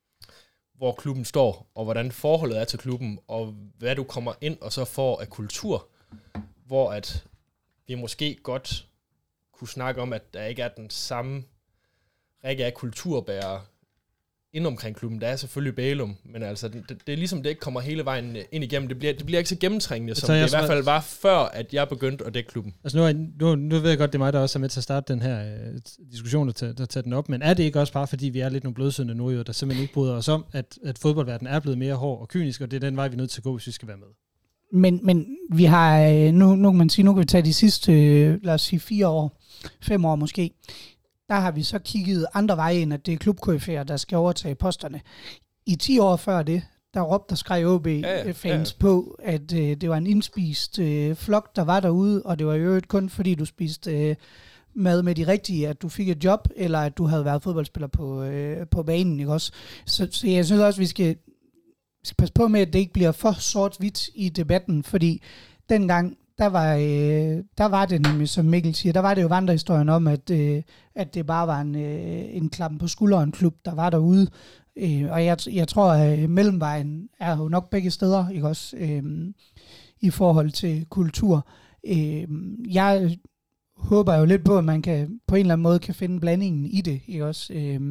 Speaker 3: hvor klubben står, og hvordan forholdet er til klubben, og hvad du kommer ind og så får af kultur, hvor at vi måske godt... kunne snakke om, at der ikke er den samme række af kulturbærere ind omkring klubben. Der er selvfølgelig Bælum, men altså, det, det er ligesom, det ikke kommer hele vejen ind igennem. Det bliver, det bliver ikke så gennemtrængende, som det i hvert fald var, før at jeg begyndte at dække klubben.
Speaker 1: Altså nu, er, nu, nu ved jeg godt, det er mig, der også er med til at starte den her øh, diskussion, der tager, der tager den op, men er det ikke også bare, fordi vi er lidt nogle blødsødende nordjyder, der simpelthen ikke bryder os om, at, at fodboldverdenen er blevet mere hård og kynisk, og det er den vej, vi er nødt til at gå, hvis vi skal være med?
Speaker 4: Men, men vi har, nu, nu kan man sige, nu kan vi tage de sidste, lad os sige, fire år, fem år måske, der har vi så kigget andre veje ind, at det er klubkoryfæer, der skal overtage posterne. I ti år før det, der råbte og skreg O B-fans ja, ja, ja. på, at øh, det var en indspist øh, flok, der var derude, og det var i øvrigt kun fordi du spiste øh, mad med de rigtige, at du fik et job, eller at du havde været fodboldspiller på, øh, på banen, ikke også? Så, så jeg synes også, vi skal, vi skal passe på med, at det ikke bliver for sort-hvidt i debatten, fordi dengang, der var, øh, der var det nemlig, som Mikkel siger, der var det jo vandrehistorien om, at, øh, at det bare var en, øh, en klappen på skulderen klub, der var derude. Øh, og jeg, jeg tror, at mellemvejen er jo nok begge steder, ikke også, øh, i forhold til kultur. Øh, jeg håber jo lidt på, at man kan på en eller anden måde kan finde blandingen i det, ikke også. Øh,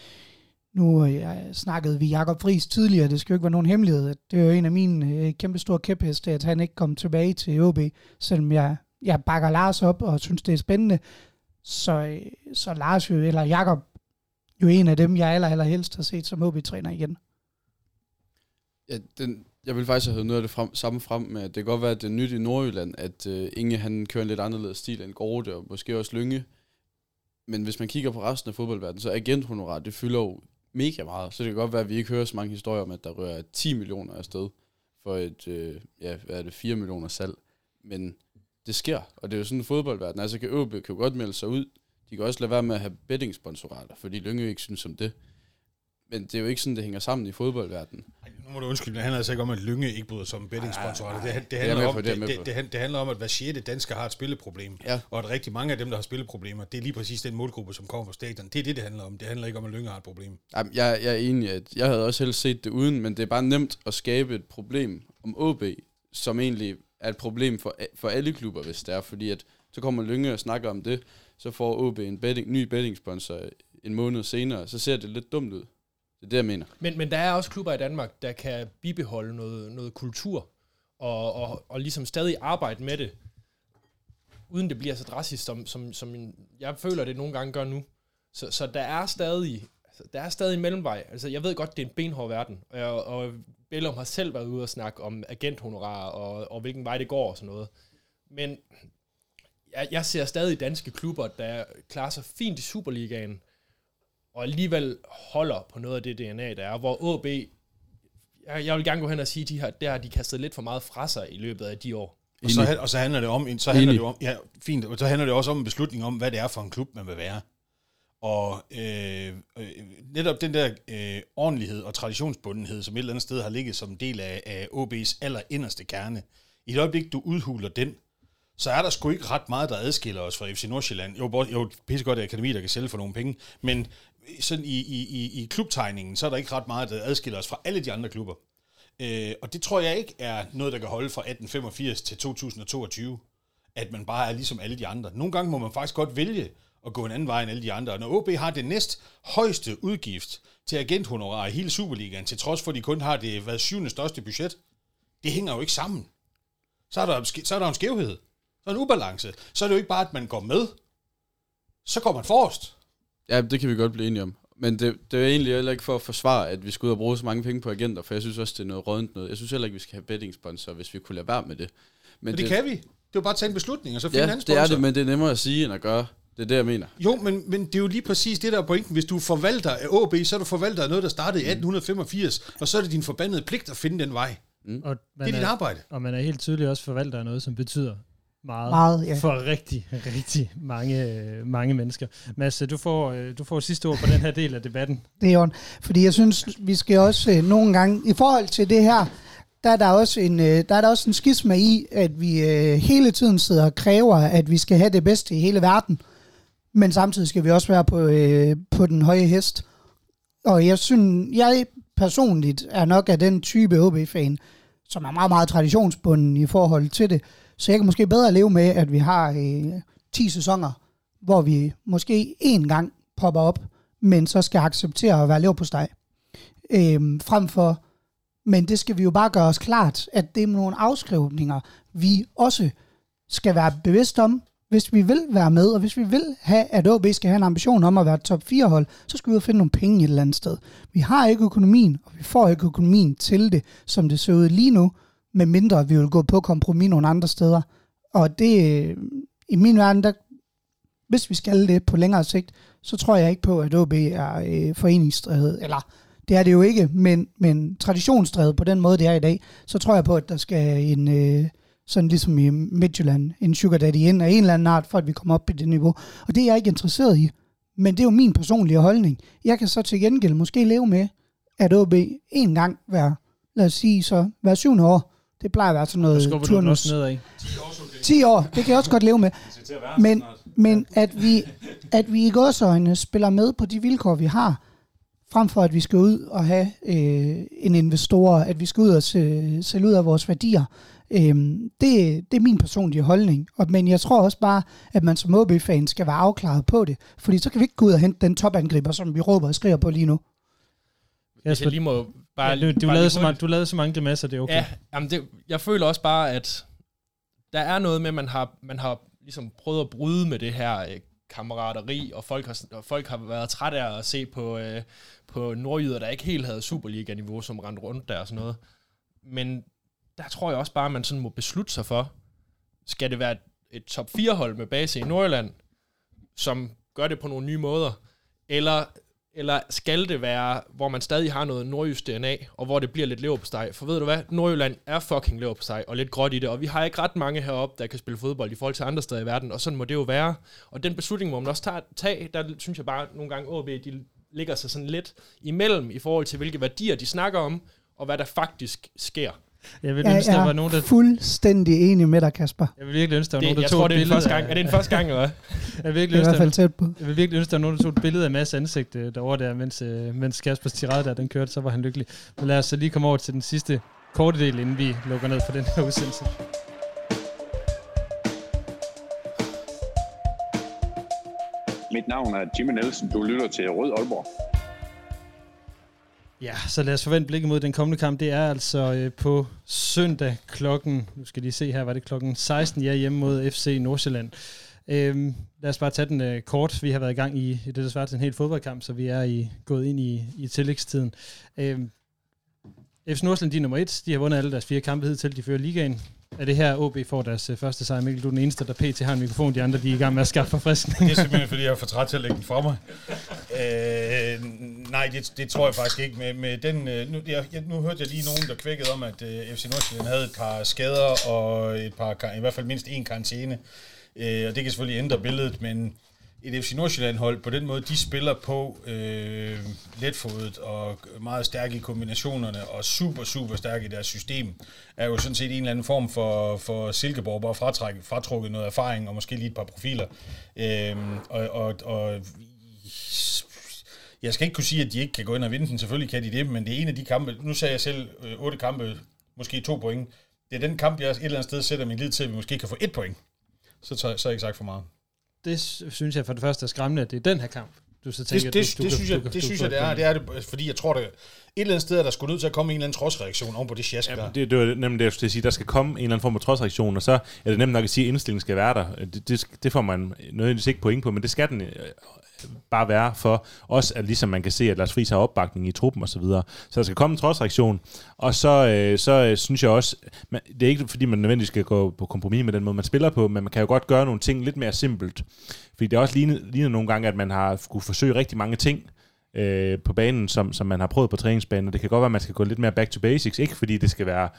Speaker 4: Nu jeg snakkede vi Jakob Friis tidligere, det skal jo ikke være nogen hemmelighed. Det er jo en af mine øh, kæmpe store kæpheste, at han ikke kom tilbage til O B, selvom jeg, jeg bakker Lars op og synes, det er spændende. Så, øh, så Lars jo, eller Jakob, jo en af dem, jeg aller, aller helst har set som O B-træner igen.
Speaker 7: Ja, den, jeg vil faktisk have hørt noget af det frem, samme frem med, at det kan godt være, at det er nyt i Nordjylland, at øh, Inge han kører en lidt anderledes stil end Gorte, og måske også Lynge. Men hvis man kigger på resten af fodboldverdenen, så agenthonorar, det fylder jo mega meget. Så det kan godt være, at vi ikke hører så mange historier om, at der rører ti millioner afsted for et, øh, ja, hvad er det, fire millioner salg. Men det sker, og det er jo sådan en fodboldverden. Altså kan O B kan jo godt melde sig ud. De kan også lade være med at have betting-sponsorater, fordi Lyngø ikke synes om det. Men det er jo ikke sådan, det hænger sammen i fodboldverdenen.
Speaker 5: Nu må du undskylde, det handler altså ikke om, at Lynge ikke bryder sig om bettingsponsorater. Det, det, handler om, det, det, det, det handler om, at hver sjette dansker har et spilleproblem. Ja. Og at rigtig mange af dem, der har spilleproblemer, det er lige præcis den målgruppe, som kommer fra stadion. Det er det, det handler om. Det handler ikke om, at Lynge har et problem.
Speaker 7: Jamen, jeg, jeg er enig, at jeg havde også helst set det uden, men det er bare nemt at skabe et problem om O B, som egentlig er et problem for, for alle klubber, hvis det er. Fordi at, så kommer Lynge og snakker om det, så får O B en betting, ny bettingsponsor en måned senere, så ser det lidt dumt ud. Det er det, jeg mener.
Speaker 3: Men, men der er også klubber i Danmark, der kan bibeholde noget, noget kultur, og, og, og ligesom stadig arbejde med det, uden det bliver så drastisk, som, som, som jeg føler, det nogle gange gør nu. Så, så der er stadig altså, der er stadig en mellemvej. Altså, jeg ved godt, det er en benhård verden, og, og Bellum har selv været ude og snakke om agenthonorar, og, og hvilken vej det går og sådan noget. Men jeg, jeg ser stadig danske klubber, der klarer sig fint i Superligaen, og alligevel holder på noget af det D N A, der er, hvor O B, jeg, jeg vil gerne gå hen og sige, at de har, der har de kastet lidt for meget fra sig i løbet af de år.
Speaker 5: Og så, og så handler det om, så handler det om, ja, fint, og så handler det også om en beslutning om, hvad det er for en klub, man vil være. Og øh, øh, netop den der øh, ordentlighed og traditionsbundenhed, som et eller andet sted har ligget som en del af, af O B's allerinderste kerne. I et øjeblik, du udhuler den, så er der sgu ikke ret meget, der adskiller os fra F C Nordsjælland. Jo, jo pissegodt akademi, der kan sælge for nogle penge, men sådan i, i, i, i klubtegningen, så er der ikke ret meget, der adskiller os fra alle de andre klubber. Øh, og det tror jeg ikke er noget, der kan holde fra atten femogfirs til to tusind og toogtyve, at man bare er ligesom alle de andre. Nogle gange må man faktisk godt vælge at gå en anden vej end alle de andre. Og når O B har det næst højeste udgift til agenthonorar i hele Superligaen, til trods for, at de kun har det hvad, syvende største budget, det hænger jo ikke sammen. Så er der, så er der en skævhed. Så er en ubalance. Så er det jo ikke bare, at man går med. Så går man forrest.
Speaker 7: Ja, det kan vi godt blive enige om. Men det, det er egentlig heller ikke for at forsvare, at vi skal ud og bruge så mange penge på agenter, for jeg synes også, det er noget rådent noget. Jeg synes heller ikke, vi skal have bettingsponsorer, hvis vi kunne lade være med det. Men
Speaker 5: det, det kan vi. Det er jo bare at tage en beslutning, og så finde
Speaker 7: ja,
Speaker 5: en anden sponsor.
Speaker 7: det er det, men det er nemmere at sige, end at gøre. Det er det, jeg mener.
Speaker 5: Jo, men, men det er jo lige præcis det, der er pointen. Hvis du forvalter af O B, så er du forvalter af noget, der startede i atten femogfirs, og så er det din forbandede pligt at finde den vej. Mm. Og det er dit arbejde.
Speaker 1: Og man er helt tydeligt også forvalter af noget, som betyder meget,
Speaker 4: meget ja.
Speaker 1: for rigtig, rigtig mange, mange mennesker. Mads, du får, du får sidste ord på den her del af debatten.
Speaker 4: Det er jo, fordi jeg synes, vi skal også nogle gange, i forhold til det her, der er der også en, der er der også en skisma i, at vi hele tiden sidder og kræver, at vi skal have det bedste i hele verden, men samtidig skal vi også være på, på den høje hest. Og jeg synes, jeg personligt er nok af den type O B-fan, som er meget, meget traditionsbunden i forhold til det. Så jeg kan måske bedre leve med, at vi har øh, ti sæsoner, hvor vi måske én gang popper op, men så skal acceptere at være leverpostej. Øh, frem for, men det skal vi jo bare gøre os klart, at det er nogle afskrivninger, vi også skal være bevidste om, hvis vi vil være med, og hvis vi vil have, at O B skal have en ambition om at være top fire hold, så skal vi jo finde nogle penge et eller andet sted. Vi har ikke økonomien, og vi får ikke økonomien til det, som det ser ud lige nu, med mindre vi vil gå på kompromis nogle andre steder. Og det, i min verden, der, hvis vi skal det på længere sigt, så tror jeg ikke på, at O B er øh, foreningsdrevet, eller det er det jo ikke, men, men traditionsdrevet på den måde, det er i dag, så tror jeg på, at der skal en, øh, sådan ligesom i Midtjylland, en sugar daddy ind af en eller anden art, for at vi kommer op på det niveau. Og det er jeg ikke interesseret i, men det er jo min personlige holdning. Jeg kan så til gengæld måske leve med, at O B en gang hver, lad os sige så, hver syvende år, det plejer at være sådan noget turnus. ti år, det kan jeg også godt leve med. Men, men at vi, at vi i gåseøjne spiller med på de vilkår, vi har, frem for at vi skal ud og have øh, en investor, at vi skal ud og se, sælge ud af vores værdier. Øh, det, det er min personlige holdning. Og, men jeg tror også bare, at man som O B-fan skal være afklaret på det. Fordi så kan vi ikke gå ud og hente den topangriber, som vi råber og skriger på lige nu.
Speaker 3: Hvis jeg lige må bare...
Speaker 1: Ja, du, du,
Speaker 3: bare
Speaker 1: lavede så mange, du lavede så mange grimasser, det er okay.
Speaker 3: Ja, jamen det, jeg føler også bare, at der er noget med, at man har, man har ligesom prøvet at bryde med det her øh, kammerateri, og folk har, og folk har været trætte af at se på, øh, på nordjyder, der ikke helt havde Superliga-niveau, som rendte rundt der og sådan noget. Men der tror jeg også bare, at man sådan må beslutte sig for, skal det være et, et top fire hold med base i Nordjylland, som gøre det på nogle nye måder, eller, eller skal det være, hvor man stadig har noget nordjysk D N A, og hvor det bliver lidt leverpostej? For ved du hvad, Nordjylland er fucking leverpostej, og lidt gråt i det, og vi har ikke ret mange heroppe, der kan spille fodbold i forhold til andre steder i verden, og sådan må det jo være. Og den beslutning må man også tage, tage der synes jeg bare nogle gange, A A B, de ligger sig sådan lidt imellem i forhold til, hvilke værdier de snakker om, og hvad der faktisk sker.
Speaker 1: Jeg vil ønske,
Speaker 4: jeg
Speaker 1: der var nogen, der...
Speaker 4: fuldstændig enig med dig, Kasper.
Speaker 1: Jeg vil virkelig ønske, der var
Speaker 3: Det,
Speaker 1: nogen, der
Speaker 3: jeg
Speaker 1: tog
Speaker 3: tror,
Speaker 1: et
Speaker 3: det er,
Speaker 1: billede
Speaker 3: første gang.
Speaker 1: af...
Speaker 3: Er det en første gang, eller hvad?
Speaker 1: Jeg vil
Speaker 4: Det
Speaker 1: virkelig
Speaker 4: er i hvert fald
Speaker 1: ønske,
Speaker 4: tæt på.
Speaker 1: jeg vil virkelig ønske, der var nogen, der tog et billede af Mads ansigt øh, derovre der, mens, øh, mens Kaspers tirade der, den kørte, så var han lykkelig. Men lad os så lige komme over til den sidste korte del, inden vi lukker ned for den her udsendelse.
Speaker 2: Mit navn er Jimmy Nielsen. Du lytter til Rød Aalborg.
Speaker 1: Ja, så lad os forvente blikket mod den kommende kamp. Det er altså øh, på søndag klokken, nu skal I se her, var det klokken seksten, ja, hjemme mod F C Nordsjælland. Øhm, lad os bare tage den øh, kort. Vi har været i gang i, i det, der svarer til en helt fodboldkamp, så vi er i, gået ind i, i tillægstiden. Øhm, F C Nordsjælland, de er nummer et. De har vundet alle deres fire kampe hidtil. De fører ligaen. Er det her, A B får deres øh, første sejr? Mikkel, du er den eneste, der pt. Har en mikrofon. De andre, de er i gang med at skaffe forfriskning.
Speaker 5: Det er simpelthen, fordi jeg er for træt til at lægge den fra mig. Øh, nej, det, det tror jeg faktisk ikke. Med, med den, øh, nu, jeg, nu hørte jeg lige nogen, der kvækkede om, at øh, F C Nordsjælland havde et par skader og et par, i hvert fald mindst én karantæne. Øh, og det kan selvfølgelig ændre billedet, men et F C Nordsjælland-hold på den måde, de spiller på øh, letfodet og meget stærke i kombinationerne og super, super stærke i deres system, er jo sådan set en eller anden form for, for Silkeborg, bare fratræk, fratrukket noget erfaring og måske lige et par profiler. Øh, og, og, og jeg skal ikke kunne sige, at de ikke kan gå ind og vinde den, selvfølgelig kan de det, men det er en af de kampe, nu sagde jeg selv øh, otte kampe, måske to point. Det er den kamp, jeg et eller andet sted sætter min lid til, at vi måske kan få et point. Så, så, så er jeg ikke sagt for meget.
Speaker 1: Det synes jeg for det første er skræmmende, at det er den her kamp, du så tænker,
Speaker 5: det, det,
Speaker 1: du,
Speaker 5: det,
Speaker 1: du,
Speaker 5: synes
Speaker 1: du,
Speaker 5: jeg,
Speaker 1: du,
Speaker 5: det
Speaker 1: du,
Speaker 5: synes
Speaker 1: du,
Speaker 5: jeg, det er, det er det, fordi jeg tror, det et eller andet sted, at der skulle nødt til at komme en eller anden trodsreaktion oven på det sjask
Speaker 6: ja,
Speaker 5: der.
Speaker 6: Det, det var nemlig det, jeg skulle sige. Der skal komme en eller anden form for trodsreaktion, og så er det nemt nok at sige, at indstillingen skal være der. Det, det, det får man nødvendigvis ikke point på, men det skal den bare være for os, at ligesom man kan se, at Lars Friis har opbakning i truppen og så videre. Så der skal komme en trodsreaktion, og så, øh, så øh, synes jeg også, man, det er ikke fordi man nødvendigvis skal gå på kompromis med den måde, man spiller på, men man kan jo godt gøre nogle ting lidt mere simpelt. Fordi det er også lignet, lignet nogle gange, at man har skulle forsøge rigtig mange ting øh, på banen, som, som man har prøvet på træningsbanen, og det kan godt være, at man skal gå lidt mere back to basics, ikke fordi det skal være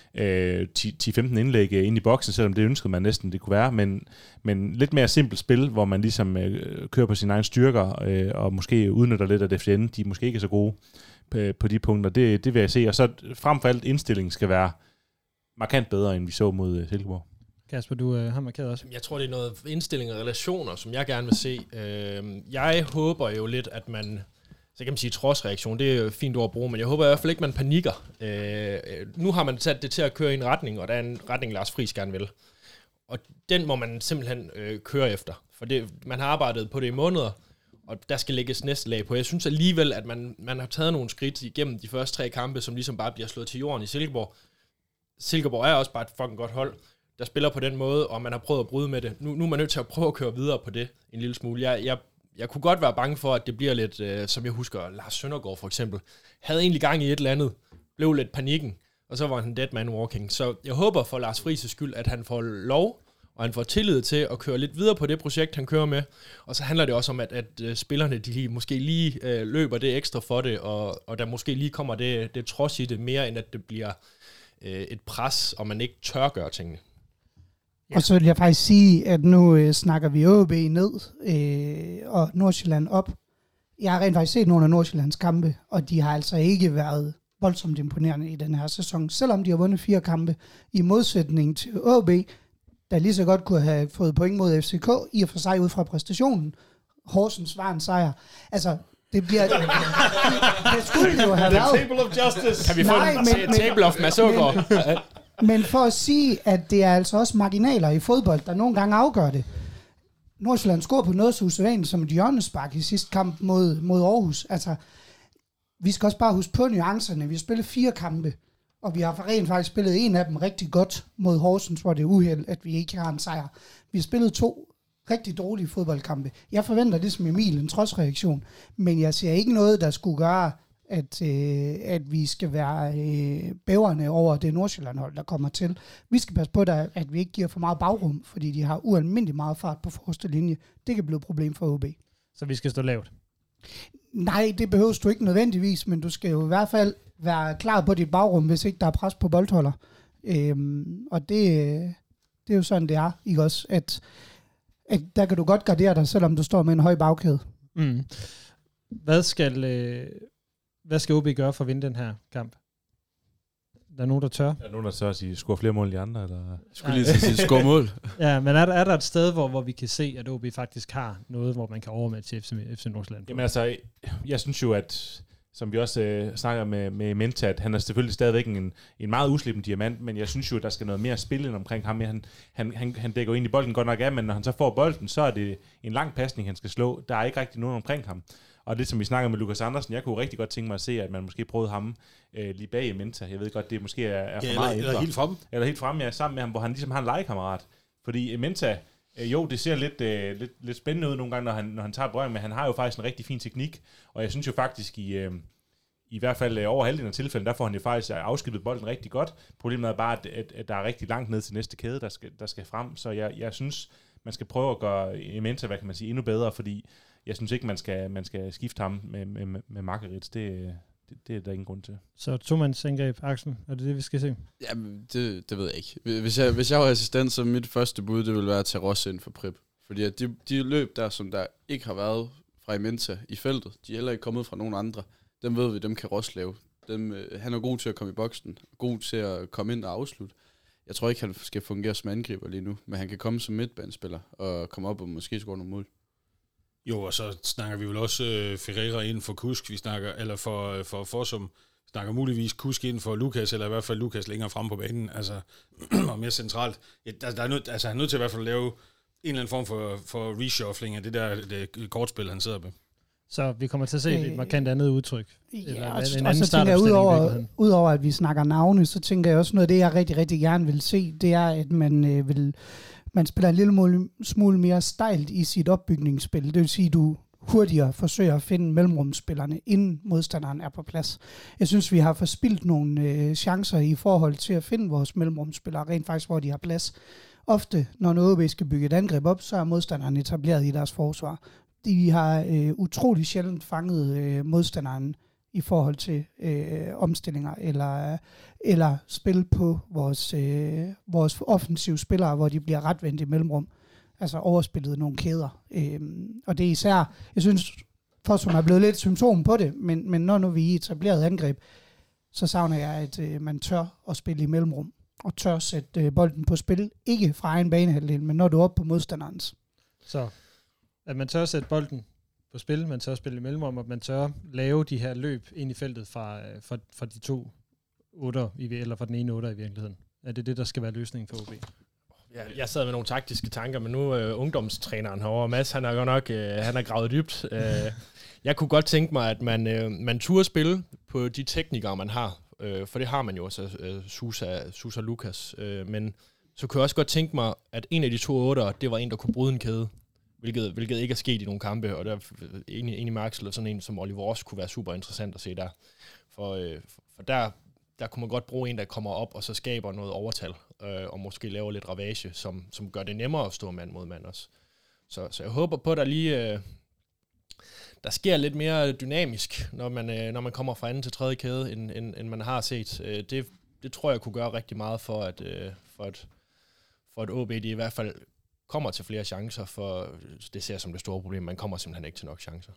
Speaker 6: Øh, ti til femten indlæg ind i boksen, selvom det ønskede man næsten, det kunne være, men, men lidt mere simpelt spil, hvor man ligesom øh, kører på sine egne styrker, øh, og måske udnytter lidt af F C N, de er måske ikke så gode på, på de punkter, det, det vil jeg se, og så frem for alt indstillingen skal være markant bedre, end vi så mod uh, Silkeborg.
Speaker 1: Kasper, du øh, har markeret også.
Speaker 3: Jeg tror, det er noget indstilling og relationer, som jeg gerne vil se. Øh, jeg håber jo lidt, at man... Så kan man sige trodsreaktion, det er jo et fint ord at bruge, men jeg håber i hvert fald ikke, man panikker. Øh, nu har man sat det til at køre i en retning, og der er en retning, Lars Friis gerne vil. Og den må man simpelthen øh, køre efter, for det, man har arbejdet på det i måneder, og der skal lægges næste lag på. Jeg synes alligevel, at man, man har taget nogle skridt igennem de første tre kampe, som ligesom bare bliver slået til jorden i Silkeborg. Silkeborg er også bare et fucking godt hold, der spiller på den måde, og man har prøvet at bryde med det. Nu, nu er man nødt til at prøve at køre videre på det en lille smule. Jeg, jeg Jeg kunne godt være bange for, at det bliver lidt, øh, som jeg husker, Lars Søndergaard for eksempel, havde egentlig gang i et eller andet, blev lidt panikken, og så var han dead man walking. Så jeg håber for Lars Friis' skyld, at han får lov, og han får tillid til at køre lidt videre på det projekt, han kører med. Og så handler det også om, at, at øh, spillerne de måske lige øh, løber det ekstra for det, og, og der måske lige kommer det, det trods i det, mere end at det bliver øh, et pres, og man ikke tør gøre tingene.
Speaker 4: Ja. Og så vil jeg faktisk sige, at nu øh, snakker vi A A B ned øh, og Nordsjælland op. Jeg har rent faktisk set nogle af Nordsjællands kampe, og de har altså ikke været voldsomt imponerende i den her sæson, selvom de har vundet fire kampe, i modsætning til A A B, der lige så godt kunne have fået point mod F C K, i og for sig ud fra præstationen. Horsens var en sejr. Altså, det bliver... det skulle jo have været.
Speaker 5: The table of justice.
Speaker 3: Kan vi få Nej, en men, table of Masogård?
Speaker 4: Men for at sige, at det er altså også marginaler i fodbold, der nogle gange afgør det. Nordsjælland scorer på noget så usædvanligt som et hjørnespark i sidste kamp mod, mod Aarhus. Altså, vi skal også bare huske på nuancerne. Vi har spillet fire kampe, og vi har rent faktisk spillet en af dem rigtig godt mod Horsens, hvor det er uheld, at vi ikke har en sejr. Vi har spillet to rigtig dårlige fodboldkampe. Jeg forventer ligesom Emil en trodsreaktion, men jeg ser ikke noget, der skulle gøre, at, øh, at vi skal være øh, bæverne over det Nordsjælland-hold, der kommer til. Vi skal passe på, der, at vi ikke giver for meget bagrum, fordi de har ualmindeligt meget fart på forreste linje. Det kan blive et problem for A A B.
Speaker 1: Så vi skal stå lavt?
Speaker 4: Nej, det behøver du ikke nødvendigvis, men du skal jo i hvert fald være klar på dit bagrum, hvis ikke der er pres på boldholder. Øhm, og det, det er jo sådan, det er, ikke også? At, at der kan du godt gardere dig, selvom du står med en høj bagkæde.
Speaker 1: Mm. Hvad skal, øh, hvad skal O B gøre for at vinde den her kamp? Der er nogen, der tør?
Speaker 6: Er der nogen, der tør at sige, score flere mål end de andre? Eller?
Speaker 7: Jeg skulle lige sige, score mål.
Speaker 1: Ja, men er der, er der et sted, hvor, hvor vi kan se, at O B faktisk har noget, hvor man kan overmatche F C, F C Nordsjælland?
Speaker 6: Jamen altså, jeg synes jo, at som vi også øh, snakker med, med Menta, at han er selvfølgelig stadigvæk en, en meget uslippen diamant, men jeg synes jo, at der skal noget mere spil ind omkring ham. Han, han, han, han dækker jo ind i bolden godt nok af, men når han så får bolden, så er det en lang pasning, han skal slå. Der er ikke rigtig nogen omkring ham. Og det, som vi snakker med Lukas Andersen, jeg kunne rigtig godt tænke mig at se, at man måske prøvede ham øh, lige bag Menta. Jeg ved godt, det måske er, er for
Speaker 5: ja,
Speaker 6: meget
Speaker 5: eller, eller helt frem.
Speaker 6: Eller helt frem, ja, sammen med ham, hvor han ligesom har en legekammerat. Fordi Menta, øh, jo, det ser lidt, øh, lidt, lidt spændende ud nogle gange, når han, når han tager berøring, men han har jo faktisk en rigtig fin teknik. Og jeg synes jo faktisk, i, øh, i hvert fald øh, over halvdelen af tilfælden, der får han jo faktisk afskibet bolden rigtig godt. Problemet er bare, at, at, at der er rigtig langt ned til næste kæde, der skal, der skal frem. Så jeg, jeg synes, man skal prøve at gøre Menta, hvad kan man sige, endnu bedre, fordi jeg synes ikke, man skal, man skal skifte ham med, med, med Margaret. Det, det, det er der ingen grund til.
Speaker 1: Så to-mands angreb, Axel, er det det, vi skal se?
Speaker 7: Jamen, det, det ved jeg ikke. Hvis jeg, hvis jeg var assistent, så mit første bud, det ville være at tage Ross ind for Prip. Fordi at de, de løb der, som der ikke har været fra Imenta i feltet, de er heller ikke kommet fra nogen andre. Dem ved vi, dem kan Ross lave. Dem, øh, han er god til at komme i boksen, god til at komme ind og afslutte. Jeg tror ikke, han skal fungere som angriber lige nu, men han kan komme som midtbanespiller og komme op og måske score nogle mål.
Speaker 5: Jo, og så snakker vi vel også øh, Ferreira ind for Kusk, vi snakker, eller for, for Forsum, snakker muligvis Kusk ind for Lukas, eller i hvert fald Lukas længere frem på banen, altså, og mere centralt. Ja, der, der er nødt, altså, han er nødt til i hvert fald at lave en eller anden form for, for reshuffling af det der det kortspil, han sidder med.
Speaker 1: Så vi kommer til at se øh, et markant andet udtryk.
Speaker 4: Ja,
Speaker 1: eller
Speaker 4: og,
Speaker 1: en
Speaker 4: og
Speaker 1: anden
Speaker 4: så tænker jeg, udover,
Speaker 1: i
Speaker 4: udover at vi snakker navne, så tænker jeg også noget af det, jeg rigtig, rigtig gerne vil se, det er, at man øh, vil man spiller en lille smule mere stejlt i sit opbygningsspil. Det vil sige, at du hurtigere forsøger at finde mellemrumsspillerne, inden modstanderen er på plads. Jeg synes, vi har forspildt nogle øh, chancer i forhold til at finde vores mellemrumsspillere, rent faktisk, hvor de har plads. Ofte, når noget skal bygge et angreb op, så er modstanderen etableret i deres forsvar. De har øh, utrolig sjældent fanget øh, modstanderen i forhold til øh, omstillinger eller, eller spil på vores, øh, vores offensive spillere, hvor de bliver retvendt i mellemrum. Altså overspillet nogle kæder. Øhm, og det er især, jeg synes, for som er blevet lidt symptom på det, men, men når nu vi er etableret angreb, så savner jeg, at øh, man tør at spille i mellemrum, og tør sætte øh, bolden på spil, ikke fra egen banehalvdel, men når du er oppe på modstanderens.
Speaker 1: Så at man tør sætte bolden på spil, man tør spille i mellemrum, og man tør lave de her løb ind i feltet fra, fra, fra de to otter, eller fra den ene otter i virkeligheden. Er det det, der skal være løsningen for O B?
Speaker 3: Ja, jeg sad med nogle taktiske tanker, men nu øh, ungdomstræneren herovre, Mads, han er godt nok, øh, han er gravet dybt. Øh, jeg kunne godt tænke mig, at man, øh, man turde spille på de teknikere, man har, øh, for det har man jo også, øh, Susa, Susa Lukas, øh, men så kunne jeg også godt tænke mig, at en af de to otter, det var en, der kunne bryde en kæde, hvilket, hvilket ikke er sket i nogle kampe, og der er enig, enig med Axel, og sådan en som Oliver også kunne være super interessant at se der. For, øh, for der, der kunne man godt bruge en, der kommer op, og så skaber noget overtal, øh, og måske laver lidt ravage, som, som gør det nemmere at stå mand mod mand også. Så, så jeg håber på, at der lige øh, der sker lidt mere dynamisk, når man, øh, når man kommer fra anden til tredje kæde, end, end, end man har set. Øh, det, det tror jeg kunne gøre rigtig meget for, at, øh, for, at, for at O B de i hvert fald kommer til flere chancer, for det ser jeg som det store problem. Man kommer simpelthen ikke til nok chancer.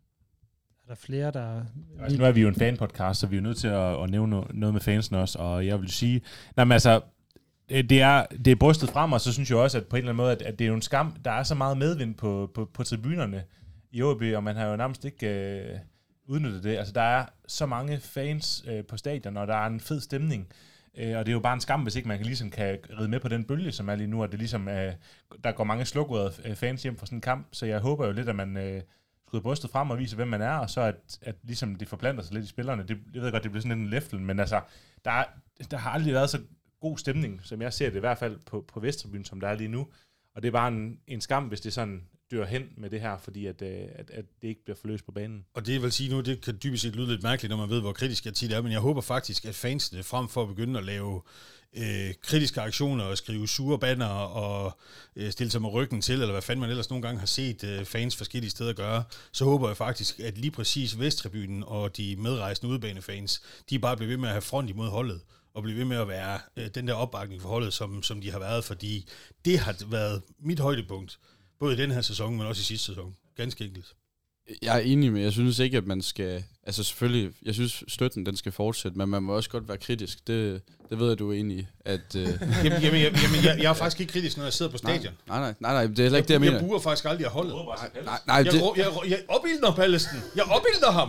Speaker 1: Er der flere, der...
Speaker 6: Altså, nu er vi jo en fanpodcast, så vi er jo nødt til at, at nævne noget med fansen også, og jeg vil sige... Nej, men altså, det er, det er brystet frem, og så synes jeg også, at på en eller anden måde, at, at det er jo en skam, der er så meget medvind på, på, på tribunerne i O B, og man har jo nærmest ikke øh, udnyttet det. Altså, der er så mange fans øh, på stadion, og der er en fed stemning, øh, og det er jo bare en skam, hvis ikke man kan, ligesom kan ride med på den bølge, som er lige nu, og det ligesom, øh, der går mange slukrøde fans hjem fra sådan en kamp, så jeg håber jo lidt, at man... Øh, skyder brystet frem og viser, hvem man er, og så at, at ligesom det forplanter sig lidt i spillerne. Det, jeg ved godt, det bliver sådan en leftel, men altså, der, er, der har aldrig været så god stemning, som jeg ser det i hvert fald på, på Vesttribyen, som der er lige nu. Og det er bare en, en skam, hvis det sådan dør hen med det her, fordi at, at, at det ikke bliver forløst på banen.
Speaker 5: Og det vil sige nu, det kan dybest set lyde lidt mærkeligt, når man ved, hvor kritisk jeg tit er, men jeg håber faktisk, at fansene frem for at begynde at lave øh, kritiske aktioner og skrive sure banner og øh, stille sig med ryggen til, eller hvad fanden man ellers nogle gange har set øh, fans forskellige steder gøre, så håber jeg faktisk, at lige præcis Vesttribunen og de medrejsende udebanefans, de bare bliver ved med at have front imod holdet, og blive ved med at være øh, den der opbakning for holdet, som, som de har været, fordi det har været mit højdepunkt, både i den her sæson, men også i sidste sæson. Ganske enkelt.
Speaker 7: Jeg er enig med, jeg synes ikke, at man skal, altså selvfølgelig, jeg synes støtten, den skal fortsætte, men man må også godt være kritisk. Det, det ved jeg, du er enig i. At, øh...
Speaker 5: jamen, jamen, jamen, jamen jeg, jeg er faktisk ikke kritisk, når jeg sidder på stadion.
Speaker 7: Nej, nej, nej, nej det er heller ikke det, jeg mener.
Speaker 5: Jeg buer faktisk aldrig af holdet.
Speaker 7: Nej, nej,
Speaker 5: jeg,
Speaker 7: det...
Speaker 5: jeg, jeg, jeg opildner Pallesen. Jeg opildner ham.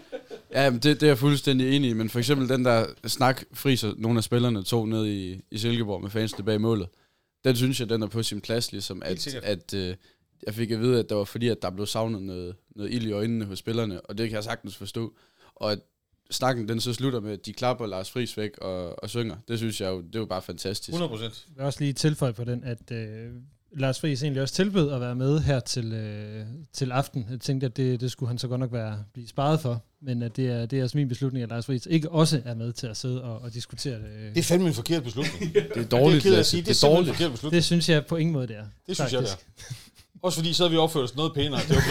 Speaker 7: Ja, det, det er jeg fuldstændig enig i, men for eksempel den der snak, Friser, nogle af spillerne tog ned i, i Silkeborg med fansene bag målet, den synes jeg, den er på sin plads, ligesom at, at øh, jeg fik at vide, at det var fordi, at der blev savnet noget, noget ild i øjnene hos spillerne, og det kan jeg sagtens forstå. Og at snakken, den så slutter med, at de klapper Lars Friis væk og, og synger, det synes jeg jo, det var bare fantastisk.
Speaker 5: hundrede procent.
Speaker 1: Jeg vil også lige tilføje på den, at øh, Lars Friis egentlig også tilbød at være med her til, øh, til aften. Jeg tænkte, at det, det skulle han så godt nok være blive sparet for, men at det er, det er altså min beslutning, at Lars Friis ikke også er med til at sidde og, og diskutere det.
Speaker 5: Det er fandme en forkert beslutning.
Speaker 7: Det er dårligt.
Speaker 5: Det er, at sige. Det er, det er dårligt. En forkert beslutning.
Speaker 1: Det synes jeg på ingen måde, det er.
Speaker 5: Det synes faktisk. Jeg, det er. Også fordi så havde vi opført os noget pænere. Det var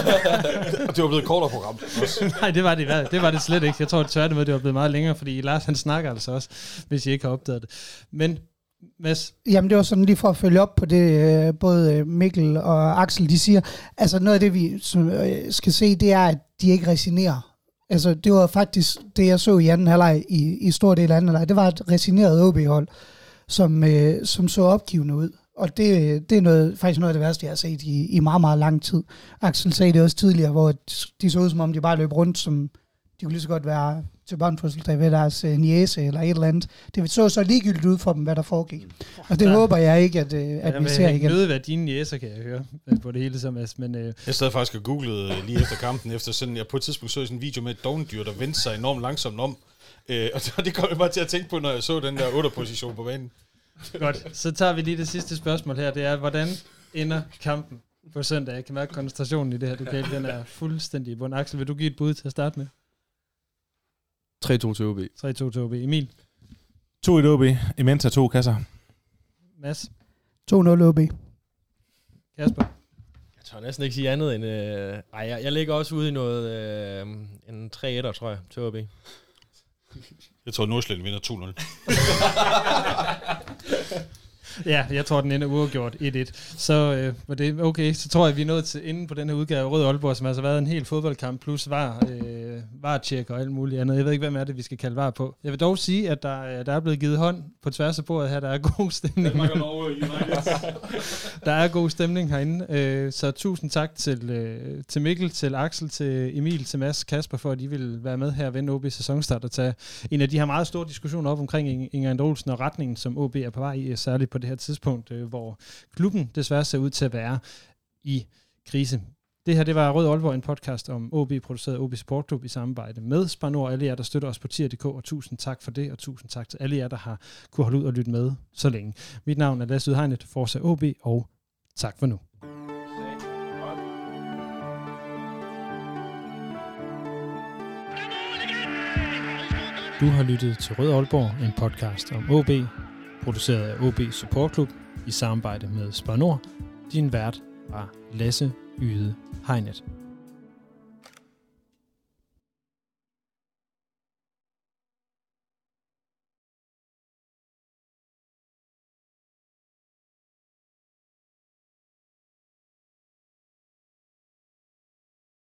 Speaker 5: blevet, det var blevet kortere program.
Speaker 1: Nej, det var det, det var det slet ikke. Jeg tror tværtimod, det var blevet meget længere, fordi Lars han snakker altså også, hvis I ikke har opdaget det. Men Mads?
Speaker 4: Jamen det var sådan lige for at følge op på det, både Mikkel og Axel, de siger, altså noget af det, vi skal se, det er, at de ikke resignerer. Altså det var faktisk det, jeg så i anden halvleg, i, i stor del af anden halvleg, det var et resigneret O B-hold, som, øh, som så opgivende ud. Og det, det er noget, faktisk noget af det værste, jeg har set i, i meget, meget lang tid. Axel sagde det også tidligere, hvor de så ud, som om de bare løb rundt, som de kunne lige så godt være til børnefødselsdag ved deres uh, niece eller et eller andet. Det så så ligegyldigt ud for dem, hvad der foregik. Og det ja. håber jeg ikke, at, uh, at ja, vi ser igen.
Speaker 1: Jeg ved, hvad dine niece kan jeg høre på det hele, som men... Uh...
Speaker 5: Jeg sad faktisk og googlede lige efter kampen, efter sådan, jeg på et tidspunkt så sådan en video med et dovendyr, der vendte sig enormt langsomt om. Uh, og det kom jeg bare til at tænke på, når jeg så den der otter-position på banen.
Speaker 1: Godt, så tager vi lige det sidste spørgsmål her. Det er, hvordan ender kampen på søndag? Jeg kan mærke koncentrationen i det her lokale. Den er fuldstændig i bund. Axel, vil du give et bud til at starte med?
Speaker 7: tre to til O B.
Speaker 1: tre to til O B. Emil?
Speaker 6: to et O B. Imenta to kasser.
Speaker 1: Mads?
Speaker 4: to nul O B.
Speaker 1: Kasper?
Speaker 3: Jeg tør næsten ikke sige andet end... Øh, ej, jeg, jeg ligger også ude i noget... Øh, en tre etter, tror jeg, til O B.
Speaker 5: Jeg tror, Nordsjælland vinder to nul.
Speaker 1: Ja, jeg tror, den ender uafgjort et et. Så øh, var det okay. Så tror jeg, vi er nået til inden på den her udgave af Rød Aalborg, som altså har været en hel fodboldkamp, plus var, øh, var tjek og alt muligt andet. Jeg ved ikke, hvem er det, vi skal kalde var på. Jeg vil dog sige, at der, der er blevet givet hånd på tværs af bordet her. Der er god stemning. Der er god stemning herinde. Øh, så tusind tak til, øh, til Mikkel, til Axel, til Emil, til Mads, Kasper, for at de vil være med her og vende O B sæsonstart og tage en af de her meget store diskussioner op omkring Inger Androlsen og retningen, som O B er på vej i, særligt på det her tidspunkt, øh, hvor klubben desværre ser ud til at være i krise. Det her, det var Rød Aalborg, en podcast om O B, produceret af O B Sport Club i samarbejde med Spar Nord, alle jer, der støtter os på tier punktum d k, og tusind tak for det, og tusind tak til alle jer, der har kunne holde ud og lytte med så længe. Mit navn er Lasse Udhegnet, Forza O B, og tak for nu. Du har lyttet til Rød Aalborg, en podcast om O B, produceret af O B Support Club i samarbejde med Spar Nord. Din vært var Lasse Yde Hegnet.